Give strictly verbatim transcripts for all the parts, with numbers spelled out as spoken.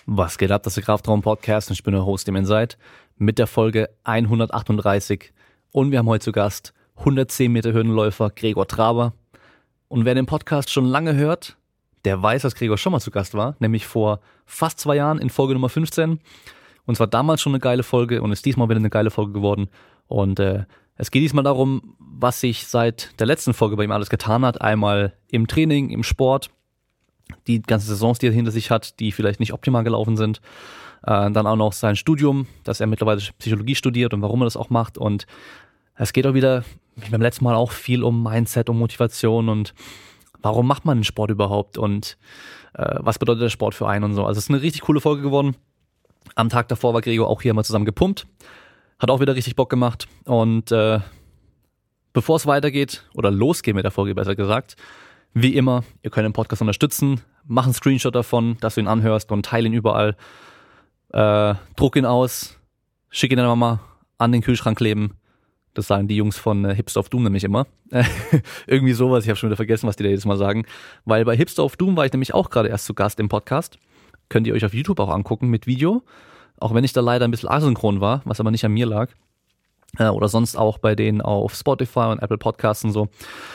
Was geht ab, das ist der Kraftraum-Podcast und ich bin der Host im Inside mit der Folge hundertachtunddreißig und wir haben heute zu Gast hundertzehn Meter Hürdenläufer Gregor Traber. Und wer den Podcast schon lange hört, der weiß, dass Gregor schon mal zu Gast war, nämlich vor fast zwei Jahren in Folge Nummer fünfzehn. Und es war damals schon eine geile Folge und ist diesmal wieder eine geile Folge geworden. Und äh, es geht diesmal darum, was sich seit der letzten Folge bei ihm alles getan hat. Einmal im Training, im Sport, die ganzen Saisons, die er hinter sich hat, die vielleicht nicht optimal gelaufen sind. Äh, dann auch noch sein Studium, dass er mittlerweile Psychologie studiert und warum er das auch macht. Und es geht auch wieder, wie beim letzten Mal, auch viel um Mindset, um Motivation und warum macht man den Sport überhaupt und äh, was bedeutet der Sport für einen und so. Also es ist eine richtig coole Folge geworden. Am Tag davor war Gregor auch hier mal zusammen gepumpt. Hat auch wieder richtig Bock gemacht. Und äh, bevor es weitergeht, oder losgeht mit der Folge besser gesagt, wie immer, ihr könnt den Podcast unterstützen. Mach einen Screenshot davon, dass du ihn anhörst und teile ihn überall. Äh, druck ihn aus, schick ihn deiner Mama, an den Kühlschrank kleben. Das sagen die Jungs von äh, Hipster of Doom nämlich immer. Irgendwie sowas, ich habe schon wieder vergessen, was die da jedes Mal sagen. Weil bei Hipster of Doom war ich nämlich auch gerade erst zu Gast im Podcast. Könnt ihr euch auf YouTube auch angucken mit Video. Auch wenn ich da leider ein bisschen asynchron war, was aber nicht an mir lag. Äh, oder sonst auch bei denen auf Spotify und Apple Podcasts und so.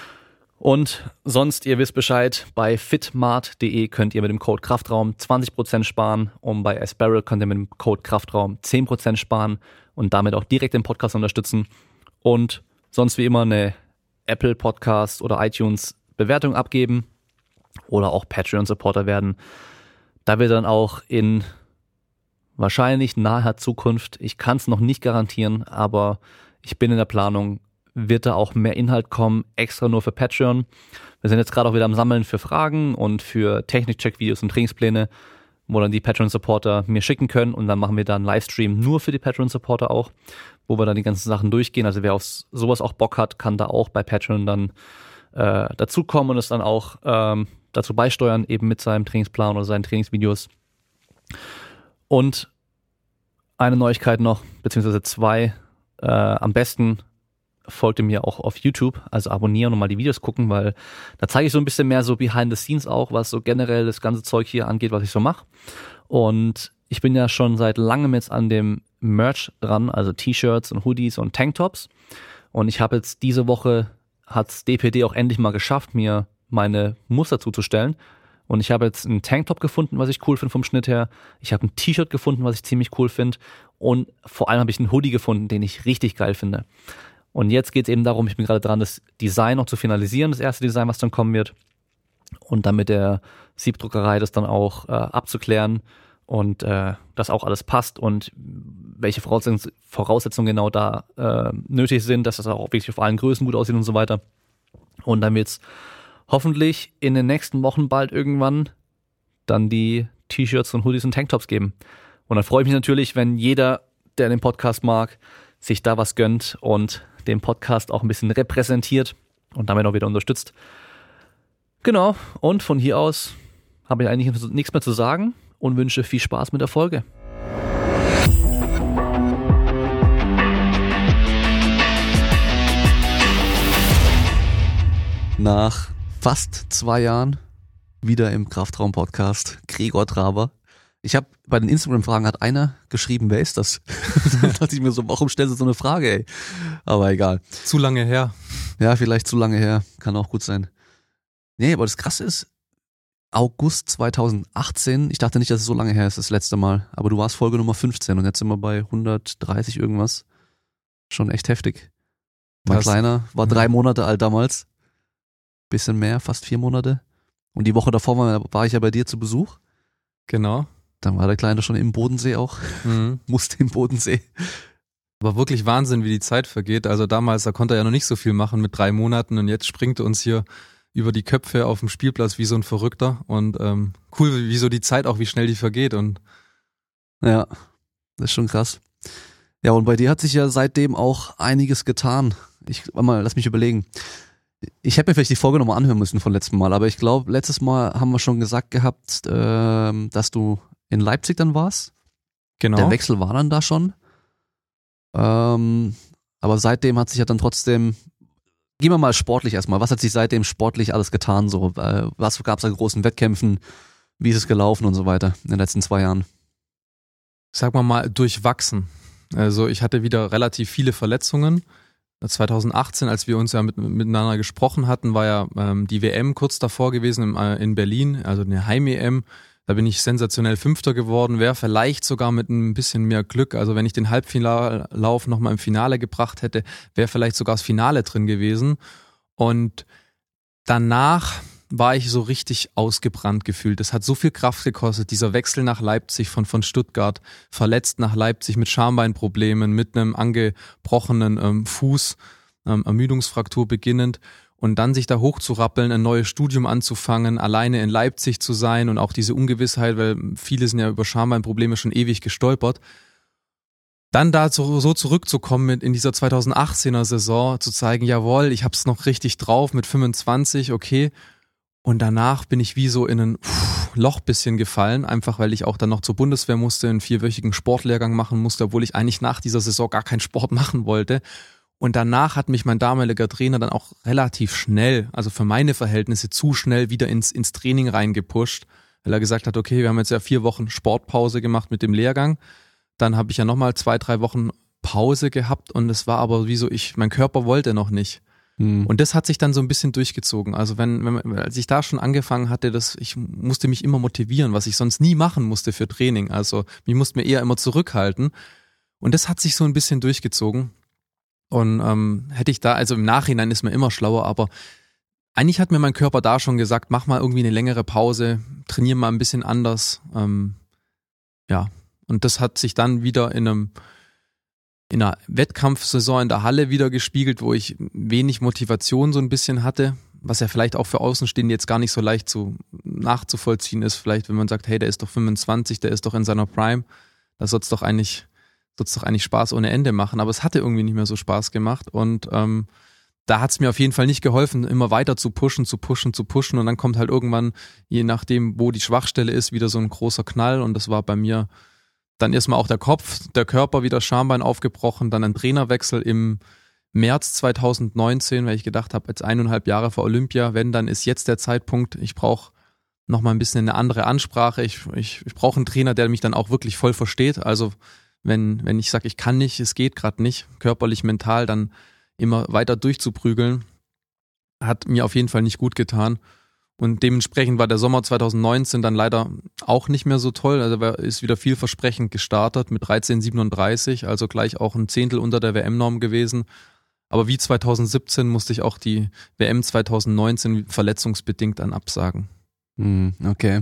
Und sonst, ihr wisst Bescheid, bei fitmart punkt de könnt ihr mit dem Code Kraftraum zwanzig Prozent sparen und bei Asparrel könnt ihr mit dem Code Kraftraum zehn Prozent sparen und damit auch direkt den Podcast unterstützen. Und sonst wie immer eine Apple Podcast oder iTunes Bewertung abgeben oder auch Patreon-Supporter werden. Da wird dann auch in wahrscheinlich naher Zukunft, ich kann es noch nicht garantieren, aber ich bin in der Planung, wird da auch mehr Inhalt kommen, extra nur für Patreon. Wir sind jetzt gerade auch wieder am Sammeln für Fragen und für Technik-Check-Videos und Trainingspläne, wo dann die Patreon-Supporter mir schicken können und dann machen wir da einen Livestream nur für die Patreon-Supporter auch, wo wir dann die ganzen Sachen durchgehen. Also wer auf sowas auch Bock hat, kann da auch bei Patreon dann äh, dazukommen und es dann auch ähm, dazu beisteuern, eben mit seinem Trainingsplan oder seinen Trainingsvideos. Und eine Neuigkeit noch, beziehungsweise zwei, äh, am besten folgt ihr mir auch auf YouTube, also abonnieren und mal die Videos gucken, weil da zeige ich so ein bisschen mehr so behind the scenes auch, was so generell das ganze Zeug hier angeht, was ich so mache. Und ich bin ja schon seit langem jetzt an dem Merch dran, also T-Shirts und Hoodies und Tanktops. Und ich habe jetzt diese Woche, hat's D P D auch endlich mal geschafft, mir meine Muster zuzustellen. Und ich habe jetzt einen Tanktop gefunden, was ich cool finde vom Schnitt her. Ich habe ein T-Shirt gefunden, was ich ziemlich cool finde. Und vor allem habe ich einen Hoodie gefunden, den ich richtig geil finde. Und jetzt geht es eben darum, ich bin gerade dran, das Design noch zu finalisieren, das erste Design, was dann kommen wird. Und dann mit der Siebdruckerei das dann auch äh, abzuklären und äh, dass auch alles passt und welche Voraussetzungen, Voraussetzungen genau da äh, nötig sind, dass das auch wirklich auf allen Größen gut aussieht und so weiter. Und dann wird's hoffentlich in den nächsten Wochen bald irgendwann dann die T-Shirts und Hoodies und Tanktops geben. Und dann freue ich mich natürlich, wenn jeder, der den Podcast mag, sich da was gönnt und den Podcast auch ein bisschen repräsentiert und damit auch wieder unterstützt. Genau, und von hier aus habe ich eigentlich nichts mehr zu sagen und wünsche viel Spaß mit der Folge. Nach fast zwei Jahren wieder im Kraftraum-Podcast Gregor Traber. Ich habe bei den Instagram-Fragen hat einer geschrieben, wer ist das? Da dachte ich mir so, warum stellst du so eine Frage, ey? Aber egal. Zu lange her. Ja, vielleicht zu lange her. Kann auch gut sein. Nee, aber das Krasse ist, August zweitausendachtzehn, ich dachte nicht, dass es so lange her ist, das letzte Mal. Aber du warst Folge Nummer fünfzehn und jetzt sind wir bei hundertdreißig irgendwas. Schon echt heftig. Mein Kleiner war drei Monate alt damals. Bisschen mehr, fast vier Monate. Und die Woche davor war, war ich ja bei dir zu Besuch. Genau. Dann war der Kleine schon im Bodensee auch. Mhm. Musste im Bodensee. Aber wirklich Wahnsinn, wie die Zeit vergeht. Also damals, da konnte er ja noch nicht so viel machen mit drei Monaten und jetzt springt er uns hier über die Köpfe auf dem Spielplatz wie so ein Verrückter. Und ähm, cool, wie so die Zeit auch, wie schnell die vergeht. Und ja, das ist schon krass. Ja, und bei dir hat sich ja seitdem auch einiges getan. Ich, mal, lass mich überlegen. Ich hätte mir vielleicht die Folge nochmal anhören müssen von letztem Mal, aber ich glaube, letztes Mal haben wir schon gesagt gehabt, äh, dass du in Leipzig dann warst. Genau. Der Wechsel war dann da schon. Ähm, aber seitdem hat sich ja dann trotzdem, gehen wir mal sportlich erstmal, was hat sich seitdem sportlich alles getan? So, äh, was gab es an großen Wettkämpfen? Wie ist es gelaufen und so weiter in den letzten zwei Jahren? Sagen wir mal, durchwachsen. Also ich hatte wieder relativ viele Verletzungen. zwanzig achtzehn, als wir uns ja mit, miteinander gesprochen hatten, war ja ähm, die W M kurz davor gewesen im, äh, in Berlin, also eine Heim-E M. Da bin ich sensationell Fünfter geworden, wäre vielleicht sogar mit ein bisschen mehr Glück, also wenn ich den Halbfinallauf nochmal im Finale gebracht hätte, wäre vielleicht sogar das Finale drin gewesen. Und danach war ich so richtig ausgebrannt gefühlt. Das hat so viel Kraft gekostet, dieser Wechsel nach Leipzig von, von Stuttgart, verletzt nach Leipzig mit Schambeinproblemen, mit einem angebrochenen ähm, Fuß, ähm, Ermüdungsfraktur beginnend und dann sich da hochzurappeln, ein neues Studium anzufangen, alleine in Leipzig zu sein und auch diese Ungewissheit, weil viele sind ja über Schambeinprobleme schon ewig gestolpert. Dann da so, so zurückzukommen mit in dieser zwanzig achtzehner Saison, zu zeigen, jawohl, ich hab's noch richtig drauf mit fünfundzwanzig, okay. Und danach bin ich wie so in ein pff, Loch bisschen gefallen, einfach weil ich auch dann noch zur Bundeswehr musste, einen vierwöchigen Sportlehrgang machen musste, obwohl ich eigentlich nach dieser Saison gar keinen Sport machen wollte. Und danach hat mich mein damaliger Trainer dann auch relativ schnell, also für meine Verhältnisse zu schnell wieder ins, ins Training reingepusht, weil er gesagt hat, okay, wir haben jetzt ja vier Wochen Sportpause gemacht mit dem Lehrgang. Dann habe ich ja nochmal zwei, drei Wochen Pause gehabt und es war aber wie so, ich, mein Körper wollte noch nicht. Hm. Und das hat sich dann so ein bisschen durchgezogen. Also wenn, wenn, als ich da schon angefangen hatte, dass ich musste mich immer motivieren, was ich sonst nie machen musste für Training. Also mich musste mir eher immer zurückhalten. Und das hat sich so ein bisschen durchgezogen. Und ähm, hätte ich da, also im Nachhinein ist man immer schlauer, aber eigentlich hat mir mein Körper da schon gesagt, mach mal irgendwie eine längere Pause, trainier mal ein bisschen anders. Ähm, ja, und das hat sich dann wieder in einem in einer Wettkampfsaison in der Halle wieder gespiegelt, wo ich wenig Motivation so ein bisschen hatte, was ja vielleicht auch für Außenstehende jetzt gar nicht so leicht zu nachzuvollziehen ist. Vielleicht, wenn man sagt, hey, der ist doch fünfundzwanzig, der ist doch in seiner Prime, da soll es doch eigentlich, soll's doch eigentlich Spaß ohne Ende machen. Aber es hatte irgendwie nicht mehr so Spaß gemacht und ähm, da hat es mir auf jeden Fall nicht geholfen, immer weiter zu pushen, zu pushen, zu pushen und dann kommt halt irgendwann, je nachdem, wo die Schwachstelle ist, wieder so ein großer Knall und das war bei mir dann erstmal auch der Kopf, der Körper wieder Schambein aufgebrochen, dann ein Trainerwechsel im März zwanzig neunzehn, weil ich gedacht habe, jetzt eineinhalb Jahre vor Olympia, wenn, dann ist jetzt der Zeitpunkt, ich brauche nochmal ein bisschen eine andere Ansprache, ich, ich, ich brauche einen Trainer, der mich dann auch wirklich voll versteht, also wenn, wenn ich sage, ich kann nicht, es geht gerade nicht, körperlich, mental, dann immer weiter durchzuprügeln, hat mir auf jeden Fall nicht gut getan. Und dementsprechend war der Sommer zwanzig neunzehn dann leider auch nicht mehr so toll. Also ist wieder vielversprechend gestartet mit dreizehn siebenunddreißig, also gleich auch ein Zehntel unter der W M-Norm gewesen. Aber wie zwanzig siebzehn musste ich auch die W M zwanzig neunzehn verletzungsbedingt dann absagen. Okay.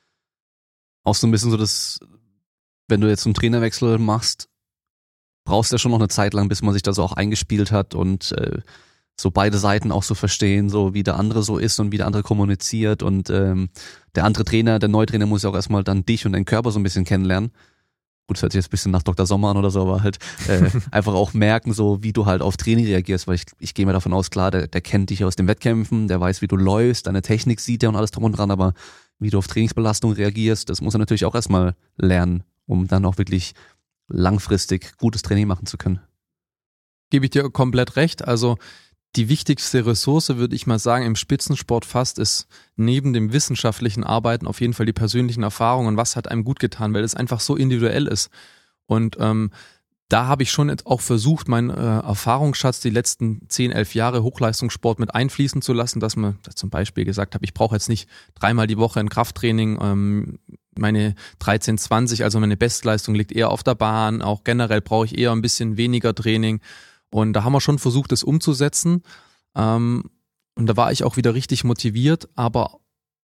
Auch so ein bisschen so das, wenn du jetzt einen Trainerwechsel machst, brauchst du ja schon noch eine Zeit lang, bis man sich da so auch eingespielt hat und äh, so beide Seiten auch so verstehen, so wie der andere so ist und wie der andere kommuniziert und ähm, der andere Trainer, der neue Trainer muss ja auch erstmal dann dich und deinen Körper so ein bisschen kennenlernen. Gut, das hört sich jetzt ein bisschen nach Doktor Sommer an oder so, aber halt äh, einfach auch merken, so wie du halt auf Training reagierst, weil ich, ich gehe mir davon aus, klar, der, der kennt dich aus den Wettkämpfen, der weiß, wie du läufst, deine Technik sieht er und alles drum und dran, aber wie du auf Trainingsbelastung reagierst, das muss er natürlich auch erstmal lernen, um dann auch wirklich langfristig gutes Training machen zu können. Gebe ich dir komplett recht, also die wichtigste Ressource, würde ich mal sagen, im Spitzensport fast ist neben dem wissenschaftlichen Arbeiten auf jeden Fall die persönlichen Erfahrungen. Was hat einem gut getan, weil es einfach so individuell ist. Und ähm, da habe ich schon jetzt auch versucht, meinen äh, Erfahrungsschatz die letzten zehn, elf Jahre Hochleistungssport mit einfließen zu lassen, dass man dass zum Beispiel gesagt habe, ich brauche jetzt nicht dreimal die Woche ein Krafttraining, ähm, meine dreizehn zwanzig, also meine Bestleistung liegt eher auf der Bahn, auch generell brauche ich eher ein bisschen weniger Training. Und da haben wir schon versucht, das umzusetzen. Ähm, und da war ich auch wieder richtig motiviert. Aber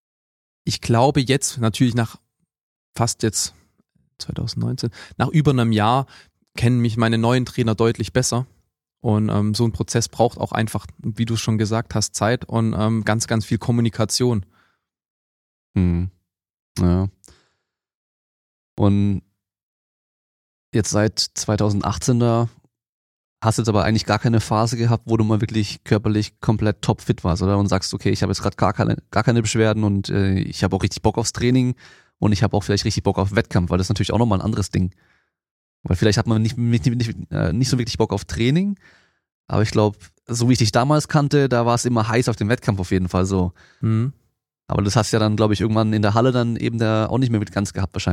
ich glaube jetzt, natürlich nach fast jetzt zwanzig neunzehn, nach über einem Jahr kennen mich meine neuen Trainer deutlich besser. Und ähm, so ein Prozess braucht auch einfach, wie du schon gesagt hast, Zeit und ähm, ganz, ganz viel Kommunikation. Hm. Ja. Und jetzt seit zwanzig achtzehn da hast jetzt aber eigentlich gar keine Phase gehabt, wo du mal wirklich körperlich komplett topfit warst, oder? Und sagst, okay, ich habe jetzt gerade gar keine, gar keine Beschwerden und äh, ich habe auch richtig Bock aufs Training und ich habe auch vielleicht richtig Bock auf Wettkampf, weil das ist natürlich auch nochmal ein anderes Ding. Weil vielleicht hat man nicht, nicht, nicht, äh, nicht so wirklich Bock auf Training, aber ich glaube, so wie ich dich damals kannte, da war es immer heiß auf den Wettkampf auf jeden Fall so. Mhm. Aber das hast du ja dann, glaube ich, irgendwann in der Halle dann eben da auch nicht mehr mit ganz gehabt wahrscheinlich.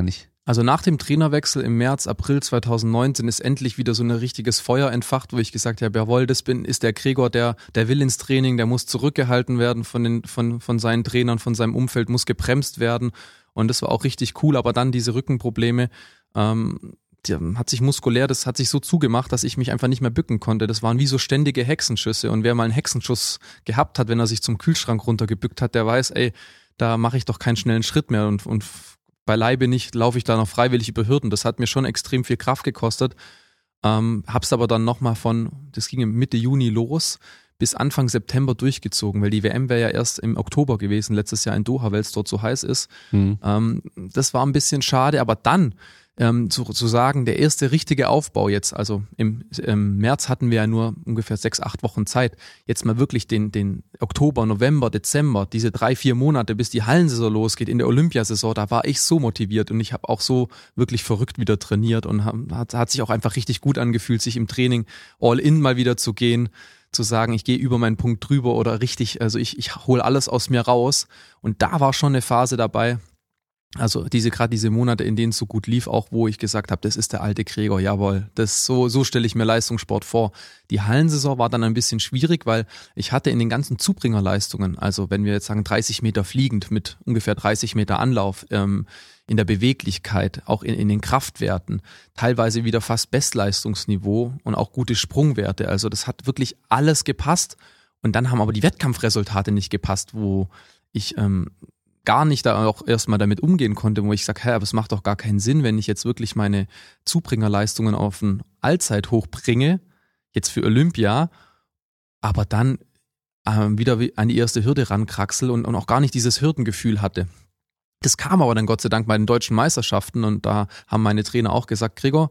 Also nach dem Trainerwechsel im März, April zweitausendneunzehn ist endlich wieder so ein richtiges Feuer entfacht, wo ich gesagt habe, jawohl, das bin, ist der Gregor, der, der will ins Training, der muss zurückgehalten werden von den, von, von seinen Trainern, von seinem Umfeld, muss gebremst werden. Und das war auch richtig cool, aber dann diese Rückenprobleme, ähm, die hat sich muskulär, das hat sich so zugemacht, dass ich mich einfach nicht mehr bücken konnte. Das waren wie so ständige Hexenschüsse. Und wer mal einen Hexenschuss gehabt hat, wenn er sich zum Kühlschrank runtergebückt hat, der weiß, ey, da mache ich doch keinen schnellen Schritt mehr und, und beileibe nicht laufe ich da noch freiwillig über Hürden. Das hat mir schon extrem viel Kraft gekostet. Ähm, hab's aber dann nochmal von, das ging Mitte Juni los, bis Anfang September durchgezogen, weil die W M wäre ja erst im Oktober gewesen, letztes Jahr in Doha, weil es dort so heiß ist. Mhm. Ähm, das war ein bisschen schade, aber dann ähm, zu, zu sagen, der erste richtige Aufbau jetzt, also im, im März hatten wir ja nur ungefähr sechs, acht Wochen Zeit, jetzt mal wirklich den, den Oktober, November, Dezember, diese drei, vier Monate, bis die Hallensaison losgeht, in der Olympiasaison, da war ich so motiviert und ich habe auch so wirklich verrückt wieder trainiert und hat, hat sich auch einfach richtig gut angefühlt, sich im Training all in mal wieder zu gehen, zu sagen, ich gehe über meinen Punkt drüber oder richtig, also ich, ich hole alles aus mir raus. Und da war schon eine Phase dabei, also diese gerade diese Monate, in denen es so gut lief, auch wo ich gesagt habe, das ist der alte Gregor, jawohl, das so so stelle ich mir Leistungssport vor. Die Hallensaison war dann ein bisschen schwierig, weil ich hatte in den ganzen Zubringerleistungen, also wenn wir jetzt sagen dreißig Meter fliegend mit ungefähr dreißig Meter Anlauf, ähm, in der Beweglichkeit, auch in, in den Kraftwerten, teilweise wieder fast Bestleistungsniveau und auch gute Sprungwerte. Also das hat wirklich alles gepasst. Und dann haben aber die Wettkampfresultate nicht gepasst, wo ich ähm, gar nicht da auch erstmal damit umgehen konnte, wo ich sage, hä, aber es macht doch gar keinen Sinn, wenn ich jetzt wirklich meine Zubringerleistungen auf ein Allzeithoch bringe, jetzt für Olympia, aber dann ähm, wieder an die erste Hürde rankraxel und, und auch gar nicht dieses Hürdengefühl hatte. Das kam aber dann Gott sei Dank bei den deutschen Meisterschaften und da haben meine Trainer auch gesagt, Gregor,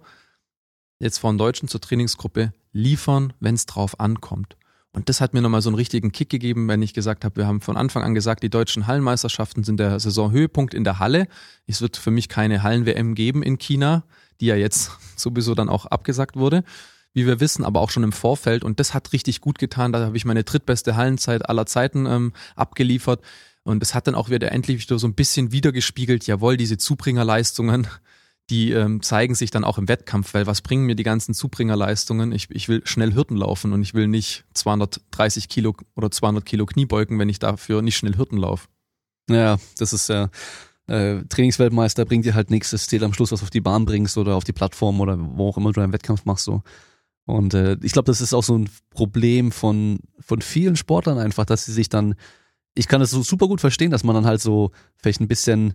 jetzt vor den Deutschen zur Trainingsgruppe liefern, wenn es drauf ankommt. Und das hat mir nochmal so einen richtigen Kick gegeben, wenn ich gesagt habe, wir haben von Anfang an gesagt, die deutschen Hallenmeisterschaften sind der Saisonhöhepunkt in der Halle. Es wird für mich keine Hallen-W M geben in China, die ja jetzt sowieso dann auch abgesagt wurde, wie wir wissen, aber auch schon im Vorfeld. Und das hat richtig gut getan. Da habe ich meine drittbeste Hallenzeit aller Zeiten ähm, abgeliefert. Und es hat dann auch wieder endlich wieder so ein bisschen wiedergespiegelt, jawohl, diese Zubringerleistungen, die ähm, zeigen sich dann auch im Wettkampf, weil was bringen mir die ganzen Zubringerleistungen? Ich, ich will schnell Hürden laufen und ich will nicht zweihundertdreißig Kilo oder zweihundert Kilo Kniebeugen, wenn ich dafür nicht schnell Hürden laufe. Ja, das ist ja, äh, Trainingsweltmeister bringt dir halt nichts, es zählt am Schluss, was du auf die Bahn bringst oder auf die Plattform oder wo auch immer du einen Wettkampf machst so. Und äh, ich glaube, das ist auch so ein Problem von von vielen Sportlern einfach, dass sie sich dann, ich kann das so super gut verstehen, dass man dann halt so vielleicht ein bisschen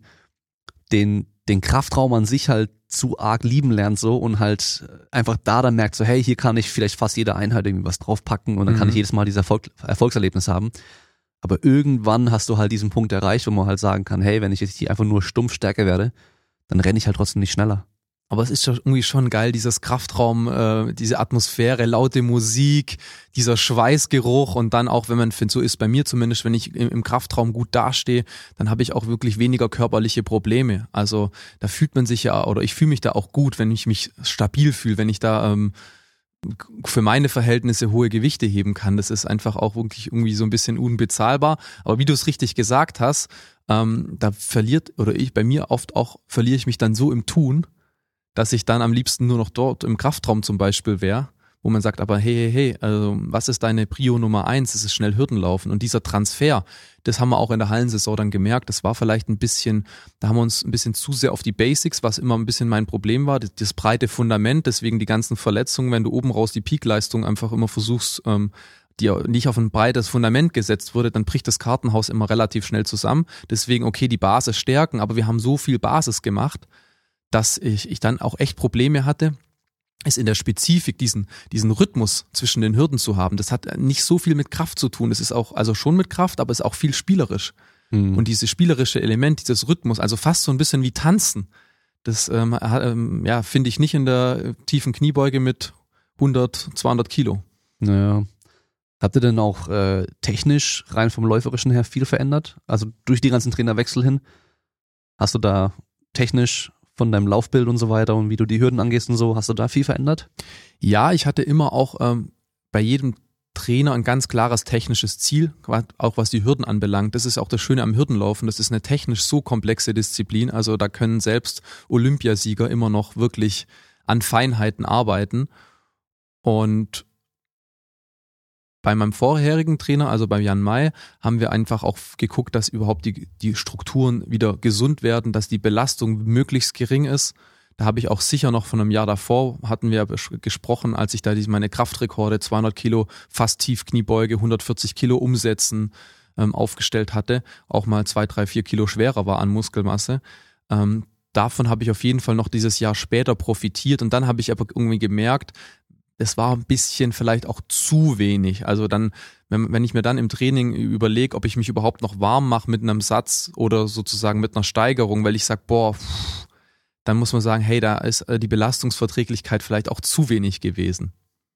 den den Kraftraum an sich halt zu arg lieben lernt so und halt einfach da dann merkt so, hey, hier kann ich vielleicht fast jede Einheit irgendwie was draufpacken und dann mhm. kann ich jedes Mal dieses Erfolg, Erfolgserlebnis haben. Aber irgendwann hast du halt diesen Punkt erreicht, wo man halt sagen kann, hey, wenn ich jetzt hier einfach nur stumpf stärker werde, dann renne ich halt trotzdem nicht schneller. Aber es ist schon irgendwie schon geil, dieses Kraftraum, äh, diese Atmosphäre, laute Musik, dieser Schweißgeruch und dann auch, wenn man findet, so ist bei mir zumindest, wenn ich im, im Kraftraum gut dastehe, dann habe ich auch wirklich weniger körperliche Probleme. Also da fühlt man sich ja, oder ich fühle mich da auch gut, wenn ich mich stabil fühle, wenn ich da ähm, für meine Verhältnisse hohe Gewichte heben kann. Das ist einfach auch wirklich irgendwie so ein bisschen unbezahlbar. Aber wie du es richtig gesagt hast, ähm, da verliert, oder ich bei mir oft auch, verliere ich mich dann so im Tun, dass ich dann am liebsten nur noch dort im Kraftraum zum Beispiel wäre, wo man sagt, aber hey, hey, hey, also was ist deine Prio Nummer eins? Das ist schnell Hürden laufen. Und dieser Transfer, das haben wir auch in der Hallensaison dann gemerkt, das war vielleicht ein bisschen, da haben wir uns ein bisschen zu sehr auf die Basics, was immer ein bisschen mein Problem war, das, das breite Fundament, deswegen die ganzen Verletzungen, wenn du oben raus die Peakleistung einfach immer versuchst, ähm, die nicht auf ein breites Fundament gesetzt wurde, dann bricht das Kartenhaus immer relativ schnell zusammen. Deswegen, okay, die Basis stärken, aber wir haben so viel Basis gemacht, dass ich, ich dann auch echt Probleme hatte, es in der Spezifik, diesen, diesen Rhythmus zwischen den Hürden zu haben. Das hat nicht so viel mit Kraft zu tun. Das ist auch, also schon mit Kraft, aber es ist auch viel spielerisch. Mhm. Und dieses spielerische Element, dieses Rhythmus, also fast so ein bisschen wie Tanzen, das ähm, ähm, ja, finde ich nicht in der tiefen Kniebeuge mit hundert, zweihundert Kilo. Naja. Habt ihr denn auch äh, technisch rein vom Läuferischen her viel verändert? Also durch die ganzen Trainerwechsel hin, hast du da technisch von deinem Laufbild und so weiter und wie du die Hürden angehst und so, hast du da viel verändert? Ja, ich hatte immer auch ähm, bei jedem Trainer ein ganz klares technisches Ziel, auch was die Hürden anbelangt. Das ist auch das Schöne am Hürdenlaufen. Das ist eine technisch so komplexe Disziplin. Also da können selbst Olympiasieger immer noch wirklich an Feinheiten arbeiten. Und bei meinem vorherigen Trainer, also bei Jan May, haben wir einfach auch geguckt, dass überhaupt die, die Strukturen wieder gesund werden, dass die Belastung möglichst gering ist. Da habe ich auch sicher noch von einem Jahr davor, hatten wir gesprochen, als ich da meine Kraftrekorde, zweihundert Kilo, fast Tiefkniebeuge, hundertvierzig Kilo umsetzen ähm, aufgestellt hatte, auch mal zwei, drei, vier Kilo schwerer war an Muskelmasse. Ähm, davon habe ich auf jeden Fall noch dieses Jahr später profitiert und dann habe ich aber irgendwie gemerkt, es war ein bisschen vielleicht auch zu wenig. Also dann, wenn, wenn ich mir dann im Training überlege, ob ich mich überhaupt noch warm mache mit einem Satz oder sozusagen mit einer Steigerung, weil ich sage, boah, pff, dann muss man sagen, hey, da ist die Belastungsverträglichkeit vielleicht auch zu wenig gewesen.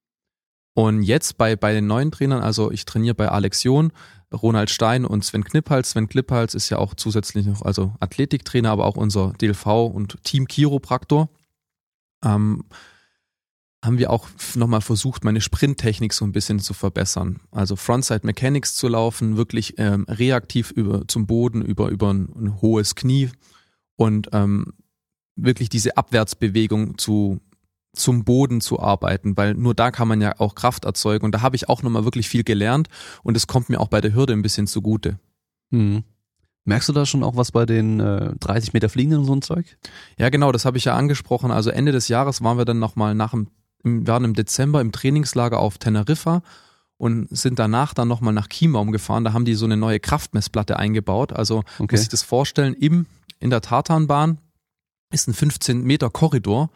Und jetzt bei, bei den neuen Trainern, also ich trainiere bei Alex John, Ronald Stein und Sven Kniphals. Sven Kniphals ist ja auch zusätzlich noch, also Athletiktrainer, aber auch unser D L V und Team-Chiropraktor. Ähm, haben wir auch nochmal versucht, meine Sprinttechnik so ein bisschen zu verbessern. Also Frontside Mechanics zu laufen, wirklich ähm, reaktiv über zum Boden, über, über ein, ein hohes Knie und ähm, wirklich diese Abwärtsbewegung zu, zum Boden zu arbeiten, weil nur da kann man ja auch Kraft erzeugen und da habe ich auch nochmal wirklich viel gelernt und es kommt mir auch bei der Hürde ein bisschen zugute. Hm. Merkst du da schon auch was bei den äh, dreißig Meter Fliegen und so ein Zeug? Ja genau, das habe ich ja angesprochen. Also Ende des Jahres waren wir dann nochmal nach dem, wir waren im Dezember im Trainingslager auf Teneriffa und sind danach dann nochmal nach Chiembaum gefahren. Da haben die so eine neue Kraftmessplatte eingebaut. Also okay. Muss ich das vorstellen, im, in der Tatanbahn ist ein fünfzehn Meter Korridor,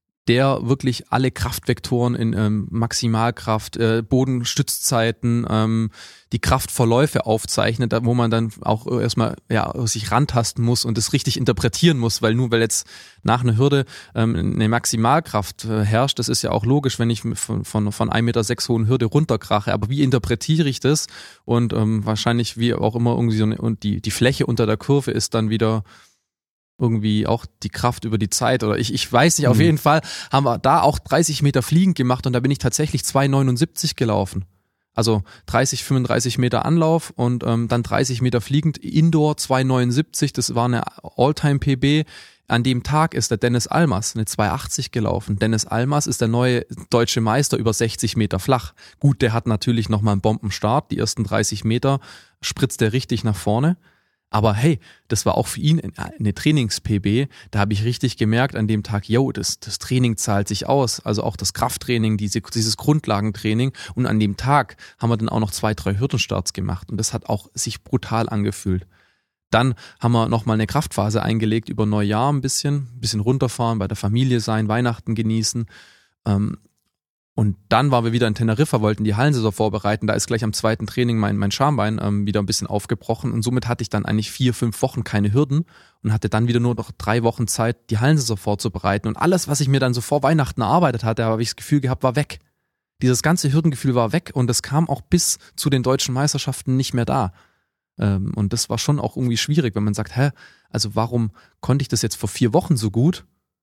der wirklich alle Kraftvektoren in ähm, Maximalkraft, äh, Bodenstützzeiten, ähm, die Kraftverläufe aufzeichnet, wo man dann auch erstmal ja sich rantasten muss und das richtig interpretieren muss, weil nur weil jetzt nach einer Hürde ähm, eine Maximalkraft äh, herrscht, das ist ja auch logisch, wenn ich von von, von ein Meter sechs hohen Hürde runterkrache, aber wie interpretiere ich das? Und ähm, wahrscheinlich wie auch immer irgendwie so eine, und die die Fläche unter der Kurve ist dann wieder irgendwie auch die Kraft über die Zeit oder ich ich weiß nicht, auf mhm. jeden Fall haben wir da auch dreißig Meter fliegend gemacht und da bin ich tatsächlich zwei neunundsiebzig gelaufen. Also dreißig, fünfunddreißig Meter Anlauf und ähm, dann dreißig Meter fliegend, Indoor zwei neunundsiebzig, das war eine All-Time-P B. An dem Tag ist der Dennis Almas eine zwei achtzig gelaufen. Dennis Almas ist der neue deutsche Meister über sechzig Meter flach. Gut, der hat natürlich nochmal einen Bombenstart, die ersten dreißig Meter spritzt er richtig nach vorne. Aber hey, das war auch für ihn eine Trainings-P B. Da habe ich richtig gemerkt an dem Tag, yo, das, das Training zahlt sich aus. Also auch das Krafttraining, diese, dieses Grundlagentraining. Und an dem Tag haben wir dann auch noch zwei, drei Hürdenstarts gemacht. Und das hat auch sich brutal angefühlt. Dann haben wir nochmal eine Kraftphase eingelegt über Neujahr ein bisschen. Ein bisschen runterfahren, bei der Familie sein, Weihnachten genießen. Ähm, Und dann waren wir wieder in Teneriffa, wollten die Hallensaison vorbereiten. Da ist gleich am zweiten Training mein, mein Schambein ähm, wieder ein bisschen aufgebrochen. Und somit hatte ich dann eigentlich vier, fünf Wochen keine Hürden und hatte dann wieder nur noch drei Wochen Zeit, die Hallensaison vorzubereiten. Und alles, was ich mir dann so vor Weihnachten erarbeitet hatte, habe ich das Gefühl gehabt, war weg. Dieses ganze Hürdengefühl war weg und das kam auch bis zu den deutschen Meisterschaften nicht mehr da. Ähm, und das war schon auch irgendwie schwierig, wenn man sagt, hä, also warum konnte ich das jetzt vor vier Wochen so gut?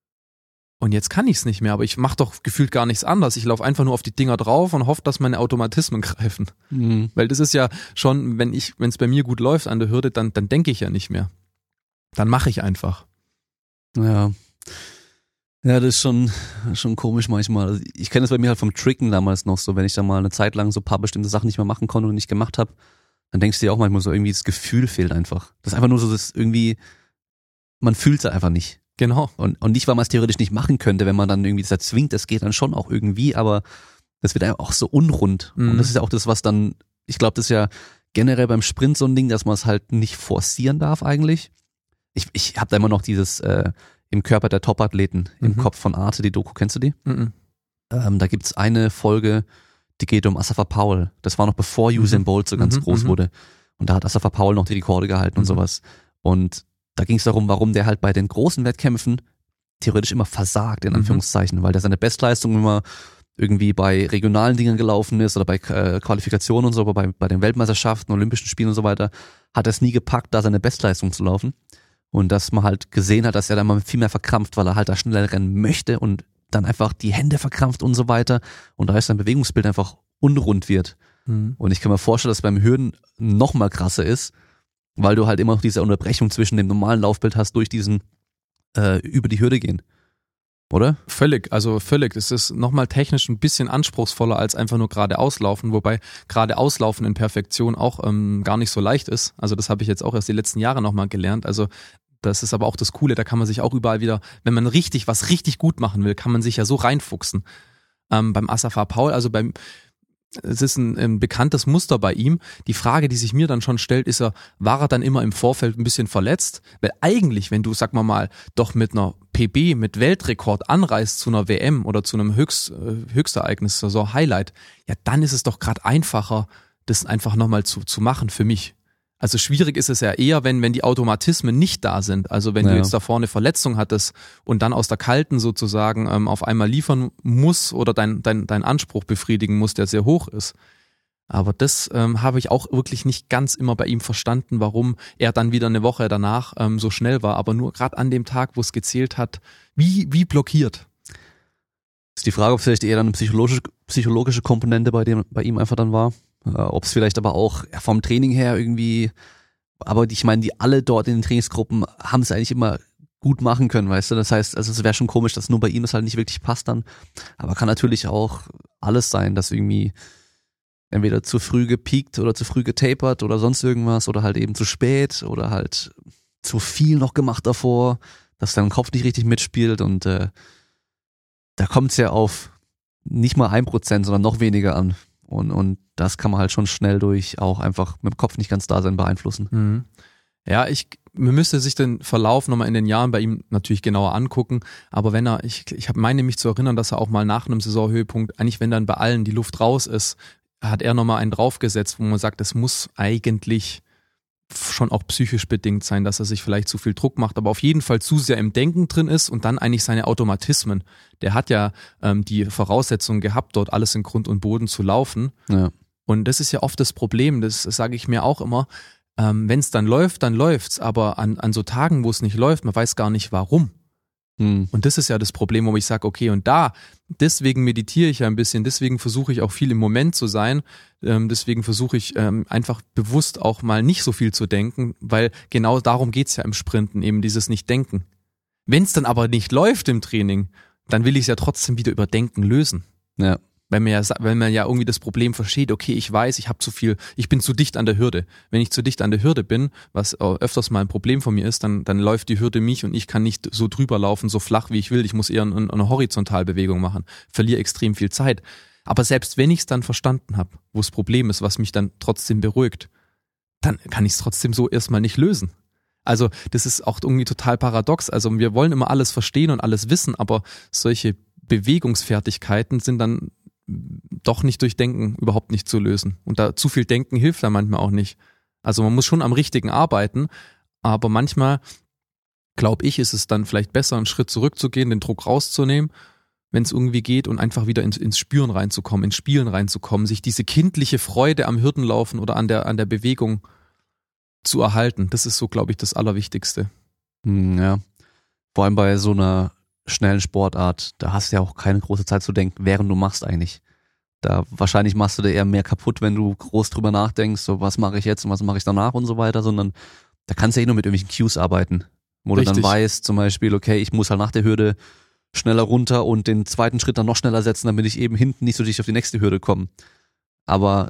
Und jetzt kann ich es nicht mehr, aber ich mache doch gefühlt gar nichts anderes. Ich laufe einfach nur auf die Dinger drauf und hoffe, dass meine Automatismen greifen. Mhm. Weil das ist ja schon, wenn ich, wenn es bei mir gut läuft an der Hürde, dann, dann denke ich ja nicht mehr. Dann mache ich einfach. Ja. Ja, das ist schon, schon komisch manchmal. Also ich kenne das bei mir halt vom Tricken damals noch so, wenn ich da mal eine Zeit lang so ein paar bestimmte Sachen nicht mehr machen konnte und nicht gemacht habe, dann denkst du dir auch manchmal so, irgendwie das Gefühl fehlt einfach. Das ist einfach nur so, das irgendwie, man fühlt es einfach nicht. Genau. Und, und nicht, weil man es theoretisch nicht machen könnte, wenn man dann irgendwie das erzwingt, das geht dann schon auch irgendwie, aber das wird einfach auch so unrund. Mhm. Und das ist ja auch das, was dann, ich glaube, das ist ja generell beim Sprint so ein Ding, dass man es halt nicht forcieren darf eigentlich. Ich, ich habe da immer noch dieses äh, im Körper der Top-Athleten im mhm. Kopf von Arte, die Doku, kennst du die? Mhm. Ähm, da gibt's eine Folge, die geht um Asafa Powell. Das war noch bevor Usain mhm. Bolt so ganz mhm. groß mhm. wurde. Und da hat Asafa Powell noch die Rekorde gehalten mhm. und sowas. Und da ging es darum, warum der halt bei den großen Wettkämpfen theoretisch immer versagt, in Anführungszeichen, mhm. weil der seine Bestleistung immer irgendwie bei regionalen Dingen gelaufen ist oder bei äh, Qualifikationen und so, aber bei, bei den Weltmeisterschaften, Olympischen Spielen und so weiter, hat er es nie gepackt, da seine Bestleistung zu laufen. Und dass man halt gesehen hat, dass er dann mal viel mehr verkrampft, weil er halt da schneller rennen möchte und dann einfach die Hände verkrampft und so weiter. Und da ist sein Bewegungsbild einfach unrund wird. Mhm. Und ich kann mir vorstellen, dass beim Hürden noch mal krasser ist, weil du halt immer noch diese Unterbrechung zwischen dem normalen Laufbild hast durch diesen äh, über die Hürde gehen. Oder? Völlig, also völlig. Es ist nochmal technisch ein bisschen anspruchsvoller als einfach nur geradeaus laufen, wobei geradeaus laufen in Perfektion auch ähm, gar nicht so leicht ist. Also das habe ich jetzt auch erst die letzten Jahre nochmal gelernt. Also das ist aber auch das Coole, da kann man sich auch überall wieder, wenn man richtig was richtig gut machen will, kann man sich ja so reinfuchsen. Ähm, beim Asafa Paul, also beim Es ist ein, ein bekanntes Muster bei ihm. Die Frage, die sich mir dann schon stellt, ist er, war er dann immer im Vorfeld ein bisschen verletzt? Weil eigentlich, wenn du, sag mal mal, doch mit einer P B, mit Weltrekord anreist zu einer W M oder zu einem Höchst, Höchstereignis, so Highlight, ja, dann ist es doch gerade einfacher, das einfach nochmal zu, zu machen für mich. Also schwierig ist es ja eher, wenn, wenn die Automatismen nicht da sind. Also wenn ja. du jetzt davor eine Verletzung hattest und dann aus der Kalten sozusagen ähm, auf einmal liefern musst oder dein, dein, dein Anspruch befriedigen musst, der sehr hoch ist. Aber das ähm, habe ich auch wirklich nicht ganz immer bei ihm verstanden, warum er dann wieder eine Woche danach ähm, so schnell war. Aber nur gerade an dem Tag, wo es gezählt hat, wie, wie blockiert. Ist die Frage, ob vielleicht eher dann eine psychologische, psychologische Komponente bei, dem, bei ihm einfach dann war. Uh, ob es vielleicht aber auch ja, vom Training her irgendwie, aber ich meine, die alle dort in den Trainingsgruppen haben es eigentlich immer gut machen können, weißt du, das heißt, also es wäre schon komisch, dass nur bei ihm das halt nicht wirklich passt dann, aber kann natürlich auch alles sein, dass irgendwie entweder zu früh gepiekt oder zu früh getapert oder sonst irgendwas oder halt eben zu spät oder halt zu viel noch gemacht davor, dass dein Kopf nicht richtig mitspielt und äh, da kommt es ja auf nicht mal ein Prozent, sondern noch weniger an. Und, und das kann man halt schon schnell durch auch einfach mit dem Kopf nicht ganz da sein beeinflussen. Mhm. Ja, ich, man müsste sich den Verlauf nochmal in den Jahren bei ihm natürlich genauer angucken, aber wenn er, ich, ich habe meine mich zu erinnern, dass er auch mal nach einem Saisonhöhepunkt, eigentlich wenn dann bei allen die Luft raus ist, hat er nochmal einen draufgesetzt, wo man sagt, es muss eigentlich schon auch psychisch bedingt sein, dass er sich vielleicht zu viel Druck macht, aber auf jeden Fall zu sehr im Denken drin ist und dann eigentlich seine Automatismen. Der hat ja ähm, die Voraussetzungen gehabt, dort alles in Grund und Boden zu laufen. Ja. Und das ist ja oft das Problem, das sage ich mir auch immer, ähm, wenn es dann läuft, dann läuft's, aber an, an so Tagen, wo es nicht läuft, man weiß gar nicht warum. Hm. Und das ist ja das Problem, wo ich sage, okay, und da, deswegen meditiere ich ja ein bisschen, deswegen versuche ich auch viel im Moment zu sein, ähm, deswegen versuche ich ähm, einfach bewusst auch mal nicht so viel zu denken, weil genau darum geht's ja im Sprinten, eben dieses Nicht-Denken. Wenn es dann aber nicht läuft im Training, dann will ich es ja trotzdem wieder über Denken lösen. Ja. Weil man ja, weil man ja irgendwie das Problem versteht, okay, ich weiß, ich habe zu viel, ich bin zu dicht an der Hürde. Wenn ich zu dicht an der Hürde bin, was öfters mal ein Problem von mir ist, dann, dann läuft die Hürde mich und ich kann nicht so drüber laufen, so flach wie ich will. Ich muss eher eine, eine Horizontalbewegung machen, verliere extrem viel Zeit. Aber selbst wenn ich es dann verstanden habe, wo das Problem ist, was mich dann trotzdem beruhigt, dann kann ich es trotzdem so erstmal nicht lösen. Also das ist auch irgendwie total paradox. Also wir wollen immer alles verstehen und alles wissen, aber solche Bewegungsfertigkeiten sind dann doch nicht durch Denken überhaupt nicht zu lösen. Und da zu viel Denken hilft da manchmal auch nicht. Also man muss schon am Richtigen arbeiten, aber manchmal, glaube ich, ist es dann vielleicht besser, einen Schritt zurückzugehen, den Druck rauszunehmen, wenn es irgendwie geht und einfach wieder ins, ins Spüren reinzukommen, ins Spielen reinzukommen, sich diese kindliche Freude am Hürdenlaufen oder an der, an der Bewegung zu erhalten. Das ist so, glaube ich, das Allerwichtigste. Ja, vor allem bei so einer schnellen Sportart, da hast du ja auch keine große Zeit zu denken, während du machst eigentlich. Da wahrscheinlich machst du dir eher mehr kaputt, wenn du groß drüber nachdenkst, so was mache ich jetzt und was mache ich danach und so weiter, sondern da kannst du ja eh nur mit irgendwelchen Cues arbeiten, wo Richtig. Du dann weißt zum Beispiel, okay, ich muss halt nach der Hürde schneller runter und den zweiten Schritt dann noch schneller setzen, damit ich eben hinten nicht so dicht auf die nächste Hürde komme. Aber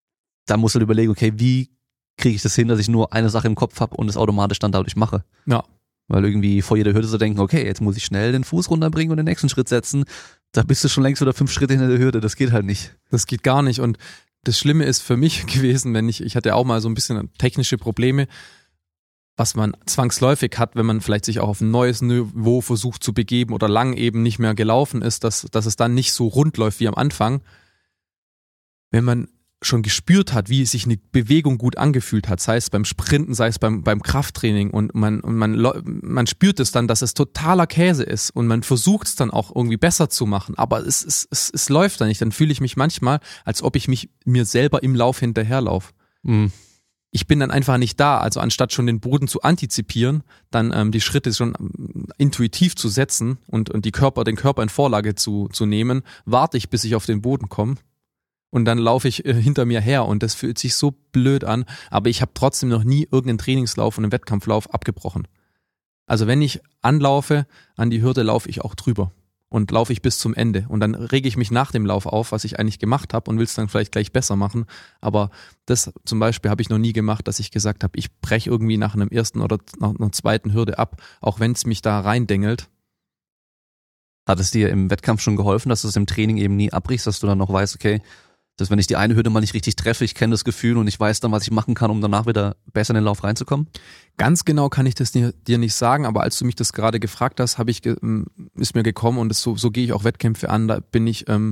da musst du halt überlegen, okay, wie kriege ich das hin, dass ich nur eine Sache im Kopf habe und es automatisch dann dadurch mache. Ja. Weil irgendwie vor jeder Hürde so denken, okay, jetzt muss ich schnell den Fuß runterbringen und den nächsten Schritt setzen. Da bist du schon längst wieder fünf Schritte hinter der Hürde. Das geht halt nicht. Das geht gar nicht. Und das Schlimme ist für mich gewesen, wenn ich, ich hatte auch mal so ein bisschen technische Probleme, was man zwangsläufig hat, wenn man vielleicht sich auch auf ein neues Niveau versucht zu begeben oder lang eben nicht mehr gelaufen ist, dass, dass es dann nicht so rund läuft wie am Anfang. Wenn man schon gespürt hat, wie sich eine Bewegung gut angefühlt hat, sei es beim Sprinten, sei es beim, beim Krafttraining und man, und man, man spürt es dann, dass es totaler Käse ist und man versucht es dann auch irgendwie besser zu machen, aber es, es, es, es läuft dann nicht, dann fühle ich mich manchmal, als ob ich mich mir selber im Lauf hinterherlaufe. Mhm. Ich bin dann einfach nicht da, also anstatt schon den Boden zu antizipieren, dann ähm, die Schritte schon ähm, intuitiv zu setzen und, und die Körper, den Körper in Vorlage zu, zu nehmen, warte ich, bis ich auf den Boden komme. und dann laufe ich äh, hinter mir her und das fühlt sich so blöd an, aber ich habe trotzdem noch nie irgendeinen Trainingslauf und einen Wettkampflauf abgebrochen. Also wenn ich anlaufe an die Hürde, laufe ich auch drüber und laufe ich bis zum Ende und dann rege ich mich nach dem Lauf auf, was ich eigentlich gemacht habe und will es dann vielleicht gleich besser machen, aber das zum Beispiel habe ich noch nie gemacht, dass ich gesagt habe, ich breche irgendwie nach einem ersten oder nach einer zweiten Hürde ab, auch wenn es mich da reindengelt. Hat es dir im Wettkampf schon geholfen, dass du es im Training eben nie abbrichst, dass du dann noch weißt, okay, dass wenn ich die eine Hürde mal nicht richtig treffe, ich kenne das Gefühl und ich weiß dann, was ich machen kann, um danach wieder besser in den Lauf reinzukommen? Ganz genau kann ich das dir nicht sagen, aber als du mich das gerade gefragt hast, habe ich ist mir gekommen und das, so, so gehe ich auch Wettkämpfe an, da bin ich, ähm,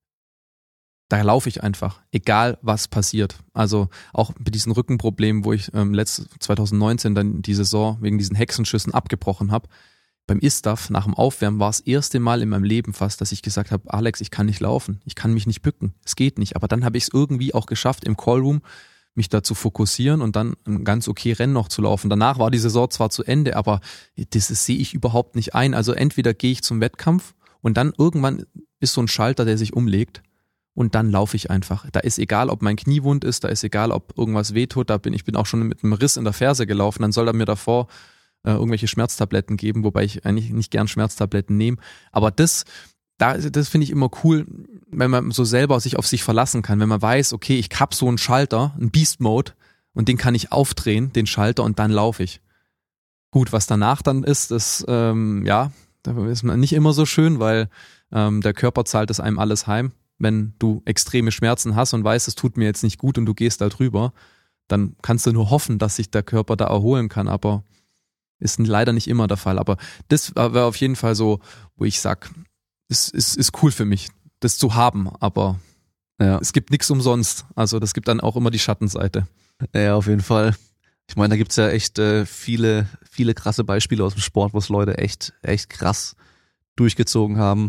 da laufe ich einfach, egal was passiert. Also auch mit diesen Rückenproblemen, wo ich ähm, letzt, zwanzig neunzehn dann die Saison wegen diesen Hexenschüssen abgebrochen habe, beim Istaf nach dem Aufwärmen war es das erste Mal in meinem Leben fast, dass ich gesagt habe, Alex, ich kann nicht laufen, ich kann mich nicht bücken, es geht nicht. Aber dann habe ich es irgendwie auch geschafft, im Callroom mich da zu fokussieren und dann ein ganz okay Rennen noch zu laufen. Danach war die Saison zwar zu Ende, aber das, das sehe ich überhaupt nicht ein. Also entweder gehe ich zum Wettkampf und dann irgendwann ist so ein Schalter, der sich umlegt und dann laufe ich einfach. Da ist egal, ob mein Knie wund ist, da ist egal, ob irgendwas wehtut, da bin ich bin auch schon mit einem Riss in der Ferse gelaufen, dann soll er mir davor irgendwelche Schmerztabletten geben, wobei ich eigentlich nicht gern Schmerztabletten nehme. Aber das, da, das finde ich immer cool, wenn man so selber sich auf sich verlassen kann, wenn man weiß, okay, ich hab so einen Schalter, einen Beast Mode und den kann ich aufdrehen, den Schalter, und dann laufe ich. Gut, was danach dann ist, das, ähm, ja, da ist man nicht immer so schön, weil ähm, der Körper zahlt es einem alles heim. Wenn du extreme Schmerzen hast und weißt, es tut mir jetzt nicht gut und du gehst da drüber, dann kannst du nur hoffen, dass sich der Körper da erholen kann, aber ist leider nicht immer der Fall, aber das wäre auf jeden Fall so, wo ich sag, es ist, ist cool für mich, das zu haben, aber ja, es gibt nichts umsonst, also das gibt dann auch immer die Schattenseite. Ja, auf jeden Fall. Ich meine, da gibt's ja echt äh, viele, viele krasse Beispiele aus dem Sport, wo es Leute echt, echt krass durchgezogen haben.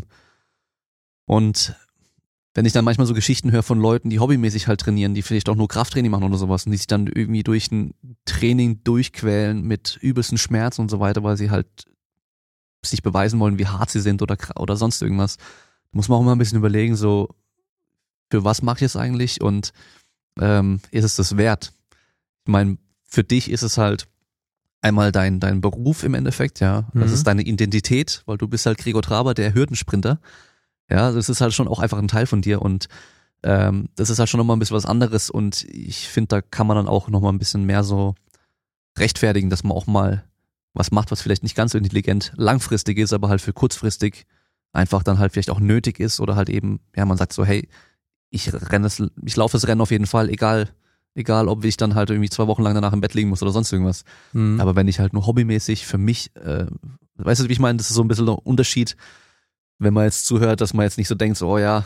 Und wenn ich dann manchmal so Geschichten höre von Leuten, die hobbymäßig halt trainieren, die vielleicht auch nur Krafttraining machen oder sowas und die sich dann irgendwie durch ein Training durchquälen mit übelsten Schmerzen und so weiter, weil sie halt sich beweisen wollen, wie hart sie sind oder oder sonst irgendwas, muss man auch mal ein bisschen überlegen, so für was mache ich es eigentlich und ähm, ist es das wert? Ich meine, für dich ist es halt einmal dein dein Beruf im Endeffekt, ja, das Mhm. ist deine Identität, weil du bist halt Gregor Traber, der Hürdensprinter. Ja, das ist halt schon auch einfach ein Teil von dir und ähm, das ist halt schon nochmal ein bisschen was anderes und ich finde, da kann man dann auch nochmal ein bisschen mehr so rechtfertigen, dass man auch mal was macht, was vielleicht nicht ganz so intelligent langfristig ist, aber halt für kurzfristig einfach dann halt vielleicht auch nötig ist oder halt eben, ja, man sagt so, hey, ich renne das, ich laufe das Rennen auf jeden Fall, egal, egal, ob ich dann halt irgendwie zwei Wochen lang danach im Bett liegen muss oder sonst irgendwas. Mhm. Aber wenn ich halt nur hobbymäßig für mich, äh, weißt du, wie ich meine, das ist so ein bisschen der Unterschied, wenn man jetzt zuhört, dass man jetzt nicht so denkt, so, oh ja,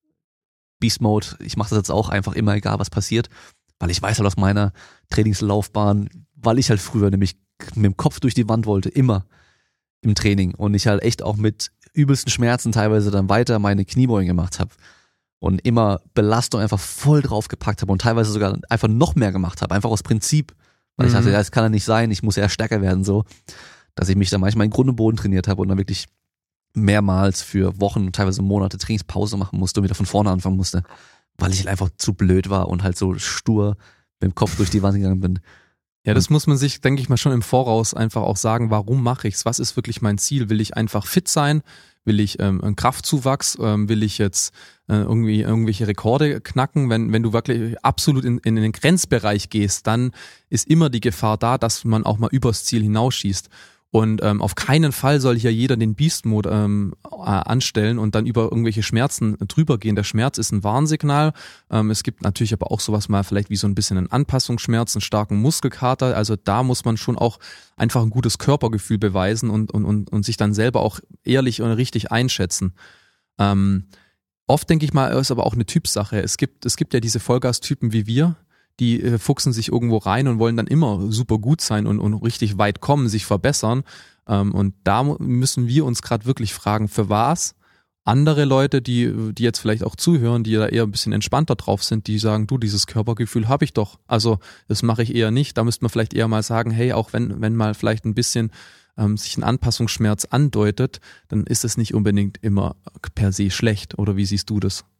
Beast Mode, ich mache das jetzt auch einfach immer, egal was passiert, weil ich weiß halt aus meiner Trainingslaufbahn, weil ich halt früher nämlich mit dem Kopf durch die Wand wollte, immer im Training und ich halt echt auch mit übelsten Schmerzen teilweise dann weiter meine Kniebeugen gemacht habe und immer Belastung einfach voll drauf gepackt habe und teilweise sogar einfach noch mehr gemacht habe, einfach aus Prinzip, weil ich Mhm. dachte, ja, das kann ja nicht sein, ich muss ja stärker werden, so, dass ich mich dann manchmal in Grund und Boden trainiert habe und dann wirklich mehrmals für Wochen, teilweise Monate Trainingspause machen musste und wieder von vorne anfangen musste, weil ich halt einfach zu blöd war und halt so stur mit dem Kopf durch die Wand gegangen bin. Ja, das muss man sich, denke ich mal, schon im Voraus einfach auch sagen, warum mache ich's? Was ist wirklich mein Ziel? Will ich einfach fit sein? Will ich ähm, einen Kraftzuwachs? Ähm, will ich jetzt äh, irgendwie irgendwelche Rekorde knacken? Wenn wenn du wirklich absolut in, in den Grenzbereich gehst, dann ist immer die Gefahr da, dass man auch mal übers Ziel hinausschießt. Und ähm, auf keinen Fall soll hier jeder den Beast-Mode ähm, äh, anstellen und dann über irgendwelche Schmerzen drüber gehen. Der Schmerz ist ein Warnsignal. Ähm, es gibt natürlich aber auch sowas mal vielleicht wie so ein bisschen einen Anpassungsschmerz, einen starken Muskelkater. Also da muss man schon auch einfach ein gutes Körpergefühl beweisen und und und, und sich dann selber auch ehrlich und richtig einschätzen. Ähm, oft denke ich mal, ist aber auch eine Typsache. Es gibt es gibt ja diese Vollgas-Typen wie wir, die äh, fuchsen sich irgendwo rein und wollen dann immer super gut sein und, und richtig weit kommen, sich verbessern. Ähm, und da müssen wir uns gerade wirklich fragen, für was? Andere Leute, die die jetzt vielleicht auch zuhören, die da eher ein bisschen entspannter drauf sind, die sagen, du, dieses Körpergefühl habe ich doch. Also das mache ich eher nicht. Da müsste man vielleicht eher mal sagen, hey, auch wenn wenn mal vielleicht ein bisschen ähm, sich ein Anpassungsschmerz andeutet, dann ist es nicht unbedingt immer per se schlecht. Oder wie siehst du das?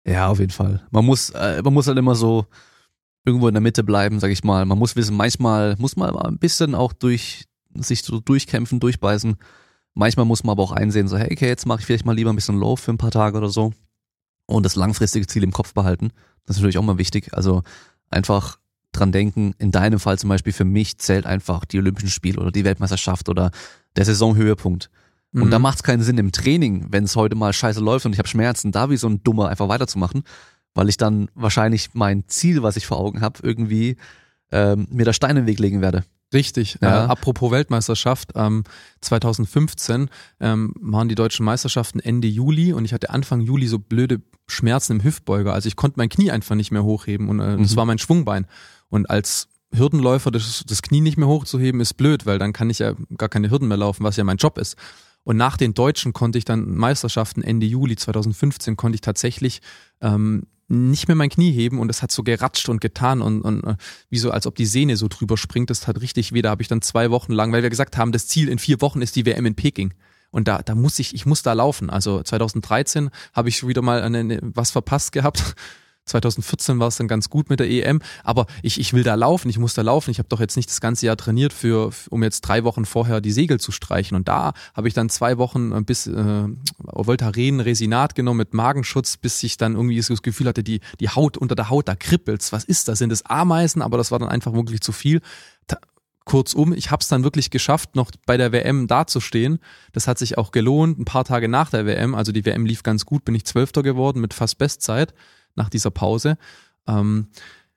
Ja, auf jeden Fall. Man muss, äh, man muss halt immer so irgendwo in der Mitte bleiben, sag ich mal. Man muss wissen, manchmal muss man ein bisschen auch durch sich so durchkämpfen, durchbeißen. Manchmal muss man aber auch einsehen, so hey, okay, jetzt mache ich vielleicht mal lieber ein bisschen Low für ein paar Tage oder so und das langfristige Ziel im Kopf behalten. Das ist natürlich auch mal wichtig. Also einfach dran denken, in deinem Fall zum Beispiel für mich zählt einfach die Olympischen Spiele oder die Weltmeisterschaft oder der Saisonhöhepunkt. Und mhm. da macht es keinen Sinn im Training, wenn es heute mal scheiße läuft und ich habe Schmerzen, da wie so ein Dummer einfach weiterzumachen, weil ich dann wahrscheinlich mein Ziel, was ich vor Augen habe, irgendwie ähm, mir da Steine im Weg legen werde. Richtig. Ja. Äh, apropos Weltmeisterschaft, ähm, zwanzig fünfzehn ähm, waren die deutschen Meisterschaften Ende Juli und ich hatte Anfang Juli so blöde Schmerzen im Hüftbeuger. Also ich konnte mein Knie einfach nicht mehr hochheben und äh, mhm. das war mein Schwungbein. Und als Hürdenläufer das, das Knie nicht mehr hochzuheben ist blöd, weil dann kann ich ja gar keine Hürden mehr laufen, was ja mein Job ist. Und nach den Deutschen konnte ich dann Meisterschaften Ende Juli zwanzig fünfzehn konnte ich tatsächlich ähm, nicht mehr mein Knie heben und es hat so geratscht und getan und, und äh, wie so, als ob die Sehne so drüber springt. Das tat richtig weh. Da habe ich dann zwei Wochen lang, weil wir gesagt haben, das Ziel in vier Wochen ist die W M in Peking. Und da, da muss ich, ich muss da laufen. Also zwanzig dreizehn habe ich wieder mal eine, eine, was verpasst gehabt. zwanzig vierzehn war es dann ganz gut mit der E M, aber ich, ich will da laufen, ich muss da laufen. Ich habe doch jetzt nicht das ganze Jahr trainiert, für, um jetzt drei Wochen vorher die Segel zu streichen. Und da habe ich dann zwei Wochen bis äh, Voltaren, Resinat genommen mit Magenschutz, bis ich dann irgendwie das Gefühl hatte, die, die Haut unter der Haut, da kribbelt's. Was ist das? Sind das Ameisen? Aber das war dann einfach wirklich zu viel. Da, Kurzum, ich habe es dann wirklich geschafft, noch bei der W M dazustehen. Das hat sich auch gelohnt. Ein paar Tage nach der W M, also die W M lief ganz gut, bin ich Zwölfter geworden mit fast Bestzeit nach dieser Pause. Ähm,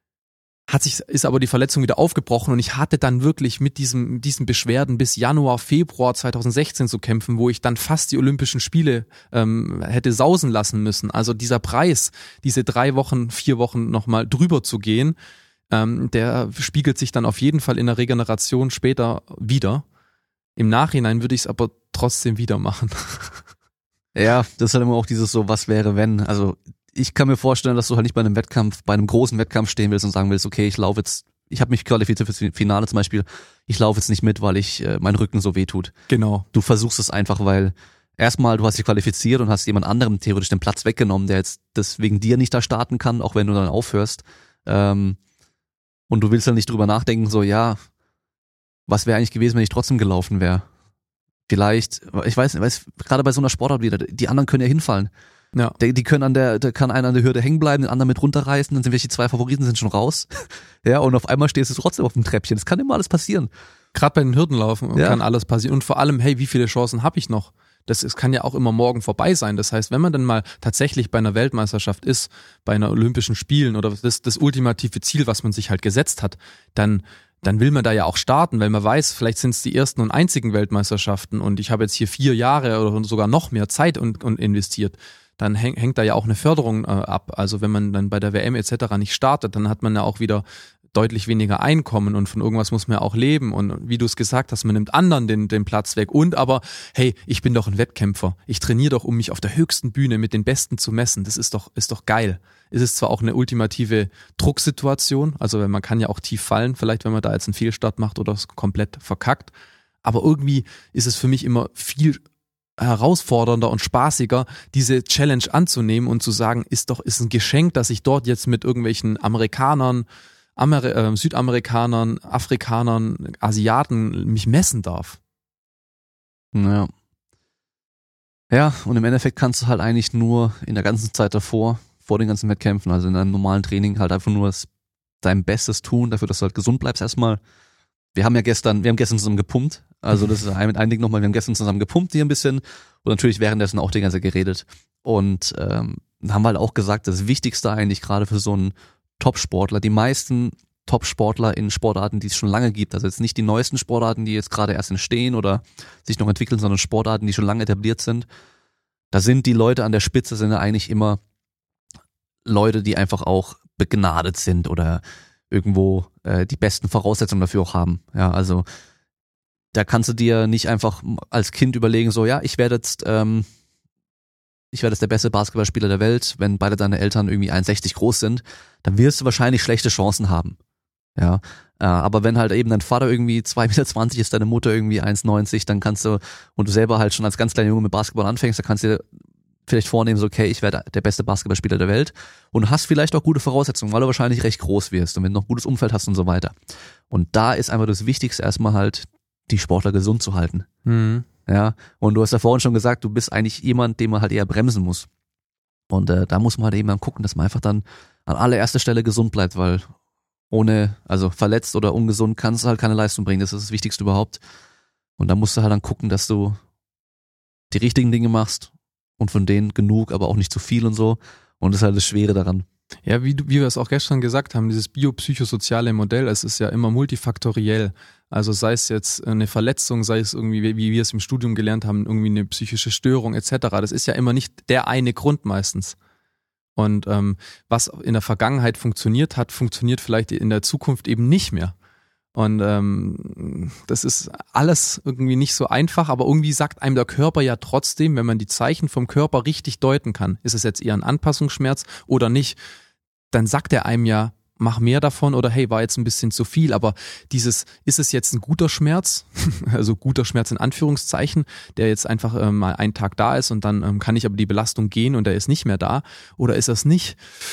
hat sich, ist aber die Verletzung wieder aufgebrochen und ich hatte dann wirklich mit diesem, mit diesen Beschwerden bis Januar, Februar zwanzig sechzehn zu kämpfen, wo ich dann fast die Olympischen Spiele ähm, hätte sausen lassen müssen. Also dieser Preis, diese drei Wochen, vier Wochen nochmal drüber zu gehen, ähm, der spiegelt sich dann auf jeden Fall in der Regeneration später wieder. Im Nachhinein würde ich es aber trotzdem wieder machen. Ja, das ist halt immer auch dieses so, was wäre wenn, also ich kann mir vorstellen, dass du halt nicht bei einem Wettkampf, bei einem großen Wettkampf stehen willst und sagen willst, okay, ich laufe jetzt, ich habe mich qualifiziert fürs Finale zum Beispiel, ich laufe jetzt nicht mit, weil ich äh, mein Rücken so weh tut. Genau. Du versuchst es einfach, weil erstmal du hast dich qualifiziert und hast jemand anderem theoretisch den Platz weggenommen, der jetzt deswegen dir nicht da starten kann, auch wenn du dann aufhörst. Ähm, und du willst dann nicht drüber nachdenken, so ja, was wäre eigentlich gewesen, wenn ich trotzdem gelaufen wäre? Vielleicht, ich weiß nicht, weiß, gerade bei so einer Sportart wieder, die anderen können ja hinfallen. Ja. Die, die können an der, da kann einer an der Hürde hängen bleiben, den anderen mit runterreißen, dann sind welche zwei Favoriten sind schon raus. Ja, und auf einmal stehst du trotzdem auf dem Treppchen. Das kann immer alles passieren. Gerade bei den Hürdenlaufen ja. kann alles passieren. Und vor allem, hey, wie viele Chancen habe ich noch? Das, es kann ja auch immer morgen vorbei sein. Das heißt, wenn man dann mal tatsächlich bei einer Weltmeisterschaft ist, bei einer Olympischen Spielen oder das, das ultimative Ziel, was man sich halt gesetzt hat, dann dann will man da ja auch starten, weil man weiß, vielleicht sind es die ersten und einzigen Weltmeisterschaften und ich habe jetzt hier vier Jahre oder sogar noch mehr Zeit und, und investiert. Dann häng, hängt da ja auch eine Förderung äh, ab. Also wenn man dann bei der W M et cetera nicht startet, dann hat man ja auch wieder deutlich weniger Einkommen und von irgendwas muss man ja auch leben. Und wie du es gesagt hast, man nimmt anderen den, den Platz weg. Und aber, hey, ich bin doch ein Wettkämpfer. Ich trainiere doch, um mich auf der höchsten Bühne mit den Besten zu messen. Das ist doch, ist doch geil. Es ist zwar auch eine ultimative Drucksituation, also man kann ja auch tief fallen, vielleicht wenn man da jetzt einen Fehlstart macht oder es komplett verkackt. Aber irgendwie ist es für mich immer viel herausfordernder und spaßiger, diese Challenge anzunehmen und zu sagen, ist doch, ist ein Geschenk, dass ich dort jetzt mit irgendwelchen Amerikanern, Amer- äh, Südamerikanern, Afrikanern, Asiaten mich messen darf. Ja. Ja, und im Endeffekt kannst du halt eigentlich nur in der ganzen Zeit davor, vor den ganzen Wettkämpfen, also in einem normalen Training halt einfach nur dein Bestes tun, dafür, dass du halt gesund bleibst erstmal. Wir haben ja gestern, wir haben gestern zusammen gepumpt, also das ist ein, ein Ding nochmal, wir haben gestern zusammen gepumpt hier ein bisschen und natürlich währenddessen auch die ganze Zeit geredet und ähm, haben halt auch gesagt, das Wichtigste eigentlich gerade für so einen Top-Sportler, die meisten Top-Sportler in Sportarten, die es schon lange gibt, also jetzt nicht die neuesten Sportarten, die jetzt gerade erst entstehen oder sich noch entwickeln, sondern Sportarten, die schon lange etabliert sind, da sind die Leute an der Spitze, sind ja eigentlich immer Leute, die einfach auch begnadet sind oder irgendwo äh, die besten Voraussetzungen dafür auch haben. Ja, also da kannst du dir nicht einfach als Kind überlegen, so ja, ich werde jetzt ähm, ich werde jetzt der beste Basketballspieler der Welt, wenn beide deine Eltern irgendwie eins Komma sechzig groß sind, dann wirst du wahrscheinlich schlechte Chancen haben. Ja, äh, aber wenn halt eben dein Vater irgendwie zwei Komma zwanzig Meter ist, deine Mutter irgendwie eins Komma neunzig, dann kannst du, und du selber halt schon als ganz kleiner Junge mit Basketball anfängst, dann kannst du dir vielleicht vornehmen, so okay, ich werde der beste Basketballspieler der Welt und hast vielleicht auch gute Voraussetzungen, weil du wahrscheinlich recht groß wirst und wenn du noch ein gutes Umfeld hast und so weiter. Und da ist einfach das Wichtigste erstmal halt, die Sportler gesund zu halten. Mhm. Ja, und du hast ja vorhin schon gesagt, du bist eigentlich jemand, den man halt eher bremsen muss. Und äh, da muss man halt eben dann gucken, dass man einfach dann an allererster Stelle gesund bleibt, weil ohne, also verletzt oder ungesund kannst du halt keine Leistung bringen. Das ist das Wichtigste überhaupt. Und da musst du halt dann gucken, dass du die richtigen Dinge machst und von denen genug, aber auch nicht zu viel und so. Und das ist halt das Schwere daran. Ja, wie, du, wie wir es auch gestern gesagt haben, dieses biopsychosoziale Modell, es ist ja immer multifaktoriell. Also sei es jetzt eine Verletzung, sei es irgendwie, wie wir es im Studium gelernt haben, irgendwie eine psychische Störung et cetera. Das ist ja immer nicht der eine Grund meistens. Und ähm, was in der Vergangenheit funktioniert hat, funktioniert vielleicht in der Zukunft eben nicht mehr. Und ähm, das ist alles irgendwie nicht so einfach, aber irgendwie sagt einem der Körper ja trotzdem, wenn man die Zeichen vom Körper richtig deuten kann, ist es jetzt eher ein Anpassungsschmerz oder nicht, dann sagt er einem ja, mach mehr davon oder hey, war jetzt ein bisschen zu viel, aber dieses, ist es jetzt ein guter Schmerz, also guter Schmerz in Anführungszeichen, der jetzt einfach ähm, mal einen Tag da ist und dann ähm, kann ich aber die Belastung gehen und der ist nicht mehr da oder ist das nicht?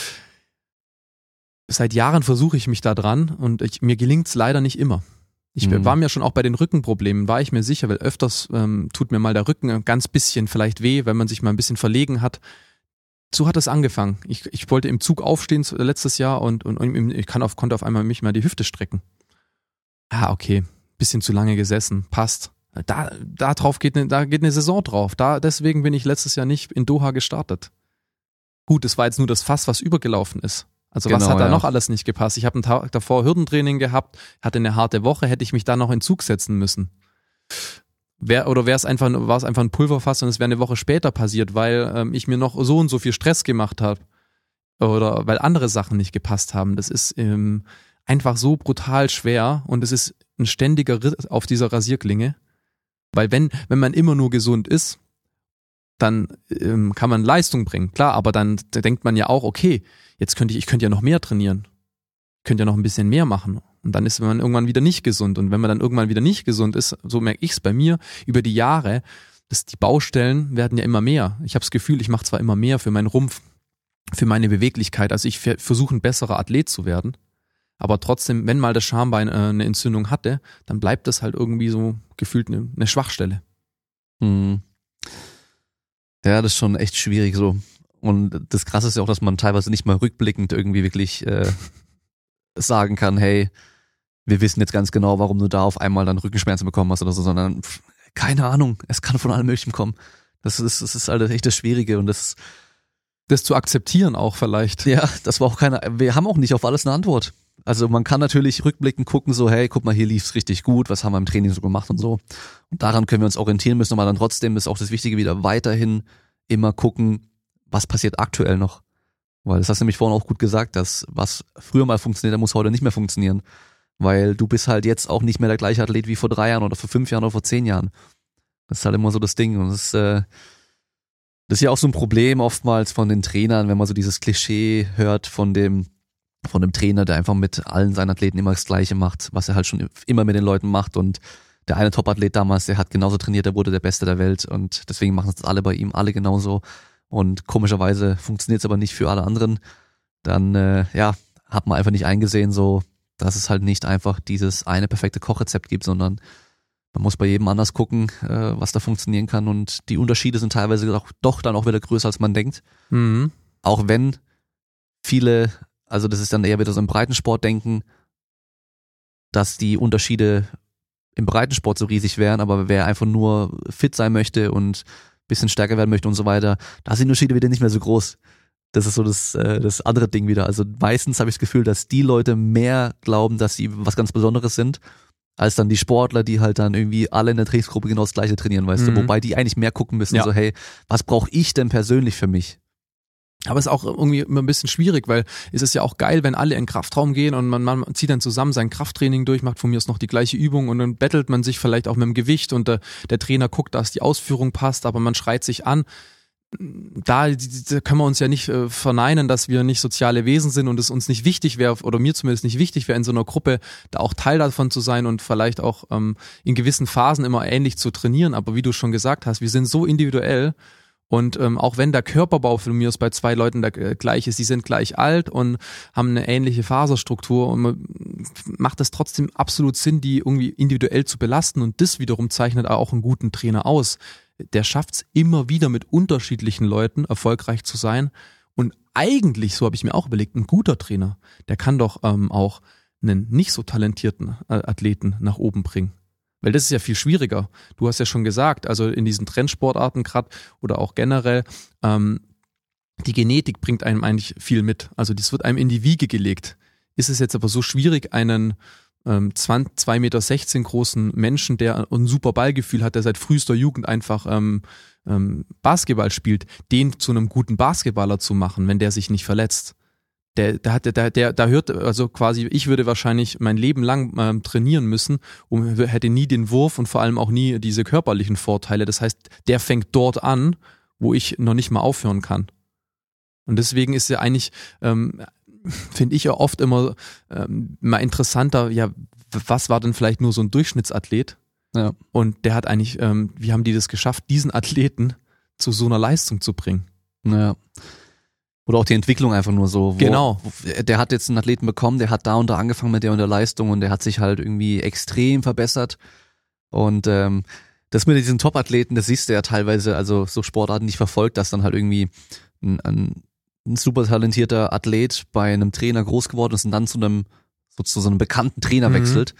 Seit Jahren versuche ich mich da dran und ich, mir gelingt es leider nicht immer. Ich mhm. war mir schon auch bei den Rückenproblemen, war ich mir sicher, weil öfters ähm, tut mir mal der Rücken ein ganz bisschen vielleicht weh, wenn man sich mal ein bisschen verlegen hat. So hat es angefangen. Ich, ich wollte im Zug aufstehen letztes Jahr und, und, und ich kann auf, konnte auf einmal mich mal die Hüfte strecken. Ah, okay, bisschen zu lange gesessen, passt. Da, da drauf geht eine, da geht eine Saison drauf. Da, deswegen bin ich letztes Jahr nicht in Doha gestartet. Gut, es war jetzt nur das Fass, was übergelaufen ist. Also genau, was hat da ja. noch alles nicht gepasst? Ich habe einen Tag davor Hürdentraining gehabt, hatte eine harte Woche, hätte ich mich da noch in Zug setzen müssen. Wär, oder wäre es einfach, war es einfach ein Pulverfass und es wäre eine Woche später passiert, weil ähm, ich mir noch so und so viel Stress gemacht habe oder weil andere Sachen nicht gepasst haben. Das ist ähm, einfach so brutal schwer und es ist ein ständiger Ritt auf dieser Rasierklinge, weil wenn wenn man immer nur gesund ist, dann ähm, kann man Leistung bringen, klar, aber dann da denkt man ja auch, okay, jetzt könnte ich, ich könnte ja noch mehr trainieren, ich könnte ja noch ein bisschen mehr machen. Und dann ist man irgendwann wieder nicht gesund. Und wenn man dann irgendwann wieder nicht gesund ist, so merke ich es bei mir, über die Jahre, dass die Baustellen werden ja immer mehr. Ich habe das Gefühl, ich mache zwar immer mehr für meinen Rumpf, für meine Beweglichkeit, also ich versuche ein besserer Athlet zu werden, aber trotzdem, wenn mal das Schambein äh, eine Entzündung hatte, dann bleibt das halt irgendwie so gefühlt eine, eine Schwachstelle. Hm. Ja, das ist schon echt schwierig so. Und das Krasse ist ja auch, dass man teilweise nicht mal rückblickend irgendwie wirklich äh, sagen kann, hey, wir wissen jetzt ganz genau, warum du da auf einmal dann Rückenschmerzen bekommen hast oder so, sondern pff, keine Ahnung, es kann von allem Möglichen kommen. Das ist, das ist halt echt das Schwierige und das das zu akzeptieren auch vielleicht. Ja, das war auch keine, wir haben auch nicht auf alles eine Antwort. Also man kann natürlich rückblickend gucken, so hey, guck mal, hier lief's richtig gut, was haben wir im Training so gemacht und so. Und daran können wir uns orientieren müssen, aber dann trotzdem ist auch das Wichtige wieder weiterhin immer gucken, was passiert aktuell noch. Weil das hast du nämlich vorhin auch gut gesagt, dass was früher mal funktioniert hat, muss heute nicht mehr funktionieren. Weil du bist halt jetzt auch nicht mehr der gleiche Athlet wie vor drei Jahren oder vor fünf Jahren oder vor zehn Jahren. Das ist halt immer so das Ding. Und das ist, äh, das ist ja auch so ein Problem oftmals von den Trainern, wenn man so dieses Klischee hört von dem, von dem Trainer, der einfach mit allen seinen Athleten immer das Gleiche macht, was er halt schon immer mit den Leuten macht. Und der eine Top-Athlet damals, der hat genauso trainiert, der wurde der Beste der Welt. Und deswegen machen es alle bei ihm, alle genauso. Und komischerweise funktioniert es aber nicht für alle anderen. Dann, äh, ja, hat man einfach nicht eingesehen, so, dass es halt nicht einfach dieses eine perfekte Kochrezept gibt, sondern man muss bei jedem anders gucken, äh, was da funktionieren kann und die Unterschiede sind teilweise doch, doch dann auch wieder größer, als man denkt. Mhm. Auch wenn viele, also das ist dann eher wieder so im Breitensport denken, dass die Unterschiede im Breitensport so riesig wären, aber wer einfach nur fit sein möchte und ein bisschen stärker werden möchte und so weiter, da sind die Unterschiede wieder nicht mehr so groß. Das ist so das, äh, das andere Ding wieder. Also meistens habe ich das Gefühl, dass die Leute mehr glauben, dass sie was ganz Besonderes sind, als dann die Sportler, die halt dann irgendwie alle in der Trainingsgruppe genau das Gleiche trainieren, weißt mhm. du? Wobei die eigentlich mehr gucken müssen, ja. so hey, was brauche ich denn persönlich für mich? Aber es ist auch irgendwie immer ein bisschen schwierig, weil es ist ja auch geil, wenn alle in den Kraftraum gehen und man, man zieht dann zusammen sein Krafttraining durch, macht von mir aus noch die gleiche Übung und dann bettelt man sich vielleicht auch mit dem Gewicht und der, der Trainer guckt, dass die Ausführung passt, aber man schreit sich an. Da, da können wir uns ja nicht äh, verneinen, dass wir nicht soziale Wesen sind und es uns nicht wichtig wäre, oder mir zumindest nicht wichtig wäre, in so einer Gruppe da auch Teil davon zu sein und vielleicht auch ähm, in gewissen Phasen immer ähnlich zu trainieren. Aber wie du schon gesagt hast, wir sind so individuell Und ähm, auch wenn der Körperbau von mir aus bei zwei Leuten der, äh, gleich ist, die sind gleich alt und haben eine ähnliche Faserstruktur und man macht es trotzdem absolut Sinn, die irgendwie individuell zu belasten und das wiederum zeichnet auch einen guten Trainer aus. Der schafft es immer wieder mit unterschiedlichen Leuten erfolgreich zu sein und eigentlich, so habe ich mir auch überlegt, ein guter Trainer, der kann doch ähm, auch einen nicht so talentierten äh, Athleten nach oben bringen. Weil das ist ja viel schwieriger. Du hast ja schon gesagt, also in diesen Trendsportarten gerade oder auch generell, ähm, die Genetik bringt einem eigentlich viel mit. Also das wird einem in die Wiege gelegt. Ist es jetzt aber so schwierig, einen ähm, zwei Meter sechzehn großen Menschen, der ein super Ballgefühl hat, der seit frühester Jugend einfach ähm, ähm, Basketball spielt, den zu einem guten Basketballer zu machen, wenn der sich nicht verletzt. Der, der hat, der, der, da hört, also quasi, ich würde wahrscheinlich mein Leben lang ähm, trainieren müssen, um, hätte nie den Wurf und vor allem auch nie diese körperlichen Vorteile. Das heißt, der fängt dort an, wo ich noch nicht mal aufhören kann. Und deswegen ist ja eigentlich, ähm, finde ich ja oft immer ähm, mal interessanter, ja, was war denn vielleicht nur so ein Durchschnittsathlet? Ja. Und der hat eigentlich, ähm, wie haben die das geschafft, diesen Athleten zu so einer Leistung zu bringen? Ja. Oder auch die Entwicklung einfach nur so. Wo, genau. Wo, der hat jetzt einen Athleten bekommen, der hat da und da angefangen mit der und der Leistung und der hat sich halt irgendwie extrem verbessert. Und ähm, das mit diesen Top-Athleten, das siehst du ja teilweise, also so Sportarten nicht verfolgt, dass dann halt irgendwie ein, ein, ein super talentierter Athlet bei einem Trainer groß geworden ist und dann zu einem, so zu so einem bekannten Trainer mhm. wechselt.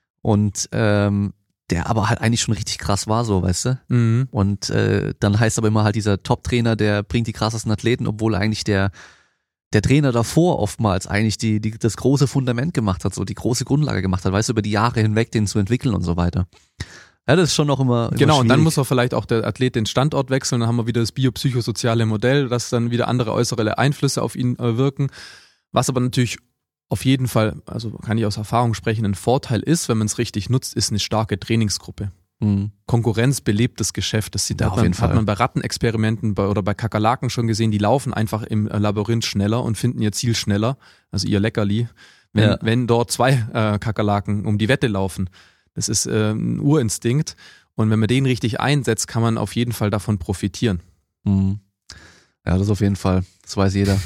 Und ähm, der aber halt eigentlich schon richtig krass war, so, weißt du? Mhm. Und äh, dann heißt aber immer halt dieser Top-Trainer, der bringt die krassesten Athleten, obwohl eigentlich der der Trainer davor oftmals eigentlich die, die das große Fundament gemacht hat, so die große Grundlage gemacht hat, weißt du, über die Jahre hinweg den zu entwickeln und so weiter. Ja, das ist schon noch immer, immer Genau, schwierig. Und dann muss auch vielleicht auch der Athlet den Standort wechseln, dann haben wir wieder das biopsychosoziale Modell, dass dann wieder andere äußere Einflüsse auf ihn äh, wirken, was aber natürlich auf jeden Fall, also kann ich aus Erfahrung sprechen, ein Vorteil ist, wenn man es richtig nutzt, ist eine starke Trainingsgruppe. Mhm. Konkurrenz belebt das Geschäft. Das sieht, ja, hat, man, hat man bei Rattenexperimenten bei, oder bei Kakerlaken schon gesehen, die laufen einfach im Labyrinth schneller und finden ihr Ziel schneller, also ihr Leckerli, wenn, ja. wenn dort zwei äh, Kakerlaken um die Wette laufen. Das ist äh, ein Urinstinkt und wenn man den richtig einsetzt, kann man auf jeden Fall davon profitieren. Mhm. Ja, das auf jeden Fall. Das weiß jeder.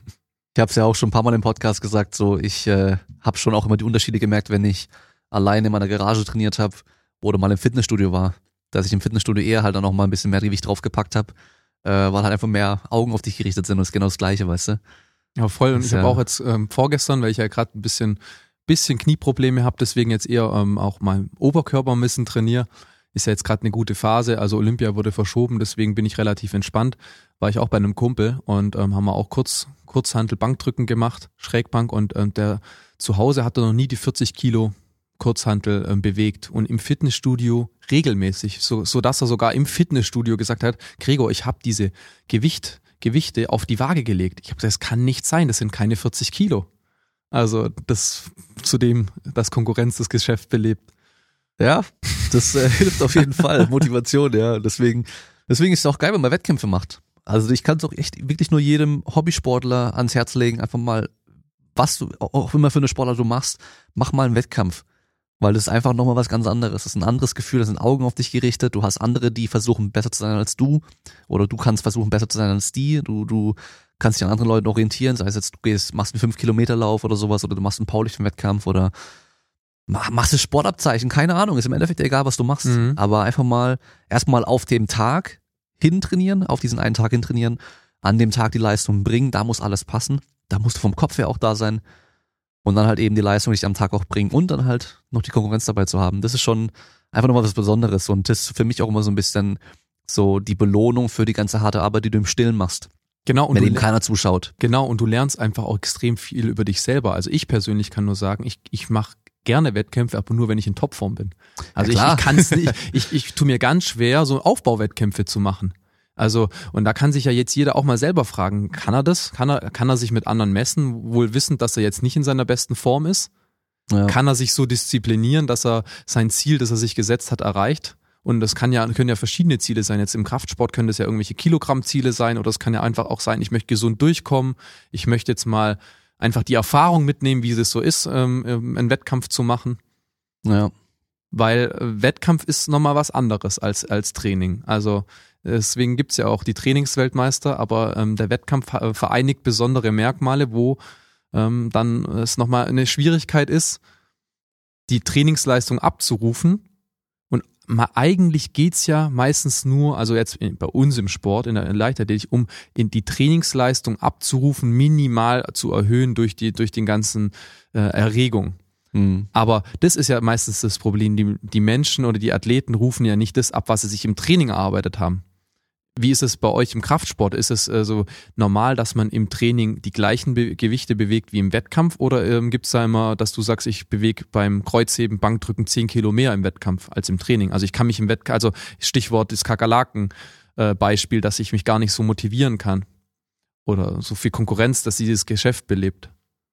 Ich habe es ja auch schon ein paar Mal im Podcast gesagt, so ich äh, habe schon auch immer die Unterschiede gemerkt, wenn ich alleine in meiner Garage trainiert habe oder mal im Fitnessstudio war, dass ich im Fitnessstudio eher halt dann noch mal ein bisschen mehr Gewicht draufgepackt habe, äh, weil halt einfach mehr Augen auf dich gerichtet sind und das ist genau das Gleiche, weißt du? Ja, voll. Und ich ja. habe auch jetzt ähm, vorgestern, weil ich ja gerade ein bisschen bisschen Knieprobleme habe, deswegen jetzt eher ähm, auch mal Oberkörper ein bisschen trainiere. Ist ja jetzt gerade eine gute Phase, also Olympia wurde verschoben, deswegen bin ich relativ entspannt. War ich auch bei einem Kumpel und ähm, haben wir auch kurz Kurzhantel Bankdrücken gemacht, Schrägbank und ähm, der zu Hause hatte noch nie die vierzig Kilo Kurzhantel ähm, bewegt und im Fitnessstudio regelmäßig, so, so dass er sogar im Fitnessstudio gesagt hat, Gregor, ich habe diese Gewicht, Gewichte auf die Waage gelegt. Ich habe gesagt, das kann nicht sein, das sind keine vierzig Kilo. Also das zudem, dass Konkurrenz das Geschäft belebt. Ja, das äh, hilft auf jeden Fall. Motivation, ja. Deswegen, deswegen ist es auch geil, wenn man Wettkämpfe macht. Also ich kann es auch echt wirklich nur jedem Hobbysportler ans Herz legen, einfach mal, was du, auch immer für eine Sportart du machst, mach mal einen Wettkampf. Weil das ist einfach nochmal was ganz anderes. Das ist ein anderes Gefühl, da sind Augen auf dich gerichtet, du hast andere, die versuchen besser zu sein als du. Oder du kannst versuchen besser zu sein als die. Du, du kannst dich an anderen Leuten orientieren, sei es jetzt, du gehst, machst einen fünf Kilometer Lauf oder sowas, oder du machst einen Powerlifting-Wettkampf oder machst das Sportabzeichen, keine Ahnung, ist im Endeffekt egal, was du machst. Mhm. Aber einfach mal, erstmal auf dem Tag hintrainieren, auf diesen einen Tag hintrainieren, an dem Tag die Leistung bringen, da muss alles passen, da musst du vom Kopf her auch da sein und dann halt eben die Leistung dich am Tag auch bringen und dann halt noch die Konkurrenz dabei zu haben. Das ist schon einfach nochmal was Besonderes und das ist für mich auch immer so ein bisschen so die Belohnung für die ganze harte Arbeit, die du im Stillen machst. Genau, und wenn du eben keiner zuschaut. Genau, und du lernst einfach auch extrem viel über dich selber. Also ich persönlich kann nur sagen, ich, ich mache gerne Wettkämpfe, aber nur, wenn ich in Topform bin. Also ja, ich, ich kann es nicht, ich, ich tue mir ganz schwer, so Aufbauwettkämpfe zu machen. Also, und da kann sich ja jetzt jeder auch mal selber fragen, kann er das? Kann er, kann er sich mit anderen messen, wohl wissend, dass er jetzt nicht in seiner besten Form ist? Ja. Kann er sich so disziplinieren, dass er sein Ziel, das er sich gesetzt hat, erreicht? Und das kann ja, können ja verschiedene Ziele sein. Jetzt im Kraftsport können das ja irgendwelche Kilogrammziele sein oder es kann ja einfach auch sein, ich möchte gesund durchkommen, ich möchte jetzt mal einfach die Erfahrung mitnehmen, wie es so ist, ähm, einen Wettkampf zu machen. Ja. Weil Wettkampf ist nochmal was anderes als, als Training. Also Deswegen gibt's ja auch die Trainingsweltmeister, aber ähm, der Wettkampf vereinigt besondere Merkmale, wo ähm, dann es nochmal eine Schwierigkeit ist, die Trainingsleistung abzurufen. Und mal, eigentlich geht's ja meistens nur, also jetzt in, bei uns im Sport, in der Leichtathletik, um in die Trainingsleistung abzurufen, minimal zu erhöhen durch die durch den ganzen äh, Erregung. Mhm. Aber das ist ja meistens das Problem. Die, die Menschen oder die Athleten rufen ja nicht das ab, was sie sich im Training erarbeitet haben. Wie ist es bei euch im Kraftsport? Ist es äh, so normal, dass man im Training die gleichen Be- Gewichte bewegt wie im Wettkampf? Oder ähm, gibt es da immer, dass du sagst, ich bewege beim Kreuzheben, Bankdrücken zehn Kilo mehr im Wettkampf als im Training? Also ich kann mich im Wettkampf, also Stichwort das Kakerlaken-Beispiel, äh, dass ich mich gar nicht so motivieren kann. Oder so viel Konkurrenz, dass dieses Geschäft belebt.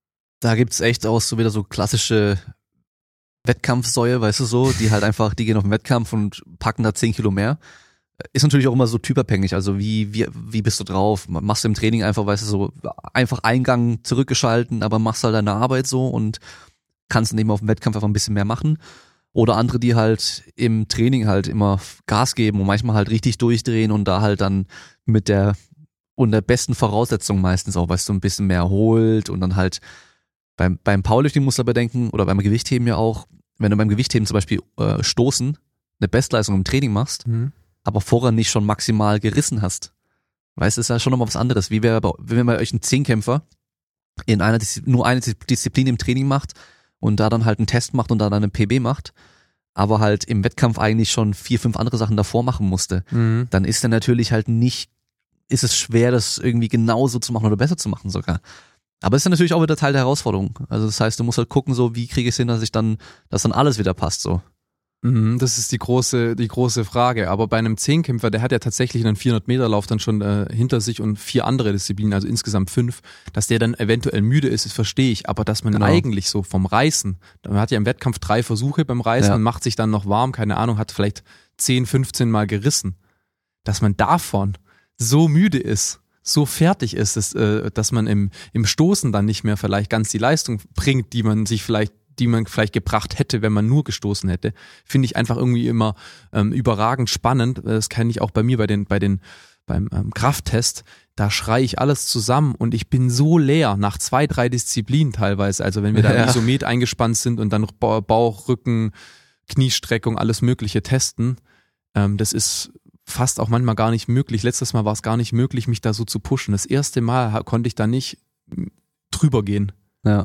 Da gibt's echt auch so wieder so klassische Wettkampfsäue, weißt du so, die halt einfach, die gehen auf den Wettkampf und packen da zehn Kilo mehr. Ist natürlich auch immer so typabhängig, also wie, wie, wie bist du drauf? Machst du im Training einfach, weißt du, so einfach Eingang zurückgeschalten, aber machst halt deine Arbeit so und kannst dann eben auf dem Wettkampf einfach ein bisschen mehr machen. Oder andere, die halt im Training halt immer Gas geben und manchmal halt richtig durchdrehen und da halt dann mit der, unter besten Voraussetzungen meistens auch, weißt du, ein bisschen mehr erholt und dann halt beim, beim Powerlifting musst du aber bedenken, oder beim Gewichtheben ja auch, wenn du beim Gewichtheben zum Beispiel äh, Stoßen, eine Bestleistung im Training machst, mhm. aber vorher nicht schon maximal gerissen hast. Weißt du, ist ja schon nochmal was anderes. Wie wäre, wenn man euch einen Zehnkämpfer in einer nur eine Disziplin im Training macht und da dann halt einen Test macht und da dann einen P B macht, aber halt im Wettkampf eigentlich schon vier, fünf andere Sachen davor machen musste, mhm. dann ist er natürlich halt nicht, ist es schwer, das irgendwie genauso zu machen oder besser zu machen sogar. Aber es ist ja natürlich auch wieder Teil der Herausforderung. Also das heißt, du musst halt gucken, so wie kriege ich es hin, dass ich dann, dass dann alles wieder passt, so. Das ist die große, die große Frage. Aber bei einem Zehnkämpfer, der hat ja tatsächlich einen vierhundert Meter Lauf dann schon äh, hinter sich und vier andere Disziplinen, also insgesamt fünf. Dass der dann eventuell müde ist, das verstehe ich. Aber dass man genau. eigentlich so vom Reißen, man hat ja im Wettkampf drei Versuche beim Reißen ja. und macht sich dann noch warm, keine Ahnung, hat vielleicht zehn, fünfzehn Mal gerissen. Dass man davon so müde ist, so fertig ist, dass, äh, dass man im, im Stoßen dann nicht mehr vielleicht ganz die Leistung bringt, die man sich vielleicht die man vielleicht gebracht hätte, wenn man nur gestoßen hätte, finde ich einfach irgendwie immer ähm, überragend spannend. Das kenne ich auch bei mir bei den, bei den, beim ähm, Krafttest. Da schreie ich alles zusammen und ich bin so leer nach zwei, drei Disziplinen teilweise. Also wenn wir da ja. im Isomet eingespannt sind und dann Bauch, Rücken, Kniestreckung, alles Mögliche testen, ähm, das ist fast auch manchmal gar nicht möglich. Letztes Mal war es gar nicht möglich, mich da so zu pushen. Das erste Mal konnte ich da nicht drüber gehen. Ja.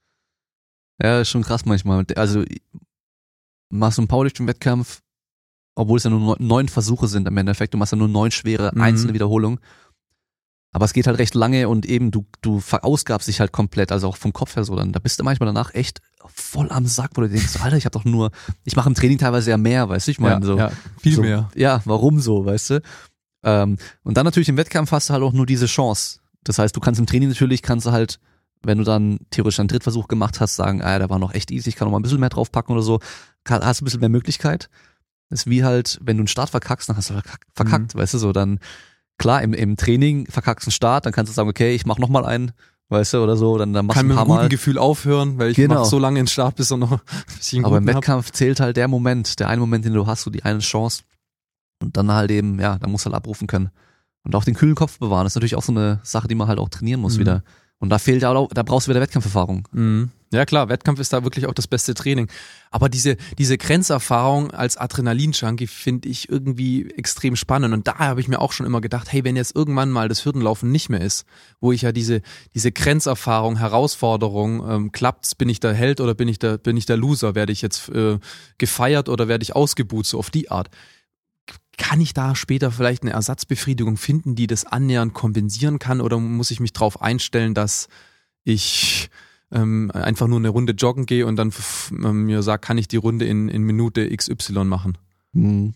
Ja, ist schon krass manchmal. Also machst du einen Powerlifting-Wettkampf, obwohl es ja nur neun Versuche sind im Endeffekt, du machst ja nur neun schwere mhm. einzelne Wiederholungen. Aber es geht halt recht lange und eben du du verausgabst dich halt komplett, also auch vom Kopf her so. Dann da bist du manchmal danach echt voll am Sack, wo du denkst, Alter, ich habe doch nur, ich mache im Training teilweise ja mehr, weißt du, ich meine ja, so. Ja, viel so, mehr. Ja, warum so, weißt du? Ähm, und dann natürlich im Wettkampf hast du halt auch nur diese Chance. Das heißt, du kannst im Training natürlich, kannst du halt, wenn du dann theoretisch einen Drittversuch gemacht hast, sagen, ah, der war noch echt easy, ich kann noch mal ein bisschen mehr draufpacken oder so, hast du ein bisschen mehr Möglichkeit. Das ist wie halt, wenn du einen Start verkackst, dann hast du verkackt, mhm. weißt du, so dann, klar, im, im Training verkackst du einen Start, dann kannst du sagen, okay, ich mach noch mal einen, weißt du, oder so, dann, dann machst du ein paar Mal. Kann mit einem guten Gefühl aufhören, weil ich genau. mach so lange ins Start, bis er noch ein bisschen Aber im Wettkampf hab. Zählt halt der Moment, der eine Moment, den du hast, so die eine Chance und dann halt eben, ja, da musst du halt abrufen können. Und auch den kühlen Kopf bewahren, das ist natürlich auch so eine Sache, die man halt auch trainieren muss mhm. wieder. Und da fehlt auch, da brauchst du wieder Wettkampferfahrung. Mhm. Ja klar, Wettkampf ist da wirklich auch das beste Training. Aber diese diese Grenzerfahrung als Adrenalin-Junkie finde ich irgendwie extrem spannend. Und da habe ich mir auch schon immer gedacht, hey, wenn jetzt irgendwann mal das Hürdenlaufen nicht mehr ist, wo ich ja diese diese Grenzerfahrung, Herausforderung, ähm, klappt's, bin ich der Held oder bin ich der bin ich der Loser? Werde ich jetzt äh, gefeiert oder werde ich ausgebuht, so auf die Art? Kann ich da später vielleicht eine Ersatzbefriedigung finden, die das annähernd kompensieren kann, oder muss ich mich darauf einstellen, dass ich ähm, einfach nur eine Runde joggen gehe und dann f- mir sage, kann ich die Runde in, in Minute X Y machen? Hm.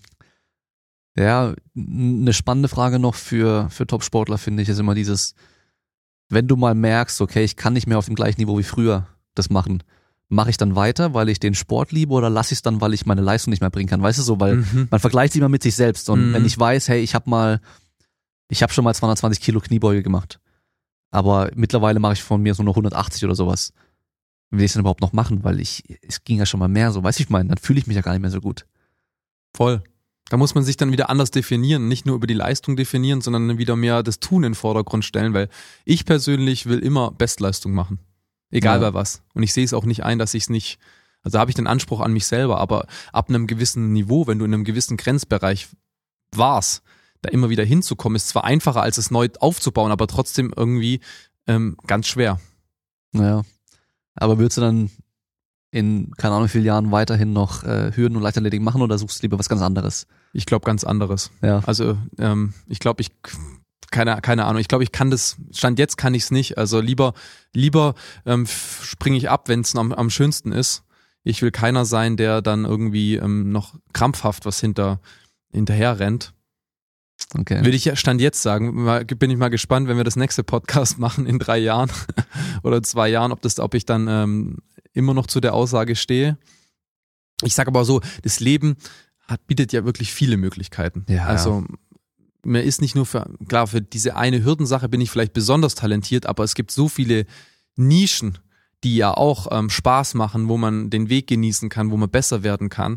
Ja, eine spannende Frage noch für, für Top-Sportler, finde ich, ist immer dieses, wenn du mal merkst, okay, ich kann nicht mehr auf dem gleichen Niveau wie früher das machen, mache ich dann weiter, weil ich den Sport liebe, oder lasse ich es dann, weil ich meine Leistung nicht mehr bringen kann? Weißt du so, weil mhm. man vergleicht sich immer mit sich selbst. Und mhm. wenn ich weiß, hey, ich habe mal, ich habe schon mal zweihundertzwanzig Kilo Kniebeuge gemacht, aber mittlerweile mache ich von mir so nur hundertachtzig oder sowas. Will ich es denn überhaupt noch machen? Weil ich, es ging ja schon mal mehr so, weißt du, ich meine, dann fühle ich mich ja gar nicht mehr so gut. Voll. Da muss man sich dann wieder anders definieren, nicht nur über die Leistung definieren, sondern wieder mehr das Tun in den Vordergrund stellen, weil ich persönlich will immer Bestleistung machen, egal Ja. bei was. Und ich sehe es auch nicht ein, dass ich es nicht, also da habe ich den Anspruch an mich selber, aber ab einem gewissen Niveau, wenn du in einem gewissen Grenzbereich warst, da immer wieder hinzukommen, ist zwar einfacher, als es neu aufzubauen, aber trotzdem irgendwie ähm, ganz schwer. Naja. Aber würdest du dann in, keine Ahnung, wie vielen Jahren weiterhin noch äh, Hürden und Leichtathletik machen oder suchst du lieber was ganz anderes? Ich glaube ganz anderes. Ja. Also ähm, ich glaube, ich keine keine Ahnung. Ich glaube, ich kann das. Stand jetzt kann ich es nicht. Also lieber lieber ähm, springe ich ab, wenn es am, am schönsten ist. Ich will keiner sein, der dann irgendwie ähm, noch krampfhaft was hinter hinterher rennt. Okay. Würde ich ja Stand jetzt sagen. Mal, bin ich mal gespannt, wenn wir das nächste Podcast machen in drei Jahren oder zwei Jahren, ob das, ob ich dann ähm, immer noch zu der Aussage stehe. Ich sage aber so, das Leben hat, bietet ja wirklich viele Möglichkeiten. Ja. Also mir ist nicht nur für, klar, für diese eine Hürdensache bin ich vielleicht besonders talentiert, aber es gibt so viele Nischen, die ja auch ähm, Spaß machen, wo man den Weg genießen kann, wo man besser werden kann.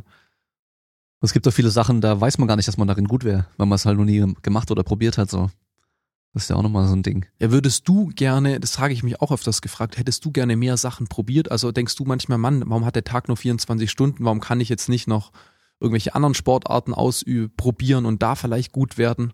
Es gibt auch viele Sachen, da weiß man gar nicht, dass man darin gut wäre, wenn man es halt noch nie gemacht oder probiert hat. So, das ist ja auch nochmal so ein Ding. Ja, würdest du gerne, das frage ich mich auch öfters gefragt, hättest du gerne mehr Sachen probiert? Also denkst du manchmal, Mann, warum hat der Tag nur vierundzwanzig Stunden? Warum kann ich jetzt nicht noch irgendwelche anderen Sportarten ausprobieren und da vielleicht gut werden?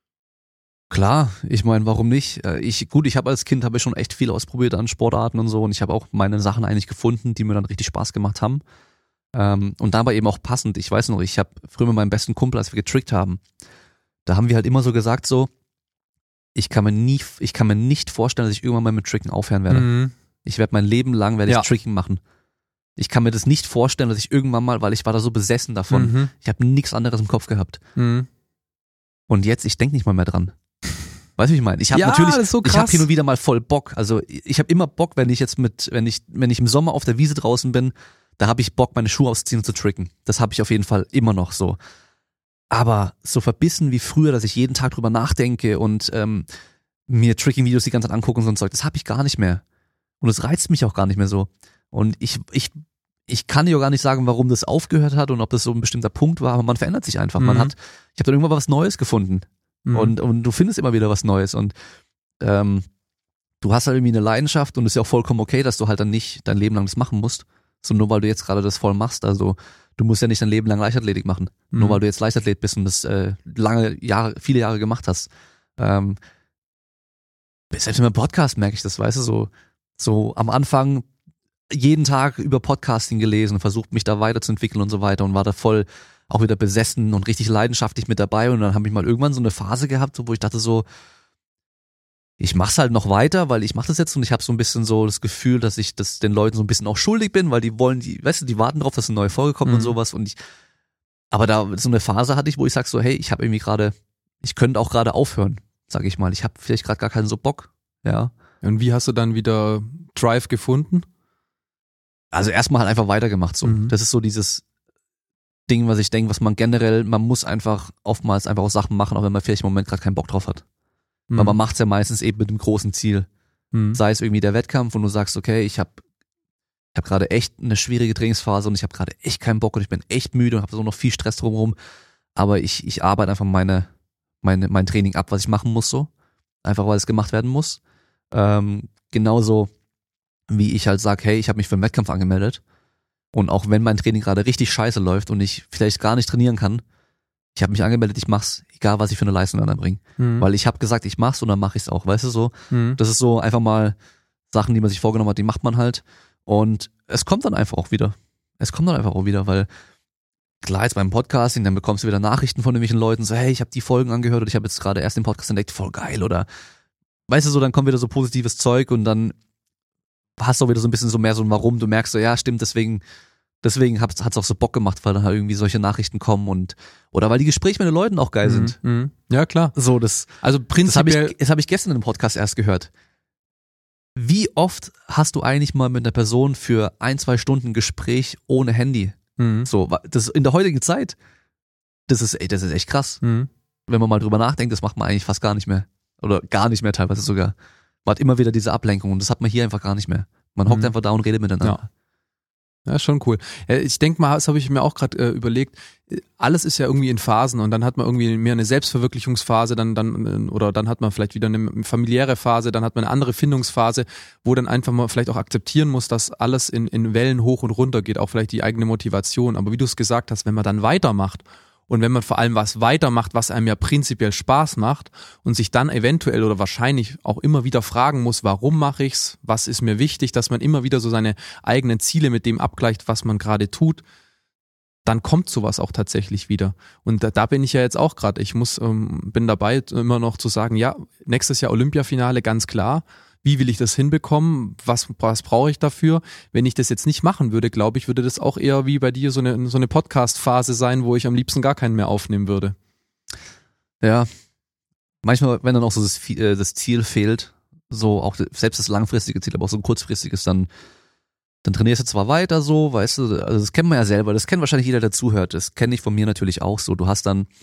Klar, ich meine, warum nicht? Äh, Ich, gut, ich habe als Kind habe ich schon echt viel ausprobiert an Sportarten und so und ich habe auch meine Sachen eigentlich gefunden, die mir dann richtig Spaß gemacht haben. Ähm, und dabei eben auch passend. Ich weiß noch, ich habe früher mit meinem besten Kumpel, als wir getrickt haben, da haben wir halt immer so gesagt so, ich kann mir nie, ich kann mir nicht vorstellen, dass ich irgendwann mal mit Tricken aufhören werde. Mhm. Ich werde mein Leben lang werde ich Ja. Tricking machen. Ich kann mir das nicht vorstellen, dass ich irgendwann mal, weil ich war da so besessen davon, Mhm. ich habe nichts anderes im Kopf gehabt. Mhm. Und jetzt, ich denke nicht mal mehr dran. Weißt du, wie ich meine? Ich habe Ja, natürlich, das ist so ich habe krass. hin und wieder mal voll Bock. Also ich habe immer Bock, wenn ich jetzt mit, wenn ich, wenn ich im Sommer auf der Wiese draußen bin, da habe ich Bock, meine Schuhe auszuziehen und zu tricken. Das habe ich auf jeden Fall immer noch so. Aber so verbissen wie früher, dass ich jeden Tag drüber nachdenke und ähm, mir Tricking-Videos die ganze Zeit angucken und so ein Zeug, das habe ich gar nicht mehr. Und es reizt mich auch gar nicht mehr so. Und ich, ich, ich kann dir auch gar nicht sagen, warum das aufgehört hat und ob das so ein bestimmter Punkt war, aber man verändert sich einfach. Man Mhm. hat, ich habe dann irgendwann was Neues gefunden. Mhm. Und, und du findest immer wieder was Neues und ähm, du hast halt irgendwie eine Leidenschaft und es ist ja auch vollkommen okay, dass du halt dann nicht dein Leben lang das machen musst, so nur weil du jetzt gerade das voll machst, also du musst ja nicht dein Leben lang Leichtathletik machen, Mhm. nur weil du jetzt Leichtathlet bist und das äh, lange Jahre, viele Jahre gemacht hast. Ähm, selbst in meinem Podcast merke ich das, weißt du, so, so am Anfang jeden Tag über Podcasting gelesen, versucht mich da weiterzuentwickeln und so weiter und war da voll auch wieder besessen und richtig leidenschaftlich mit dabei und dann habe ich mal irgendwann so eine Phase gehabt, wo ich dachte so, ich mach's halt noch weiter, weil ich mache das jetzt und ich habe so ein bisschen so das Gefühl, dass ich das den Leuten so ein bisschen auch schuldig bin, weil die wollen, die, weißt du, die warten drauf, dass eine neue Folge kommt Mhm. und sowas und ich, aber da so eine Phase hatte ich, wo ich sag so, hey, ich habe irgendwie gerade, ich könnte auch gerade aufhören, sage ich mal, ich habe vielleicht gerade gar keinen so Bock, ja. Und wie hast du dann wieder Drive gefunden? Also erstmal halt einfach weitergemacht so. Mhm. Das ist so dieses Ding, was ich denke, was man generell, man muss einfach oftmals einfach auch Sachen machen, auch wenn man vielleicht im Moment gerade keinen Bock drauf hat. Mhm. Weil man macht's ja meistens eben mit einem großen Ziel. Mhm. Sei es irgendwie der Wettkampf und du sagst, okay, ich habe ich hab gerade echt eine schwierige Trainingsphase und ich habe gerade echt keinen Bock und ich bin echt müde und habe so noch viel Stress drumherum. Aber ich, ich arbeite einfach meine, meine, mein Training ab, was ich machen muss so. Einfach weil es gemacht werden muss. Ähm, genauso wie ich halt sag, hey, ich habe mich für einen Wettkampf angemeldet. Und auch wenn mein Training gerade richtig scheiße läuft und ich vielleicht gar nicht trainieren kann, ich habe mich angemeldet, ich mach's, egal was ich für eine Leistung dann bringe. Mhm. Weil ich habe gesagt, ich mach's und dann mache ich's auch, weißt du so. Mhm. Das ist so einfach mal Sachen, die man sich vorgenommen hat, die macht man halt. Und es kommt dann einfach auch wieder. Es kommt dann einfach auch wieder, weil klar, jetzt beim Podcasting, dann bekommst du wieder Nachrichten von irgendwelchen Leuten, so hey, ich habe die Folgen angehört oder ich habe jetzt gerade erst den Podcast entdeckt, voll geil oder weißt du so, dann kommt wieder so positives Zeug und dann hast du auch wieder so ein bisschen so mehr so ein Warum, du merkst so, ja stimmt, deswegen deswegen hat es auch so Bock gemacht, weil dann halt irgendwie solche Nachrichten kommen und oder weil die Gespräche mit den Leuten auch geil sind. Mhm. Ja, klar. So, das Also das habe prinzipiell, ich, das hab ich gestern in einem Podcast erst gehört. Wie oft hast du eigentlich mal mit einer Person für ein, zwei Stunden Gespräch ohne Handy? Mhm. So, das in der heutigen Zeit, das ist, ey, das ist echt krass. Mhm. Wenn man mal drüber nachdenkt, das macht man eigentlich fast gar nicht mehr. Oder gar nicht mehr teilweise sogar. Man hat immer wieder diese Ablenkung und das hat man hier einfach gar nicht mehr. Man hockt Mhm. einfach da und redet miteinander. Ja. Ja, schon cool. Ich denke mal, das habe ich mir auch gerade äh, überlegt, alles ist ja irgendwie in Phasen und dann hat man irgendwie mehr eine Selbstverwirklichungsphase, dann dann oder dann hat man vielleicht wieder eine familiäre Phase, dann hat man eine andere Findungsphase, wo dann einfach mal vielleicht auch akzeptieren muss, dass alles in, in Wellen hoch und runter geht, auch vielleicht die eigene Motivation. Aber wie du es gesagt hast, wenn man dann weitermacht und wenn man vor allem was weitermacht, was einem ja prinzipiell Spaß macht und sich dann eventuell oder wahrscheinlich auch immer wieder fragen muss, warum mache ich's, was ist mir wichtig, dass man immer wieder so seine eigenen Ziele mit dem abgleicht, was man gerade tut, dann kommt sowas auch tatsächlich wieder. Und da, da bin ich ja jetzt auch gerade. Ich muss, ähm, bin dabei, immer noch zu sagen, ja, nächstes Jahr Olympiafinale, ganz klar. Wie will ich das hinbekommen? Was, was brauche ich dafür? Wenn ich das jetzt nicht machen würde, glaube ich, würde das auch eher wie bei dir so eine, so eine Podcast-Phase sein, wo ich am liebsten gar keinen mehr aufnehmen würde. Ja, manchmal, wenn dann auch so das, das Ziel fehlt, so auch selbst das langfristige Ziel, aber auch so ein kurzfristiges, dann dann trainierst du zwar weiter so, weißt du, also das kennt man ja selber, das kennt wahrscheinlich jeder, der zuhört, das kenne ich von mir natürlich auch so, du hast dann,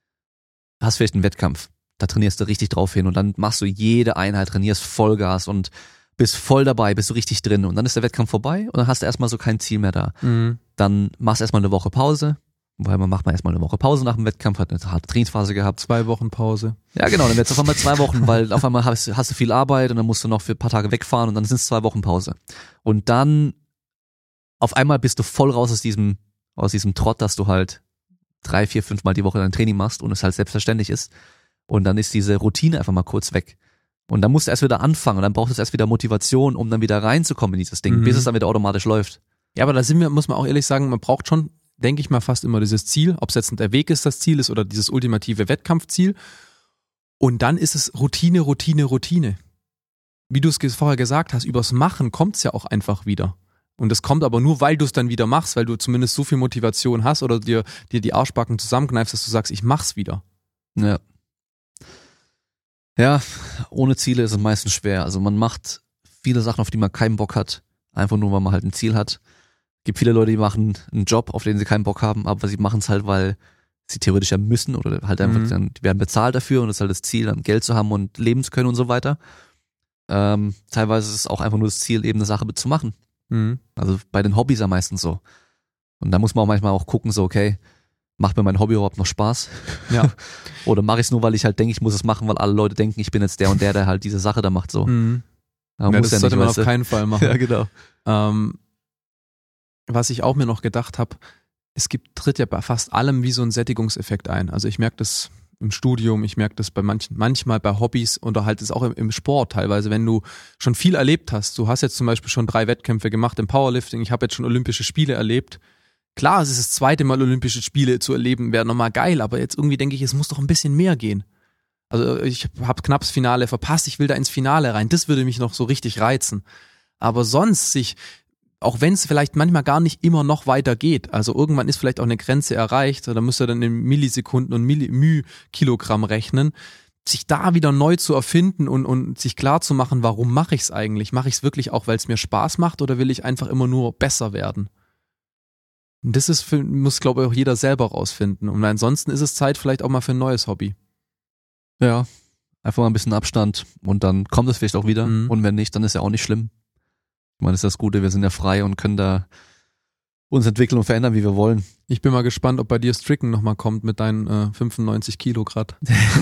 hast vielleicht einen Wettkampf, da trainierst du richtig drauf hin und dann machst du jede Einheit, trainierst Vollgas und bist voll dabei, bist du richtig drin und dann ist der Wettkampf vorbei und dann hast du erstmal so kein Ziel mehr da. Mhm. Dann machst du erstmal eine Woche Pause, weil man macht man erstmal eine Woche Pause nach dem Wettkampf, hat eine harte Trainingsphase gehabt. Zwei Wochen Pause. Ja genau, dann wird's auf einmal zwei Wochen, weil auf einmal hast, hast du viel Arbeit und dann musst du noch für ein paar Tage wegfahren und dann sind es zwei Wochen Pause. Und dann auf einmal bist du voll raus aus diesem, aus diesem Trott, dass du halt drei, vier, fünf Mal die Woche dein Training machst und es halt selbstverständlich ist. Und dann ist diese Routine einfach mal kurz weg. Und dann musst du erst wieder anfangen und dann brauchst du erst wieder Motivation, um dann wieder reinzukommen in dieses Ding, mhm. bis es dann wieder automatisch läuft. Ja, aber da sind wir, muss man auch ehrlich sagen, man braucht schon, denke ich mal, fast immer dieses Ziel, ob es jetzt der Weg ist, das Ziel ist oder dieses ultimative Wettkampfziel. Und dann ist es Routine, Routine, Routine. Wie du es vorher gesagt hast, übers Machen kommt es ja auch einfach wieder. Und das kommt aber nur, weil du es dann wieder machst, weil du zumindest so viel Motivation hast oder dir, dir die Arschbacken zusammenkneifst, dass du sagst, ich mach's wieder. Ja. Ja, ohne Ziele ist es meistens schwer. Also man macht viele Sachen, auf die man keinen Bock hat, einfach nur, weil man halt ein Ziel hat. Es gibt viele Leute, die machen einen Job, auf den sie keinen Bock haben, aber sie machen es halt, weil sie theoretisch ja müssen oder halt einfach, mhm. dann, die werden bezahlt dafür und das ist halt das Ziel, dann Geld zu haben und leben zu können und so weiter. Ähm, teilweise ist es auch einfach nur das Ziel, eben eine Sache zu machen. Mhm. Also bei den Hobbys am meisten so. Und da muss man auch manchmal auch gucken, so okay, macht mir mein Hobby überhaupt noch Spaß? Ja. Oder mache ich es nur, weil ich halt denke, ich muss es machen, weil alle Leute denken, ich bin jetzt der und der, der halt diese Sache da macht so. Mhm. Ja, das ja sollte nicht, man auf keinen Fall machen. Ja, genau. Ähm, was ich auch mir noch gedacht habe, es gibt, tritt ja bei fast allem wie so ein Sättigungseffekt ein. Also ich merke das im Studium, ich merke das bei manchen, manchmal bei Hobbys oder halt es auch im, im Sport teilweise, wenn du schon viel erlebt hast. Du hast jetzt zum Beispiel schon drei Wettkämpfe gemacht im Powerlifting, ich habe jetzt schon Olympische Spiele erlebt. Klar, es ist das zweite Mal Olympische Spiele zu erleben, wäre nochmal geil, aber jetzt irgendwie denke ich, es muss doch ein bisschen mehr gehen. Also ich habe knapp das Finale verpasst, ich will da ins Finale rein, das würde mich noch so richtig reizen. Aber sonst sich, auch wenn es vielleicht manchmal gar nicht immer noch weiter geht, also irgendwann ist vielleicht auch eine Grenze erreicht, da müsst ihr dann in Millisekunden und Milli- Müh-Kilogramm rechnen, sich da wieder neu zu erfinden und, und sich klar zu machen, warum mache ich es eigentlich? Mache ich es wirklich auch, weil es mir Spaß macht oder will ich einfach immer nur besser werden? Und das ist für, muss, glaube ich, auch jeder selber rausfinden. Und ansonsten ist es Zeit vielleicht auch mal für ein neues Hobby. Ja, einfach mal ein bisschen Abstand und dann kommt es vielleicht auch wieder. Mhm. Und wenn nicht, dann ist ja auch nicht schlimm. Ich meine, das ist das Gute, wir sind ja frei und können da uns entwickeln und verändern, wie wir wollen. Ich bin mal gespannt, ob bei dir Stricken nochmal kommt mit deinen äh, fünfundneunzig Kilo Grad.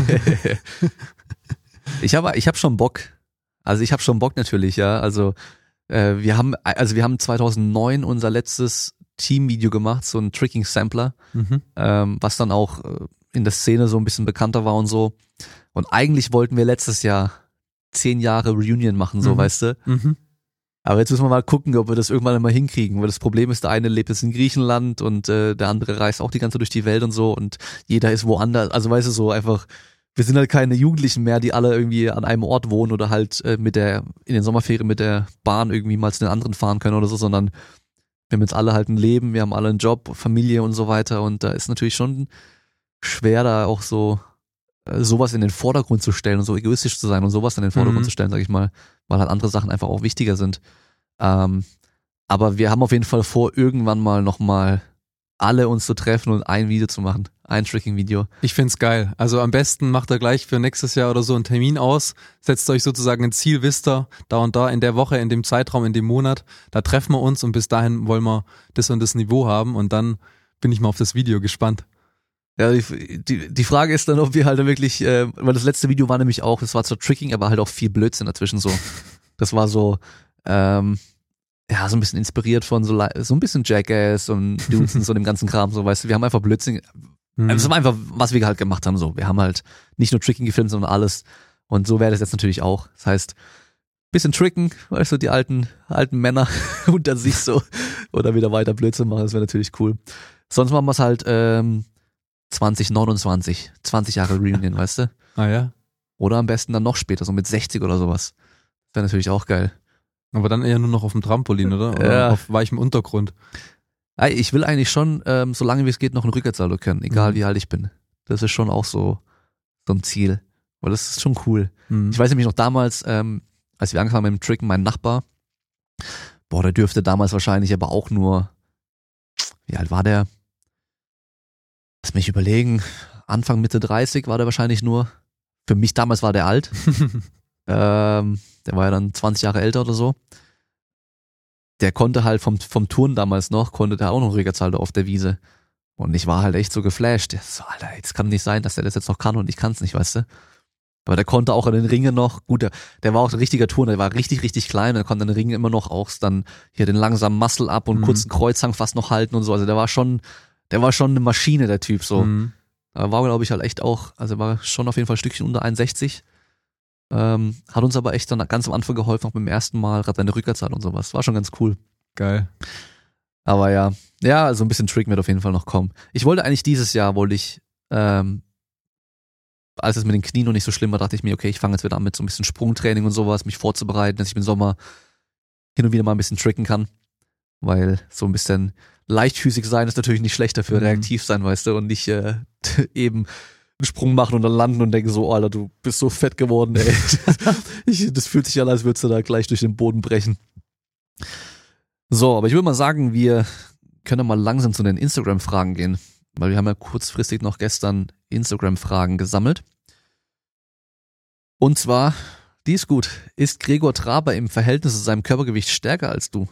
ich habe ich hab schon Bock. Also ich habe schon Bock natürlich, ja. Also äh, wir haben also wir haben zweitausendneun unser letztes Teamvideo gemacht, so ein Tricking-Sampler, mhm. ähm, was dann auch äh, in der Szene so ein bisschen bekannter war und so. Und eigentlich wollten wir letztes Jahr zehn Jahre Reunion machen, so, mhm. weißt du. Mhm. Aber jetzt müssen wir mal gucken, ob wir das irgendwann mal hinkriegen, weil das Problem ist, der eine lebt jetzt in Griechenland und äh, der andere reist auch die ganze Zeit durch die Welt und so und jeder ist woanders. Also weißt du, so einfach, wir sind halt keine Jugendlichen mehr, die alle irgendwie an einem Ort wohnen oder halt äh, mit der in den Sommerferien mit der Bahn irgendwie mal zu den anderen fahren können oder so, sondern wir haben jetzt alle halt ein Leben, wir haben alle einen Job, Familie und so weiter und da ist natürlich schon schwer, da auch so äh, sowas in den Vordergrund zu stellen und so egoistisch zu sein und sowas in den Vordergrund mhm. zu stellen, sag ich mal, weil halt andere Sachen einfach auch wichtiger sind. Ähm, aber wir haben auf jeden Fall vor, irgendwann mal nochmal alle uns zu treffen und ein Video zu machen. ein Tricking-Video. Ich find's geil. Also am besten macht ihr gleich für nächstes Jahr oder so einen Termin aus, setzt euch sozusagen ein Ziel, wisst ihr, da und da in der Woche, in dem Zeitraum, in dem Monat, da treffen wir uns und bis dahin wollen wir das und das Niveau haben und dann bin ich mal auf das Video gespannt. Ja, die, die, die Frage ist dann, ob wir halt wirklich, äh, weil das letzte Video war nämlich auch, das war zwar Tricking, aber halt auch viel Blödsinn dazwischen so. Das war so, ähm, ja, so ein bisschen inspiriert von so, so ein bisschen Jackass und Dudes und so dem ganzen Kram, so, weißt du, wir haben einfach Blödsinn, mhm. Das war einfach, was wir halt gemacht haben, so. Wir haben halt nicht nur Tricking gefilmt, sondern alles. Und so wäre das jetzt natürlich auch. Das heißt, bisschen Tricken, weißt du, die alten, alten Männer unter sich so, oder wieder weiter Blödsinn machen, das wäre natürlich cool. Sonst machen wir es halt, ähm, zwanzig neunundzwanzig, zwanzig Jahre Reunion, weißt du? Ah ja. Oder am besten dann noch später, so mit sechzig oder sowas. Das wäre natürlich auch geil. Aber dann eher nur noch auf dem Trampolin, oder? Oder ja. Auf weichem Untergrund. Ich will eigentlich schon, ähm, so lange wie es geht, noch einen Rückwärtssalto können, egal mhm. wie alt ich bin. Das ist schon auch so, so ein Ziel. Weil das ist schon cool. Mhm. Ich weiß nämlich noch damals, ähm, als wir angefangen haben mit dem Tricken, mein Nachbar, boah, der dürfte damals wahrscheinlich aber auch nur, wie alt war der? Lass mich überlegen, Anfang, Mitte dreißig war der wahrscheinlich nur. Für mich damals war der alt. ähm, der war ja dann zwanzig Jahre älter oder so. Der konnte halt vom, vom Touren damals noch, konnte der auch noch Rückwärtssalto auf der Wiese. Und ich war halt echt so geflasht. So, Alter, jetzt kann nicht sein, dass der das jetzt noch kann und ich kann es nicht, weißt du. Aber der konnte auch an den Ringen noch, gut, der, der war auch ein richtiger Turner, der war richtig, richtig klein, der konnte an den Ringen immer noch auch dann hier den langsamen Muscle up und mhm. kurzen Kreuzhang fast noch halten und so. Also der war schon, der war schon eine Maschine, der Typ so. Mhm. Da war, glaube ich, halt echt auch, also war schon auf jeden Fall ein Stückchen unter einundsechzig. Ähm, hat uns aber echt dann ganz am Anfang geholfen, auch beim ersten Mal, gerade seine Rückwärtssalto und sowas. War schon ganz cool. Geil. Aber ja, ja, so ein bisschen Trick wird auf jeden Fall noch kommen. Ich wollte eigentlich dieses Jahr, wollte ich, ähm, als es mit den Knien noch nicht so schlimm war, dachte ich mir, okay, ich fange jetzt wieder an mit so ein bisschen Sprungtraining und sowas, mich vorzubereiten, dass ich im Sommer hin und wieder mal ein bisschen tricken kann. Weil so ein bisschen leichtfüßig sein ist natürlich nicht schlecht dafür, mhm. reaktiv sein, weißt du, und nicht äh, eben einen Sprung machen und dann landen und denken so, oh, Alter, du bist so fett geworden, ey. ich, das fühlt sich an, als würdest du da gleich durch den Boden brechen. So, aber ich würde mal sagen, wir können mal langsam zu den Instagram-Fragen gehen, weil wir haben ja kurzfristig noch gestern Instagram-Fragen gesammelt. Und zwar, die ist gut. Ist Gregor Traber im Verhältnis zu seinem Körpergewicht stärker als du?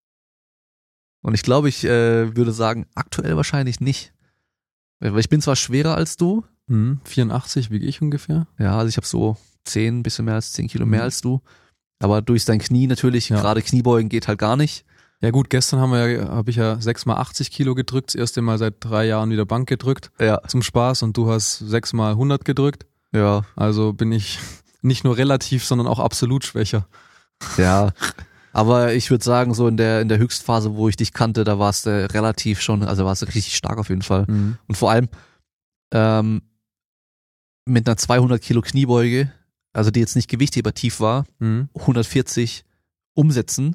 Und ich glaube, ich äh, würde sagen, aktuell wahrscheinlich nicht. Weil ich bin zwar schwerer als du. Mhm, vierundachtzig wiege ich ungefähr. Ja, also ich habe so zehn, bisschen mehr als zehn Kilo mehr mhm. als du. Aber durch dein Knie natürlich, ja. Gerade Kniebeugen geht halt gar nicht. Ja gut, gestern haben wir ja, habe ich ja sechs mal achtzig Kilo gedrückt, das erste Mal seit drei Jahren wieder Bank gedrückt, ja. Zum Spaß, und du hast sechs mal hundert gedrückt. Ja. Also bin ich nicht nur relativ, sondern auch absolut schwächer. Ja, aber ich würde sagen, so in der in der Höchstphase, wo ich dich kannte, da warst du relativ schon, also warst du richtig stark auf jeden Fall. Mhm. Und vor allem ähm, mit einer zweihundert Kilo Kniebeuge, also die jetzt nicht gewichthebertief war, mhm. hundertvierzig umsetzen,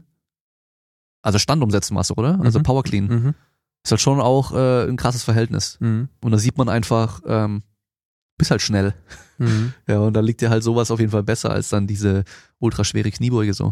also Standumsetzen machst du, oder? Also mhm. Power Clean. Mhm. Ist halt schon auch äh, ein krasses Verhältnis. Mhm. Und da sieht man einfach, ähm, bist halt schnell. Mhm. Ja, und da liegt dir halt sowas auf jeden Fall besser als dann diese ultraschwere Kniebeuge so.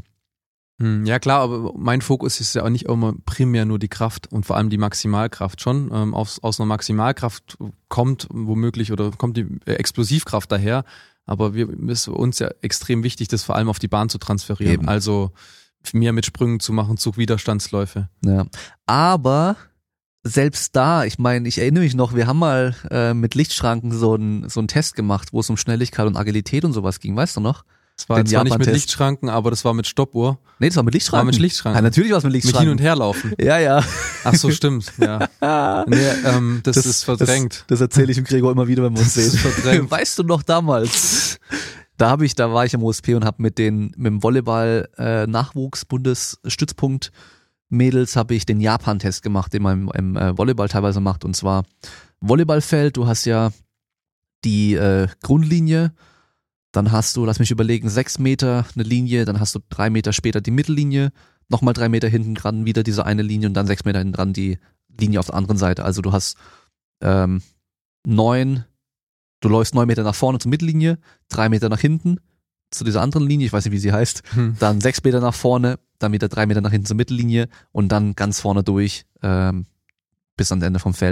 Ja klar, aber mein Fokus ist ja auch nicht immer primär nur die Kraft und vor allem die Maximalkraft schon. Ähm, aus, aus einer Maximalkraft kommt womöglich oder kommt die Explosivkraft daher, aber wir ist uns ja extrem wichtig, das vor allem auf die Bahn zu transferieren. Eben. Also mehr mit Sprüngen zu machen, Zugwiderstandsläufe. Ja, aber selbst da, ich meine, ich erinnere mich noch, wir haben mal äh, mit Lichtschranken so einen so einen Test gemacht, wo es um Schnelligkeit und Agilität und sowas ging, weißt du noch? Das war zwar nicht mit Lichtschranken, aber das war mit Stoppuhr. Nee, das war mit Lichtschranken. War mit Lichtschranken. Ja, natürlich war es mit Lichtschranken. Mit hin und her laufen. Ja, ja. Ach so, stimmt. Ja. Nee, ähm, das, das ist verdrängt. Das, das erzähle ich dem Gregor immer wieder, wenn wir uns das sehen. Ist verdrängt. Weißt du noch damals? Da habe ich, da war ich am O S P und habe mit den mit dem Volleyball äh, Nachwuchs-Bundesstützpunkt Mädels habe ich den Japan-Test gemacht, den man im, im äh, Volleyball teilweise macht. Und zwar Volleyballfeld. Du hast ja die äh, Grundlinie. Dann hast du, lass mich überlegen, sechs Meter eine Linie, dann hast du drei Meter später die Mittellinie, nochmal drei Meter hinten dran wieder diese eine Linie und dann sechs Meter hinten dran die Linie auf der anderen Seite. Also du hast ähm, neun, du läufst neun Meter nach vorne zur Mittellinie, drei Meter nach hinten zu dieser anderen Linie, ich weiß nicht, wie sie heißt, hm. dann sechs Meter nach vorne, dann wieder drei Meter nach hinten zur Mittellinie und dann ganz vorne durch ähm, bis ans Ende vom Feld.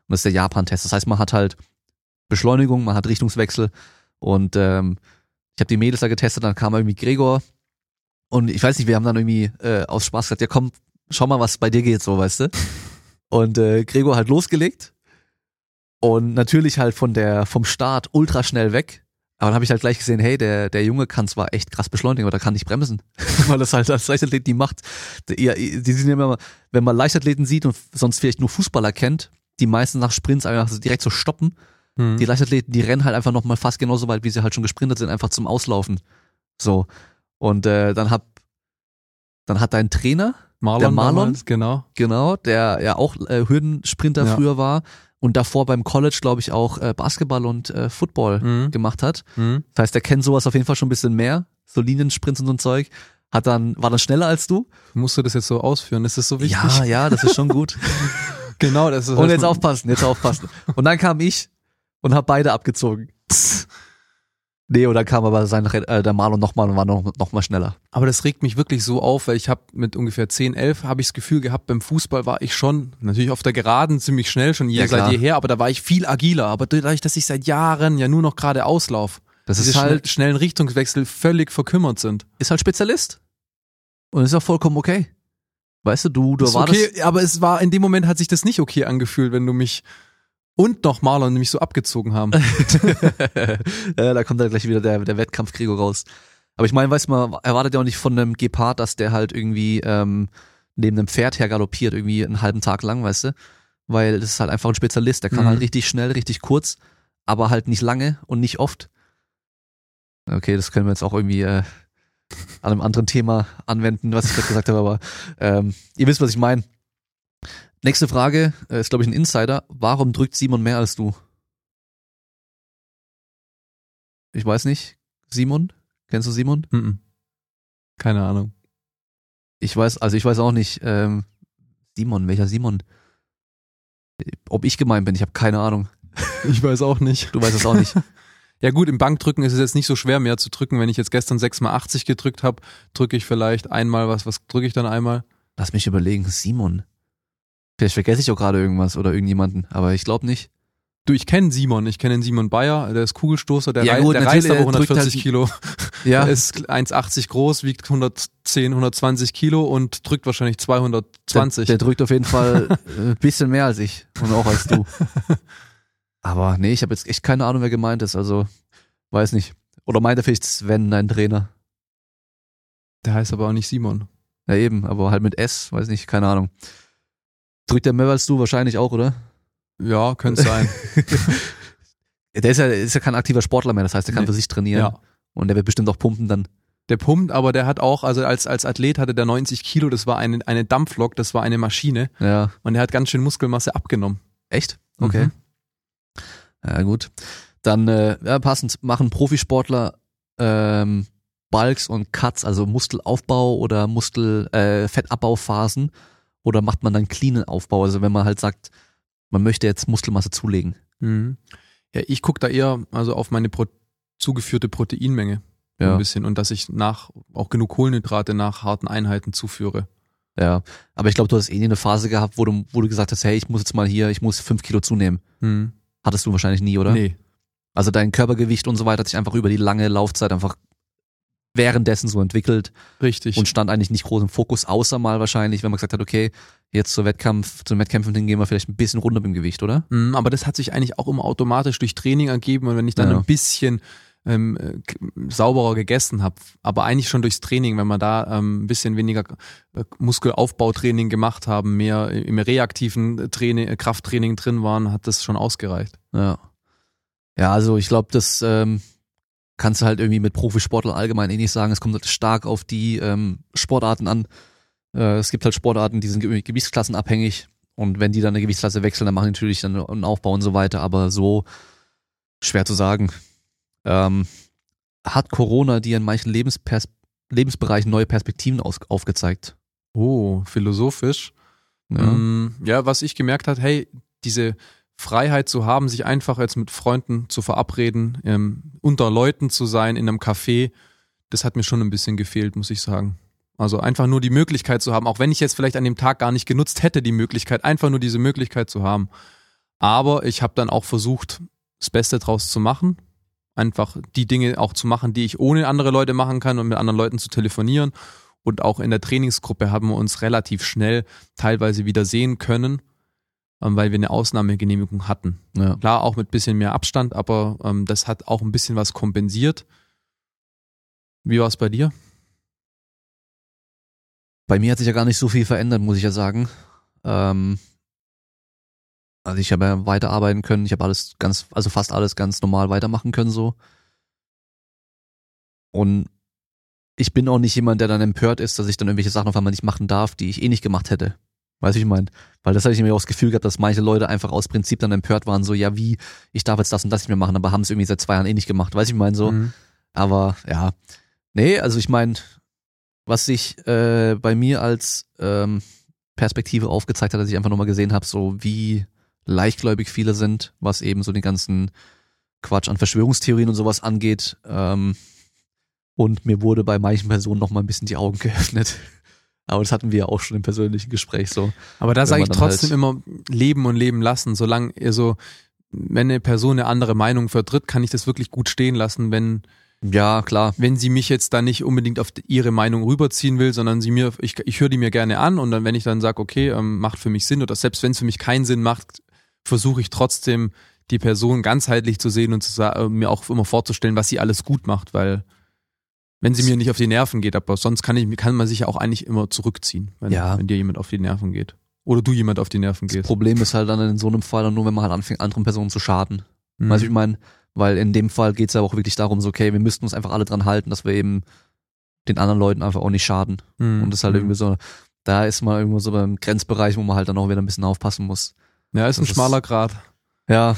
das ist der Japan-Test. Das heißt, man hat halt Beschleunigung, man hat Richtungswechsel und ähm, ich habe die Mädels da getestet, dann kam irgendwie Gregor und ich weiß nicht, wir haben dann irgendwie äh, aus Spaß gesagt, ja komm, schau mal, was bei dir geht, so, weißt du. Und äh, Gregor hat losgelegt und natürlich halt von der vom Start ultra schnell weg. Aber dann habe ich halt gleich gesehen, hey, der der Junge kann zwar echt krass beschleunigen, aber der kann nicht bremsen, weil das halt als Leichtathlet die macht. Die, die sind ja immer, wenn man Leichtathleten sieht und sonst vielleicht nur Fußballer kennt, die meisten nach Sprints einfach so direkt so stoppen. Hm. Die Leichtathleten, die rennen halt einfach nochmal fast genauso weit, wie sie halt schon gesprintet sind, einfach zum Auslaufen. So. Und äh, dann hat dann hat dein Trainer, Marlon, der Marlon, damals, genau, genau, der ja auch äh, Hürdensprinter ja. früher war und davor beim College, glaube ich, auch äh, Basketball und äh, Football mhm. gemacht hat. Mhm. Das heißt, der kennt sowas auf jeden Fall schon ein bisschen mehr, so Liniensprints und so ein Zeug. Hat dann, war dann schneller als du. Musst du das jetzt so ausführen? Ist das so wichtig? Ja, ja, das ist schon gut. Genau, das ist. Und jetzt aufpassen, jetzt aufpassen. Und dann kam ich und habe beide abgezogen. Nee, und dann kam aber sein, äh, der Marlon nochmal und war noch, noch mal schneller. Aber das regt mich wirklich so auf, weil ich habe mit ungefähr zehn, elf habe ich das Gefühl gehabt, beim Fußball war ich schon, natürlich auf der Geraden ziemlich schnell, schon je, ja, seit jeher, aber da war ich viel agiler. Aber dadurch, dass ich seit Jahren ja nur noch gerade auslauf, das diese ist halt, schnellen Richtungswechsel völlig verkümmert sind. Ist halt Spezialist. Und ist auch vollkommen okay. Weißt du, du, du ist war okay, das. Aber es war, in dem Moment hat sich das nicht okay angefühlt, wenn du mich und noch Marlon nämlich so abgezogen haben. Ja, da kommt dann gleich wieder der, der Wettkampf-Gregor raus. Aber ich meine, weißt du mal, erwartet ja auch nicht von einem Gepard, dass der halt irgendwie ähm, neben einem Pferd hergaloppiert, irgendwie einen halben Tag lang, weißt du? Weil das ist halt einfach ein Spezialist, der kann mhm. halt richtig schnell, richtig kurz, aber halt nicht lange und nicht oft. Okay, das können wir jetzt auch irgendwie äh, an einem anderen Thema anwenden, was ich gerade gesagt habe, aber ähm, ihr wisst, was ich meine. Nächste Frage, äh, ist glaube ich ein Insider. Warum drückt Simon mehr als du? Ich weiß nicht. Simon? Kennst du Simon? Mm-mm. Keine Ahnung. Ich weiß, also ich weiß auch nicht. Ähm, Simon, welcher Simon? Ob ich gemeint bin, ich habe keine Ahnung. Ich weiß auch nicht. Du weißt es auch nicht. Ja gut, im Bankdrücken ist es jetzt nicht so schwer mehr zu drücken. Wenn ich jetzt gestern sechs mal achtzig gedrückt habe, drücke ich vielleicht einmal was. Was drücke ich dann einmal? Lass mich überlegen. Simon. Vielleicht vergesse ich auch gerade irgendwas oder irgendjemanden, aber ich glaube nicht. Du, ich kenne Simon, ich kenne den Simon Bayer, der ist Kugelstoßer, der, ja, rei- gut, der reißt aber hundertvierzig halt, Kilo. Ja. Der ist eins achtzig groß, wiegt hundertzehn, hundertzwanzig Kilo und drückt wahrscheinlich zweihundertzwanzig. Der, der drückt auf jeden Fall ein bisschen mehr als ich und auch als du. Aber nee, ich habe jetzt echt keine Ahnung, wer gemeint ist, also weiß nicht. Oder meint er vielleicht Sven, dein Trainer? Der heißt aber auch nicht Simon. Ja eben, aber halt mit S, weiß nicht, keine Ahnung. Drückt der mehr als du wahrscheinlich auch, oder? Ja, könnte sein. Der ist ja, ist ja kein aktiver Sportler mehr, das heißt, der kann nee. für sich trainieren. Ja. Und der wird bestimmt auch pumpen dann. Der pumpt, aber der hat auch, also als, als Athlet hatte der neunzig Kilo, das war eine, eine Dampflok, das war eine Maschine. Ja. Und der hat ganz schön Muskelmasse abgenommen. Echt? Okay. Mhm. Ja, gut. Dann, äh, ja, passend, machen Profisportler ähm, Bulks und Cuts, also Muskelaufbau oder Muskel, äh, Fettabbauphasen, oder macht man dann cleanen Aufbau, also wenn man halt sagt, man möchte jetzt Muskelmasse zulegen? Mhm. Ja, ich gucke da eher also auf meine Pro- zugeführte Proteinmenge ja. ein bisschen und dass ich nach auch genug Kohlenhydrate nach harten Einheiten zuführe. Ja, aber ich glaube, du hast eh nie eine Phase gehabt, wo du, wo du gesagt hast, hey, ich muss jetzt mal hier, ich muss fünf Kilo zunehmen. Mhm. Hattest du wahrscheinlich nie, oder? Nee. Also dein Körpergewicht und so weiter hat sich einfach über die lange Laufzeit einfach währenddessen so entwickelt. Richtig. Und stand eigentlich nicht groß im Fokus, außer mal wahrscheinlich, wenn man gesagt hat, okay, jetzt zur Wettkampf, zu den Wettkämpfen hin gehen wir vielleicht ein bisschen runter im Gewicht, oder? Mhm, aber das hat sich eigentlich auch immer automatisch durch Training ergeben und wenn ich dann ja. ein bisschen ähm, sauberer gegessen habe, aber eigentlich schon durchs Training, wenn wir da ähm, ein bisschen weniger äh, Muskelaufbautraining gemacht haben, mehr im reaktiven Training, Krafttraining drin waren, hat das schon ausgereicht. Ja. Ja, also ich glaube, das ähm, kannst du halt irgendwie mit Profisportlern allgemein eh nicht sagen. Es kommt halt stark auf die ähm, Sportarten an. Äh, es gibt halt Sportarten, die sind ge- gewichtsklassenabhängig und wenn die dann eine Gewichtsklasse wechseln, dann machen die natürlich dann einen Aufbau und so weiter, aber so schwer zu sagen. Ähm, hat Corona dir in manchen Lebenspers- Lebensbereichen neue Perspektiven aus- aufgezeigt? Oh, philosophisch. Ja. Ähm, ja, was ich gemerkt habe, hey, diese Freiheit zu haben, sich einfach jetzt mit Freunden zu verabreden, ähm, unter Leuten zu sein, in einem Café, das hat mir schon ein bisschen gefehlt, muss ich sagen. Also einfach nur die Möglichkeit zu haben, auch wenn ich jetzt vielleicht an dem Tag gar nicht genutzt hätte, die Möglichkeit, einfach nur diese Möglichkeit zu haben. Aber ich habe dann auch versucht, das Beste draus zu machen. Einfach die Dinge auch zu machen, die ich ohne andere Leute machen kann und mit anderen Leuten zu telefonieren. Und auch in der Trainingsgruppe haben wir uns relativ schnell teilweise wieder sehen können, weil wir eine Ausnahmegenehmigung hatten. Ja. Klar, auch mit ein bisschen mehr Abstand, aber ähm, das hat auch ein bisschen was kompensiert. Wie war es bei dir? Bei mir hat sich ja gar nicht so viel verändert, muss ich ja sagen. Ähm, also ich habe ja weiterarbeiten können, ich habe alles ganz, also fast alles ganz normal weitermachen können so. Und ich bin auch nicht jemand, der dann empört ist, dass ich dann irgendwelche Sachen auf einmal nicht machen darf, die ich eh nicht gemacht hätte. Weißt du, wie ich meine? Weil das habe ich mir auch das Gefühl gehabt, dass manche Leute einfach aus Prinzip dann empört waren, so, ja wie, ich darf jetzt das und das nicht mehr machen, aber haben es irgendwie seit zwei Jahren eh nicht gemacht. Weißt du, ich meine so. Mhm. Aber ja, nee, also ich meine, was sich äh, bei mir als ähm, Perspektive aufgezeigt hat, dass ich einfach nochmal gesehen habe, so wie leichtgläubig viele sind, was eben so den ganzen Quatsch an Verschwörungstheorien und sowas angeht. Ähm, und mir wurde bei manchen Personen nochmal ein bisschen die Augen geöffnet. Aber das hatten wir ja auch schon im persönlichen Gespräch so. Aber da sage ich trotzdem halt immer, leben und leben lassen. Solange ihr so, wenn eine Person eine andere Meinung vertritt, kann ich das wirklich gut stehen lassen, wenn ja, klar. Wenn sie mich jetzt da nicht unbedingt auf ihre Meinung rüberziehen will, sondern sie mir, ich, ich höre die mir gerne an und dann, wenn ich dann sage, okay, ähm, macht für mich Sinn oder selbst wenn es für mich keinen Sinn macht, versuche ich trotzdem die Person ganzheitlich zu sehen und zu äh, mir auch immer vorzustellen, was sie alles gut macht, weil wenn sie mir nicht auf die Nerven geht, aber sonst kann ich, kann man sich ja auch eigentlich immer zurückziehen, wenn, Ja. wenn dir jemand auf die Nerven geht. Oder du jemand auf die Nerven Das gehst. Problem ist halt dann in so einem Fall dann nur, wenn man halt anfängt, anderen Personen zu schaden. Mhm. Weißt du, wie ich meine? Weil in dem Fall geht's ja auch wirklich darum, so, okay, wir müssten uns einfach alle dran halten, dass wir eben den anderen Leuten einfach auch nicht schaden. Mhm. Und das ist halt Mhm. irgendwie so, da ist man irgendwo so beim Grenzbereich, wo man halt dann auch wieder ein bisschen aufpassen muss. Ja, ist ein Das ist- schmaler Grat. Ja,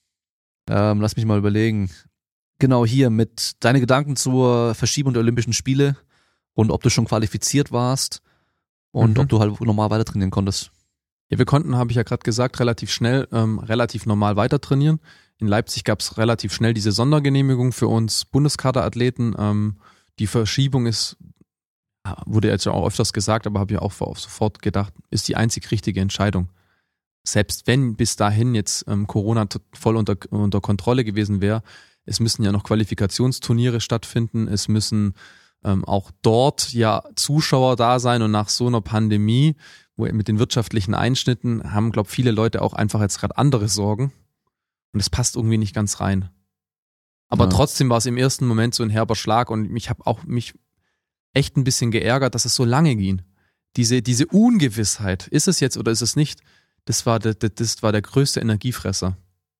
ähm, lass mich mal überlegen. Genau hier mit deine Gedanken zur Verschiebung der Olympischen Spiele und ob du schon qualifiziert warst und Mhm. ob du halt normal weiter trainieren konntest. Ja, wir konnten, habe ich ja gerade gesagt, relativ schnell, ähm, relativ normal weiter trainieren. In Leipzig gab es relativ schnell diese Sondergenehmigung für uns Bundeskaderathleten. Ähm, die Verschiebung ist, wurde jetzt ja auch öfters gesagt, aber habe ich auch sofort gedacht, ist die einzig richtige Entscheidung. Selbst wenn bis dahin jetzt ähm, Corona voll unter, unter Kontrolle gewesen wäre, es müssen ja noch Qualifikationsturniere stattfinden, es müssen ähm, auch dort ja Zuschauer da sein und nach so einer Pandemie, wo mit den wirtschaftlichen Einschnitten, haben, glaube ich, viele Leute auch einfach jetzt gerade andere Sorgen. Und es passt irgendwie nicht ganz rein. Aber Ja. trotzdem war es im ersten Moment so ein herber Schlag und ich habe auch mich echt ein bisschen geärgert, dass es so lange ging. Diese, diese Ungewissheit, ist es jetzt oder ist es nicht, das war der, das war der größte Energiefresser.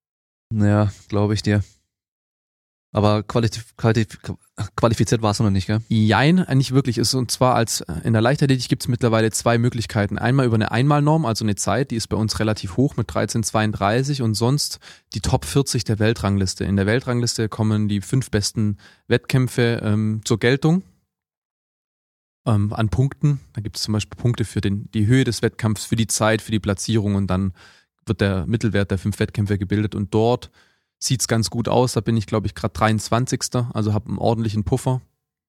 Ja, glaube ich dir. Aber qualif qualif qualifiziert warst du noch nicht, gell? Jein, nicht wirklich. Ist und zwar als in der Leichtathletik gibt es mittlerweile zwei Möglichkeiten. Einmal über eine Einmalnorm, also eine Zeit, die ist bei uns relativ hoch mit dreizehn zweiunddreißig und sonst die Top vierzig der Weltrangliste. In der Weltrangliste kommen die fünf besten Wettkämpfe ähm, zur Geltung ähm, an Punkten. Da gibt es zum Beispiel Punkte für den, die Höhe des Wettkampfs, für die Zeit, für die Platzierung und dann wird der Mittelwert der fünf Wettkämpfe gebildet und dort sieht's ganz gut aus, da bin ich glaube ich gerade dreiundzwanzigster also habe einen ordentlichen Puffer.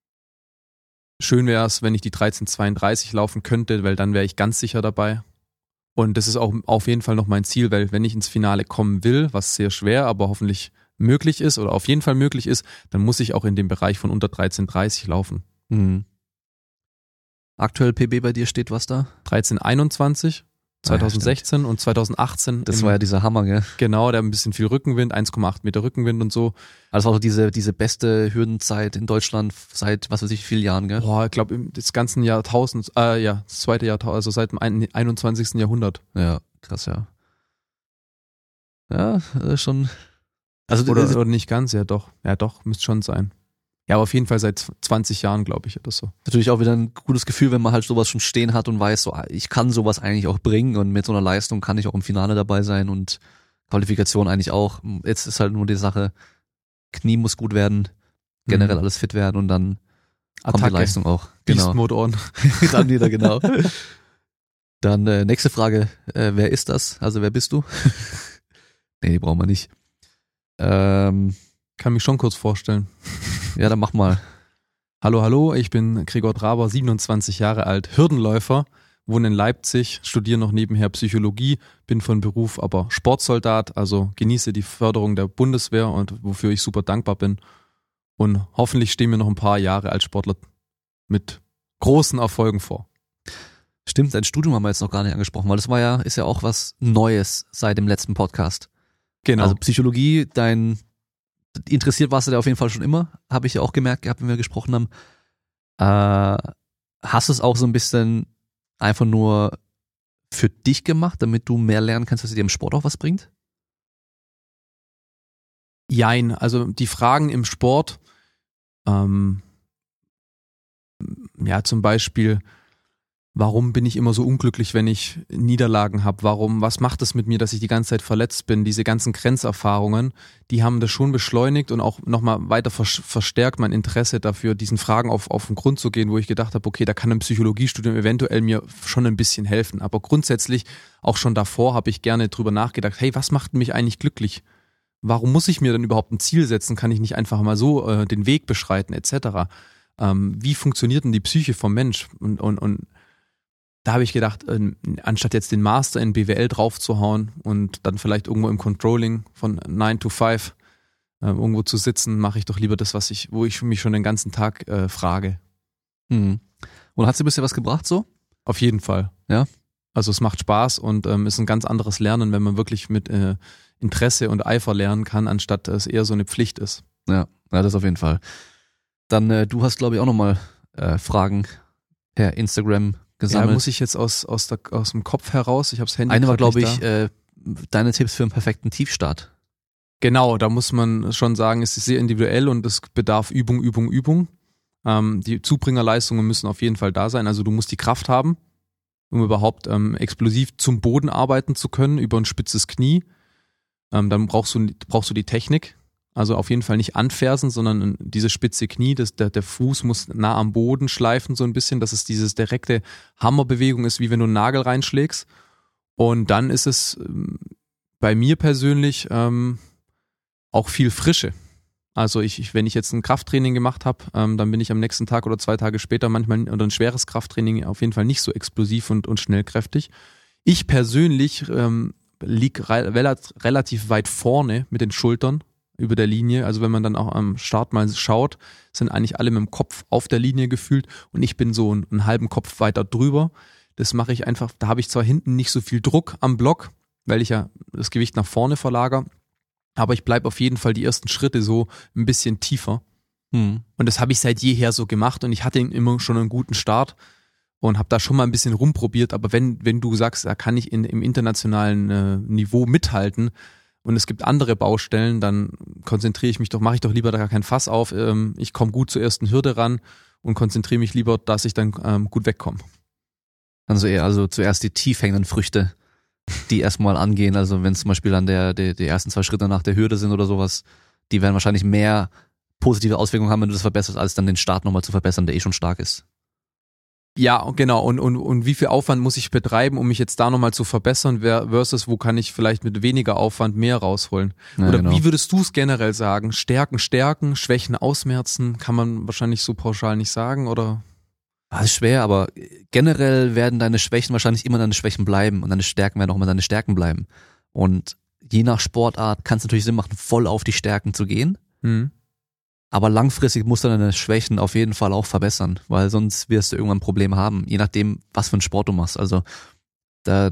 Schön wäre es, wenn ich die dreizehn zweiunddreißig laufen könnte, weil dann wäre ich ganz sicher dabei. Und das ist auch auf jeden Fall noch mein Ziel, weil wenn ich ins Finale kommen will, was sehr schwer, aber hoffentlich möglich ist oder auf jeden Fall möglich ist, dann muss ich auch in dem Bereich von unter dreizehn dreißig laufen. Mhm. Aktuell P B bei dir steht was da? dreizehn einundzwanzig zwanzig sechzehn und zwanzig achtzehn. Das im, war ja dieser Hammer, gell? Genau, der hat ein bisschen viel Rückenwind, eins Komma acht Meter Rückenwind und so. Also auch diese, diese beste Hürdenzeit in Deutschland seit, was weiß ich, wie vielen Jahren, gell? Boah, ich glaube, im das ganzen Jahrtausend, äh, ja, das zweite Jahrtausend, also seit dem einundzwanzigsten Jahrhundert. Ja, krass, ja. Ja, äh, schon. Also, Oder, äh, oder nicht ganz, ja doch. Ja doch, müsste schon sein. Ja, aber auf jeden Fall seit zwanzig Jahren, glaube ich, oder so. natürlich auch wieder ein gutes Gefühl, wenn man halt sowas schon stehen hat und weiß, so, ich kann sowas eigentlich auch bringen und mit so einer Leistung kann ich auch im Finale dabei sein und Qualifikation eigentlich auch. Jetzt ist halt nur die Sache, Knie muss gut werden, generell Mhm. alles fit werden und dann kommt Attacke. die Leistung auch. Beast Genau. Mode on. Dann wieder, genau. Dann äh, nächste Frage, äh, wer ist das? Also wer bist du? Nee, die brauchen wir nicht. Ähm, Kann mich schon kurz vorstellen. ja, dann mach mal. Hallo, hallo, ich bin Gregor Traber, siebenundzwanzig Jahre alt, Hürdenläufer wohne in Leipzig, studiere noch nebenher Psychologie, bin von Beruf aber Sportsoldat, also genieße die Förderung der Bundeswehr und wofür ich super dankbar bin. Und hoffentlich stehen mir noch ein paar Jahre als Sportler mit großen Erfolgen vor. Stimmt, dein Studium haben wir jetzt noch gar nicht angesprochen, weil das war ja, ist ja auch was Neues seit dem letzten Podcast. Genau. Also Psychologie, dein interessiert warst du da auf jeden Fall schon immer, habe ich ja auch gemerkt gehabt, wenn wir gesprochen haben. Äh, hast du es auch so ein bisschen einfach nur für dich gemacht, damit du mehr lernen kannst, dass dir im Sport auch was bringt? Jein, also die Fragen im Sport, ähm, ja zum Beispiel, warum bin ich immer so unglücklich, wenn ich Niederlagen habe? Warum, was macht es mit mir, dass ich die ganze Zeit verletzt bin? Diese ganzen Grenzerfahrungen, die haben das schon beschleunigt und auch nochmal weiter verstärkt mein Interesse dafür, diesen Fragen auf, auf den Grund zu gehen, wo ich gedacht habe, okay, da kann ein Psychologiestudium eventuell mir schon ein bisschen helfen. Aber grundsätzlich, auch schon davor, habe ich gerne drüber nachgedacht, hey, was macht mich eigentlich glücklich? Warum muss ich mir denn überhaupt ein Ziel setzen? Kann ich nicht einfach mal so äh, den Weg beschreiten, et cetera? Ähm, wie funktioniert denn die Psyche vom Mensch? Und, und, und da habe ich gedacht, äh, anstatt jetzt den Master in B W L draufzuhauen und dann vielleicht irgendwo im Controlling von nine to five äh, irgendwo zu sitzen, mache ich doch lieber das, was ich, wo ich mich schon den ganzen Tag äh, frage. Hm. Und hat sie bisher was gebracht so? Auf jeden Fall. Ja. Also es macht Spaß und ähm, ist ein ganz anderes Lernen, wenn man wirklich mit äh, Interesse und Eifer lernen kann, anstatt es eher so eine Pflicht ist. Ja, ja, das auf jeden Fall. Dann, äh, du hast, glaube ich, auch nochmal äh, Fragen per Instagram gesammelt. Ja, muss ich jetzt aus, aus, der, aus dem Kopf heraus, ich habe das Handy. Eine war, glaube ich, äh, deine Tipps für einen perfekten Tiefstart. Genau, da muss man schon sagen, es ist sehr individuell und es bedarf Übung, Übung, Übung. Ähm, die Zubringerleistungen müssen auf jeden Fall da sein, also du musst die Kraft haben, um überhaupt ähm, explosiv zum Boden arbeiten zu können, über ein spitzes Knie. Ähm, dann brauchst du, brauchst du die Technik, also auf jeden Fall nicht anfersen, sondern diese spitze Knie, das, der, der Fuß muss nah am Boden schleifen so ein bisschen, dass es dieses direkte Hammerbewegung ist, wie wenn du einen Nagel reinschlägst. Und dann ist es ähm, bei mir persönlich ähm, auch viel Frische. Also ich, ich wenn ich jetzt ein Krafttraining gemacht habe, ähm, dann bin ich am nächsten Tag oder zwei Tage später manchmal, oder ein schweres Krafttraining auf jeden Fall nicht so explosiv und, und schnellkräftig. Ich persönlich ähm, lieg re- relativ weit vorne mit den Schultern über der Linie. Also wenn man dann auch am Start mal schaut, sind eigentlich alle mit dem Kopf auf der Linie gefühlt und ich bin so einen, einen halben Kopf weiter drüber. Das mache ich einfach, da habe ich zwar hinten nicht so viel Druck am Block, weil ich ja das Gewicht nach vorne verlagere, aber ich bleibe auf jeden Fall die ersten Schritte so ein bisschen tiefer. Hm. Und das habe ich seit jeher so gemacht und ich hatte immer schon einen guten Start und habe da schon mal ein bisschen rumprobiert, aber wenn wenn du sagst, da kann ich in, im internationalen äh, Niveau mithalten und es gibt andere Baustellen, dann konzentriere ich mich doch, mache ich doch lieber da gar kein Fass auf, ähm, ich komme gut zur ersten Hürde ran und konzentriere mich lieber, dass ich dann ähm, gut wegkomme. Also eher, also zuerst die tief hängenden Früchte, die erstmal angehen, also wenn zum Beispiel dann der, der, die ersten zwei Schritte nach der Hürde sind oder sowas, die werden wahrscheinlich mehr positive Auswirkungen haben, wenn du das verbesserst, als dann den Start nochmal zu verbessern, der eh schon stark ist. Ja, genau. Und, und, und wie viel Aufwand muss ich betreiben, um mich jetzt da nochmal zu verbessern, versus wo kann ich vielleicht mit weniger Aufwand mehr rausholen? Ja, Oder genau. wie würdest du es generell sagen? Stärken, stärken, Schwächen ausmerzen, kann man wahrscheinlich so pauschal nicht sagen, oder? Das ist schwer, aber generell werden deine Schwächen wahrscheinlich immer deine Schwächen bleiben und deine Stärken werden auch immer deine Stärken bleiben. Und je nach Sportart kann es natürlich Sinn machen, voll auf die Stärken zu gehen. Mhm. Aber langfristig musst du deine Schwächen auf jeden Fall auch verbessern, weil sonst wirst du irgendwann ein Problem haben, je nachdem, was für einen Sport du machst. Also da,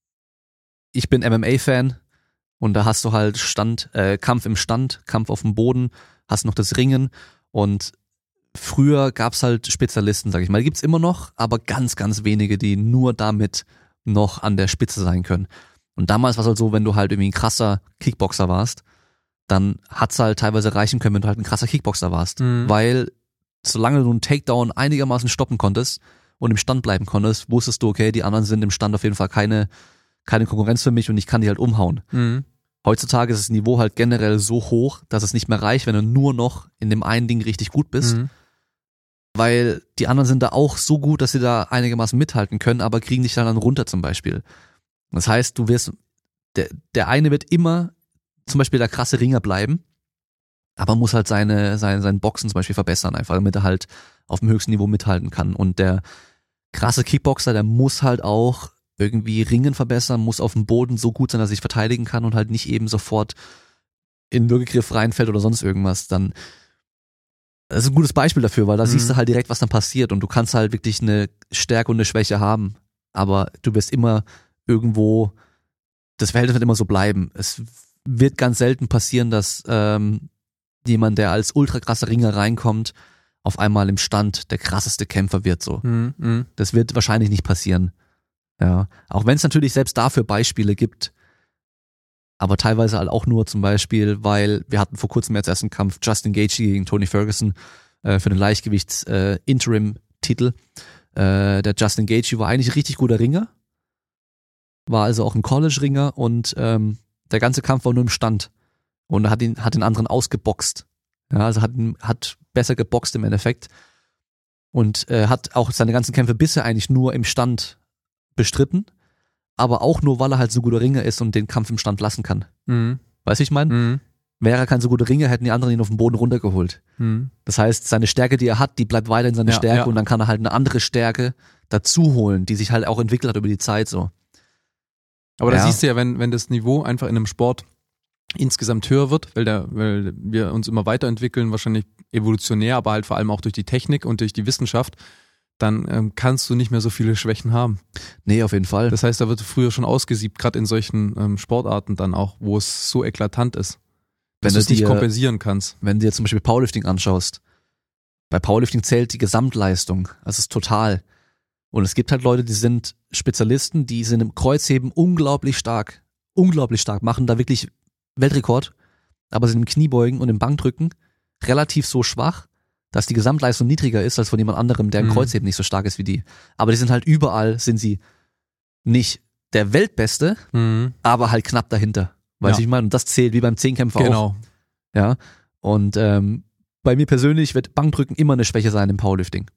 ich bin M M A-Fan und da hast du halt Stand, äh, Kampf im Stand, Kampf auf dem Boden, hast noch das Ringen und früher gab's halt Spezialisten, sag ich mal. Die gibt's immer noch, aber ganz, ganz wenige, die nur damit noch an der Spitze sein können. Und damals war es halt so, wenn du halt irgendwie ein krasser Kickboxer warst, dann hat's halt teilweise reichen können, wenn du halt ein krasser Kickboxer warst. Mhm. Weil solange du einen Takedown einigermaßen stoppen konntest und im Stand bleiben konntest, wusstest du, okay, die anderen sind im Stand auf jeden Fall keine, keine Konkurrenz für mich und ich kann die halt umhauen. Mhm. Heutzutage ist das Niveau halt generell so hoch, dass es nicht mehr reicht, wenn du nur noch in dem einen Ding richtig gut bist. Mhm. Weil die anderen sind da auch so gut, dass sie da einigermaßen mithalten können, aber kriegen dich dann runter zum Beispiel. Das heißt, du wirst, der, der eine wird immer zum Beispiel der krasse Ringer bleiben, aber muss halt seine, sein, sein Boxen zum Beispiel verbessern, einfach damit er halt auf dem höchsten Niveau mithalten kann. Und der krasse Kickboxer, der muss halt auch irgendwie Ringen verbessern, muss auf dem Boden so gut sein, dass er sich verteidigen kann und halt nicht eben sofort in Würgegriff reinfällt oder sonst irgendwas. Dann, das ist ein gutes Beispiel dafür, weil da mhm. siehst du halt direkt, was dann passiert und du kannst halt wirklich eine Stärke und eine Schwäche haben, aber du wirst immer irgendwo, das Verhältnis wird immer so bleiben. Es wird ganz selten passieren, dass ähm, jemand, der als ultra krasser Ringer reinkommt, auf einmal im Stand der krasseste Kämpfer wird so. Mhm, mh. Das wird wahrscheinlich nicht passieren. Ja, auch wenn es natürlich selbst dafür Beispiele gibt, aber teilweise halt auch nur zum Beispiel, weil wir hatten vor kurzem jetzt erst einen Kampf Justin Gaethje gegen Tony Ferguson äh, für den Leichtgewichts-Interim-Titel. Äh, äh, der Justin Gaethje war eigentlich ein richtig guter Ringer, war also auch ein College-Ringer und ähm, der ganze Kampf war nur im Stand und er hat ihn hat den anderen ausgeboxt. Ja, also hat hat besser geboxt im Endeffekt und äh, hat auch seine ganzen Kämpfe bisher eigentlich nur im Stand bestritten, aber auch nur, weil er halt so guter Ringer ist und den Kampf im Stand lassen kann. Mhm. Weißt du, ich meine? Mhm. Wäre er kein so guter Ringer, hätten die anderen ihn auf den Boden runtergeholt. Mhm. Das heißt, seine Stärke, die er hat, die bleibt weiterhin seine Ja, Stärke ja. und dann kann er halt eine andere Stärke dazu holen, die sich halt auch entwickelt hat über die Zeit so. Aber da Ja. siehst du ja, wenn, wenn das Niveau einfach in einem Sport insgesamt höher wird, weil, der, weil wir uns immer weiterentwickeln, wahrscheinlich evolutionär, aber halt vor allem auch durch die Technik und durch die Wissenschaft, dann ähm, kannst du nicht mehr so viele Schwächen haben. Nee, auf jeden Fall. Das heißt, da wird früher schon ausgesiebt, gerade in solchen ähm, Sportarten dann auch, wo es so eklatant ist, dass du es nicht kompensieren kannst. Wenn du dir zum Beispiel Powerlifting anschaust, bei Powerlifting zählt die Gesamtleistung, das ist total. Und es gibt halt Leute, die sind Spezialisten, die sind im Kreuzheben unglaublich stark, unglaublich stark, machen da wirklich Weltrekord, aber sind im Kniebeugen und im Bankdrücken relativ so schwach, dass die Gesamtleistung niedriger ist als von jemand anderem, der im Mhm. Kreuzheben nicht so stark ist wie die. Aber die sind halt überall, sind sie nicht der Weltbeste, Mhm. aber halt knapp dahinter. Weißt du, Ja. ich meine, und das zählt wie beim Zehnkämpfer auch. Genau. Ja. Und ähm, bei mir persönlich wird Bankdrücken immer eine Schwäche sein im Powerlifting.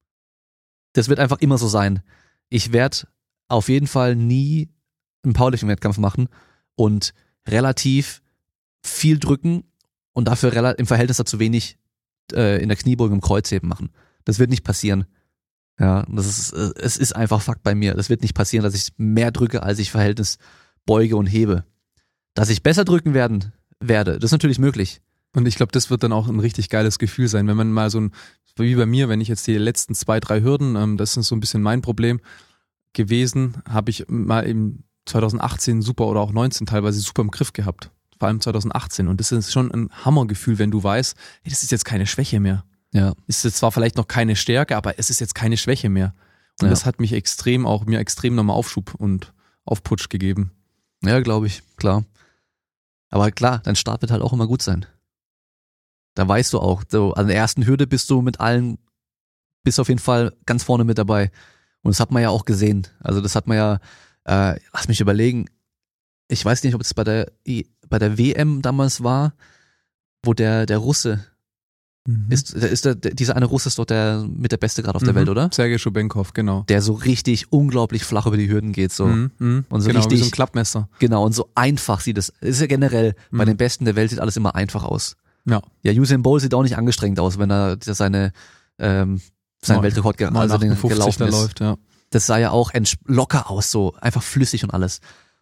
Das wird einfach immer so sein. Ich werde auf jeden Fall nie einen Powerlifting-Wettkampf machen und relativ viel drücken und dafür rela- im Verhältnis dazu wenig äh, in der Kniebeuge im Kreuzheben machen. Das wird nicht passieren. Ja, das ist, äh, es ist einfach Fakt bei mir. Das wird nicht passieren, dass ich mehr drücke, als ich Verhältnis beuge und hebe. Dass ich besser drücken werden werde, das ist natürlich möglich. Und ich glaube, das wird dann auch ein richtig geiles Gefühl sein, wenn man mal so ein, wie bei mir, wenn ich jetzt die letzten zwei, drei Hürden, ähm, das ist so ein bisschen mein Problem gewesen, habe ich mal im zwanzig achtzehn super oder auch neunzehn teilweise super im Griff gehabt. Vor allem zwanzig achtzehn. Und das ist schon ein Hammergefühl, wenn du weißt, hey, das ist jetzt keine Schwäche mehr. Ja. Ist jetzt zwar vielleicht noch keine Stärke, aber es ist jetzt keine Schwäche mehr. Und Ja. das hat mich extrem auch, mir extrem nochmal Aufschub und Aufputsch gegeben. Ja, glaube ich, klar. Aber klar, dein Start wird halt auch immer gut sein. Da weißt du auch, so an der ersten Hürde bist du mit allen, bist auf jeden Fall ganz vorne mit dabei. Und das hat man ja auch gesehen. Also das hat man ja, äh, lass mich überlegen, ich weiß nicht, ob es bei der I- bei der W M damals war, wo der der Russe Mhm. ist, der, ist der, der, dieser eine Russe ist doch der mit der Beste gerade auf der Mhm. Welt, oder? Sergei Schubenkov, genau. Der so richtig unglaublich flach über die Hürden geht, so. Mhm. Mhm. Und so genau, richtig- wie so ein Klappmesser. Genau, und so einfach sieht es. Ist ja generell, bei Mhm. den Besten der Welt sieht alles immer einfach aus. Ja. Ja, Usain Bolt sieht auch nicht angestrengt aus, wenn er seine ähm, seinen Neun- Weltrekord ge- also den neunundachtzig gelaufen da ist. läuft, ja. Das sah ja auch ents- locker aus, so einfach flüssig und alles.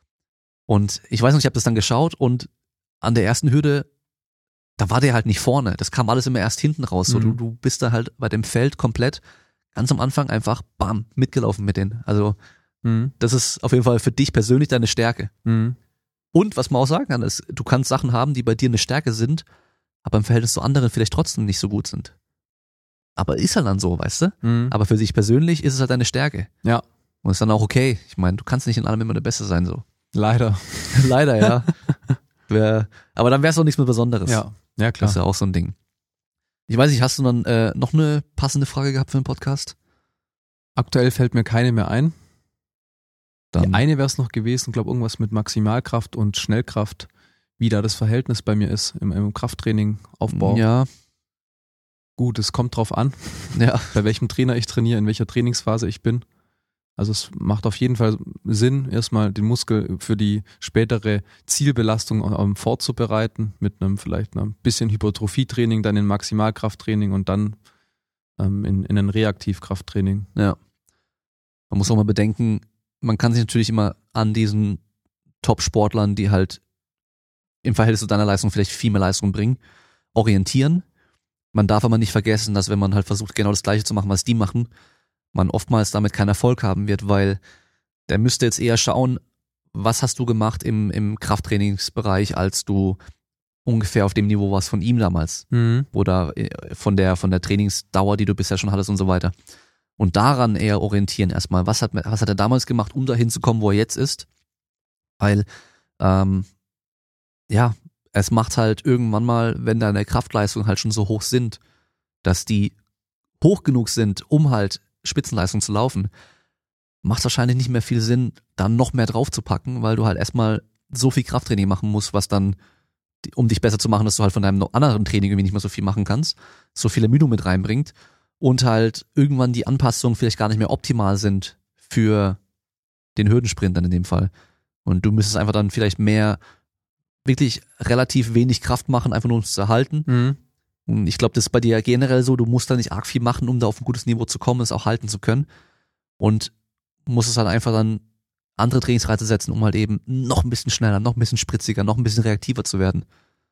Und ich weiß noch, ich habe das dann geschaut und an der ersten Hürde, da war der halt nicht vorne. Das kam alles immer erst hinten raus. So, Mhm. du, du bist da halt bei dem Feld komplett ganz am Anfang einfach bam mitgelaufen mit denen. Also Mhm. das ist auf jeden Fall für dich persönlich deine Stärke. Mhm. Und was man auch sagen kann, ist, du kannst Sachen haben, die bei dir eine Stärke sind, aber im Verhältnis zu anderen vielleicht trotzdem nicht so gut sind. Aber ist halt dann so, weißt du? Mhm. Aber für sich persönlich ist es halt deine Stärke. Ja, Und ist dann auch okay. Ich meine, du kannst nicht in allem immer der Beste sein, so. leider. Leider, ja. Wär, aber dann wäre es auch nichts mehr Besonderes. Ja, ja Das klar. ist ja auch so ein Ding. Ich weiß nicht, hast du dann äh, noch eine passende Frage gehabt für den Podcast? Aktuell fällt mir keine mehr ein. Dann, Die eine wäre es noch gewesen, glaube irgendwas mit Maximalkraft und Schnellkraft, wie da das Verhältnis bei mir ist im, im Krafttraining, Aufbau. Ja, Gut, es kommt drauf an, ja, bei welchem Trainer ich trainiere, in welcher Trainingsphase ich bin. Also es macht auf jeden Fall Sinn, erstmal den Muskel für die spätere Zielbelastung ähm, vorzubereiten, mit einem vielleicht einem bisschen Hypertrophietraining, dann in Maximalkrafttraining und dann ähm, in, in ein Reaktivkrafttraining. ja. Man muss auch mal bedenken, man kann sich natürlich immer an diesen Top-Sportlern, die halt im Verhältnis zu deiner Leistung vielleicht viel mehr Leistung bringen, orientieren. Man darf aber nicht vergessen, dass wenn man halt versucht, genau das Gleiche zu machen, was die machen, man oftmals damit keinen Erfolg haben wird, weil der müsste jetzt eher schauen, was hast du gemacht im, im Krafttrainingsbereich, als du ungefähr auf dem Niveau warst von ihm damals. Mhm. Oder von der, von der Trainingsdauer, die du bisher schon hattest und so weiter. Und daran eher orientieren erstmal. Was hat, was hat er damals gemacht, um dahin zu kommen, wo er jetzt ist? Weil, ähm, ja, es macht halt irgendwann mal, wenn deine Kraftleistungen halt schon so hoch sind, dass die hoch genug sind, um halt Spitzenleistung zu laufen, macht wahrscheinlich nicht mehr viel Sinn, dann noch mehr drauf zu packen, weil du halt erstmal so viel Krafttraining machen musst, was dann, um dich besser zu machen, dass du halt von deinem anderen Training irgendwie nicht mehr so viel machen kannst, so viel Ermüdung mit reinbringt und halt irgendwann die Anpassungen vielleicht gar nicht mehr optimal sind für den Hürdensprint dann in dem Fall. Und du müsstest einfach dann vielleicht mehr, wirklich relativ wenig Kraft machen, einfach nur um es zu erhalten. Mhm. Und ich glaube, das ist bei dir generell so, du musst da nicht arg viel machen, um da auf ein gutes Niveau zu kommen, es auch halten zu können. Und musst es halt einfach dann andere Trainingsreize setzen, um halt eben noch ein bisschen schneller, noch ein bisschen spritziger, noch ein bisschen reaktiver zu werden.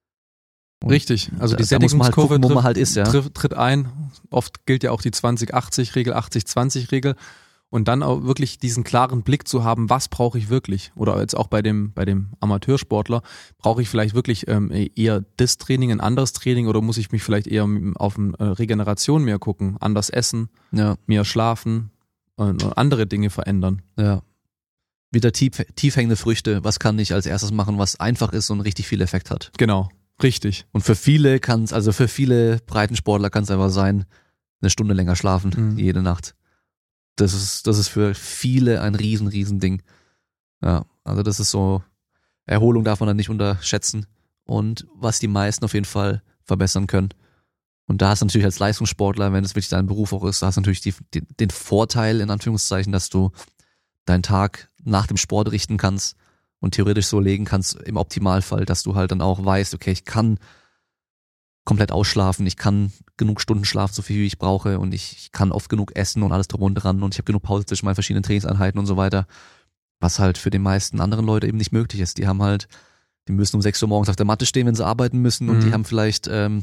Und Richtig, also die da, da muss man halt Sättigungskurve gucken, wo tritt, man halt ist, ja. tritt, tritt ein. Oft gilt ja auch die zwanzig achtzig Regel, achtzig zwanzig Regel. Und dann auch wirklich diesen klaren Blick zu haben, was brauche ich wirklich? Oder jetzt auch bei dem bei dem Amateursportler, brauche ich vielleicht wirklich ähm, eher das Training, ein anderes Training, oder muss ich mich vielleicht eher auf äh, Regeneration mehr gucken, anders essen, Ja, mehr schlafen und andere Dinge verändern. ja. Wieder tief, tief hängende Früchte, was kann ich als erstes machen, was einfach ist und richtig viel Effekt hat. Genau, richtig. Und für viele kann es, also für viele Breitensportler kann es einfach sein, eine Stunde länger schlafen, Mhm. jede Nacht. Das ist, das ist für viele ein riesen, riesen Ding. Ja, also das ist so, Erholung darf man dann nicht unterschätzen und was die meisten auf jeden Fall verbessern können. Und da hast du natürlich als Leistungssportler, wenn es wirklich dein Beruf auch ist, da hast du natürlich die, die, den Vorteil, in Anführungszeichen, dass du deinen Tag nach dem Sport richten kannst und theoretisch so legen kannst, im Optimalfall, dass du halt dann auch weißt, okay, ich kann komplett ausschlafen, ich kann genug Stunden schlafen, so viel wie ich brauche, und ich, ich kann oft genug essen und alles drum und dran, und ich habe genug Pause zwischen meinen verschiedenen Trainingseinheiten und so weiter, was halt für die meisten anderen Leute eben nicht möglich ist. Die haben halt, die müssen um sechs Uhr morgens auf der Matte stehen, wenn sie arbeiten müssen, und Mhm. die haben vielleicht ähm,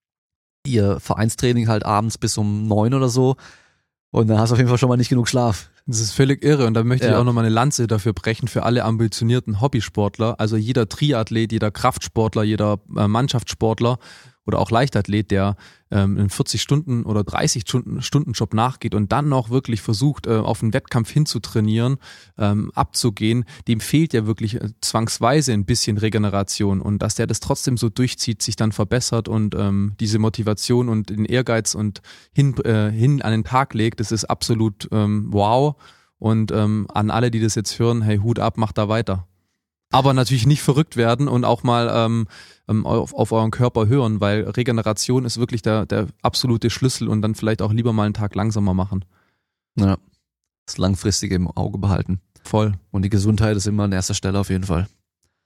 ihr Vereinstraining halt abends bis um neun oder so, und dann hast du auf jeden Fall schon mal nicht genug Schlaf. Das ist völlig irre, und da möchte ich Ja. auch nochmal eine Lanze dafür brechen für alle ambitionierten Hobbysportler. Also jeder Triathlet, jeder Kraftsportler, jeder äh, Mannschaftssportler oder auch Leichtathlet, der ähm, einen vierzig Stunden oder dreißig Stunden Stundenjob nachgeht und dann noch wirklich versucht, äh, auf einen Wettkampf hinzutrainieren, ähm, abzugehen, dem fehlt ja wirklich äh, zwangsweise ein bisschen Regeneration, und dass der das trotzdem so durchzieht, sich dann verbessert und ähm, diese Motivation und den Ehrgeiz und hin, äh, hin an den Tag legt, das ist absolut ähm, wow. Und ähm, an alle, die das jetzt hören, hey, Hut ab, macht da weiter. Aber natürlich nicht verrückt werden und auch mal ähm, auf, auf euren Körper hören, weil Regeneration ist wirklich der, der absolute Schlüssel, und dann vielleicht auch lieber mal einen Tag langsamer machen. Ja, das Langfristige im Auge behalten. Voll. Und die Gesundheit ist immer an erster Stelle auf jeden Fall.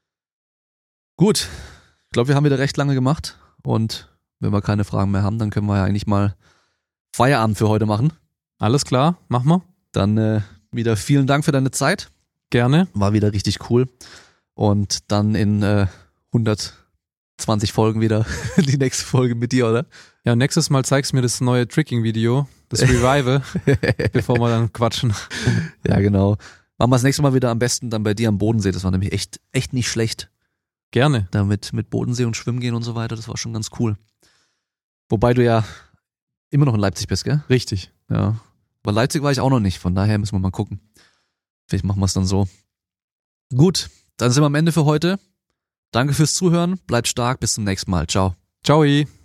Gut, ich glaube, wir haben wieder recht lange gemacht, und wenn wir keine Fragen mehr haben, dann können wir ja eigentlich mal Feierabend für heute machen. Alles klar, mach mal. Dann äh, wieder vielen Dank für deine Zeit. Gerne. War wieder richtig cool. Und dann in äh, hundertzwanzig Folgen wieder die nächste Folge mit dir, oder? Ja, nächstes Mal zeigst du mir das neue Tricking-Video, das Revival, bevor wir dann quatschen. Ja, genau. Machen wir das nächste Mal wieder am besten dann bei dir am Bodensee. Das war nämlich echt, echt nicht schlecht. Gerne. Da mit, mit Bodensee und Schwimmen gehen und so weiter, das war schon ganz cool. Wobei du ja immer noch in Leipzig bist, gell? Richtig. Ja. Aber Leipzig war ich auch noch nicht, von daher müssen wir mal gucken. Vielleicht machen wir es dann so. Gut, dann sind wir am Ende für heute. Danke fürs Zuhören, bleibt stark, bis zum nächsten Mal. Ciao. Ciao.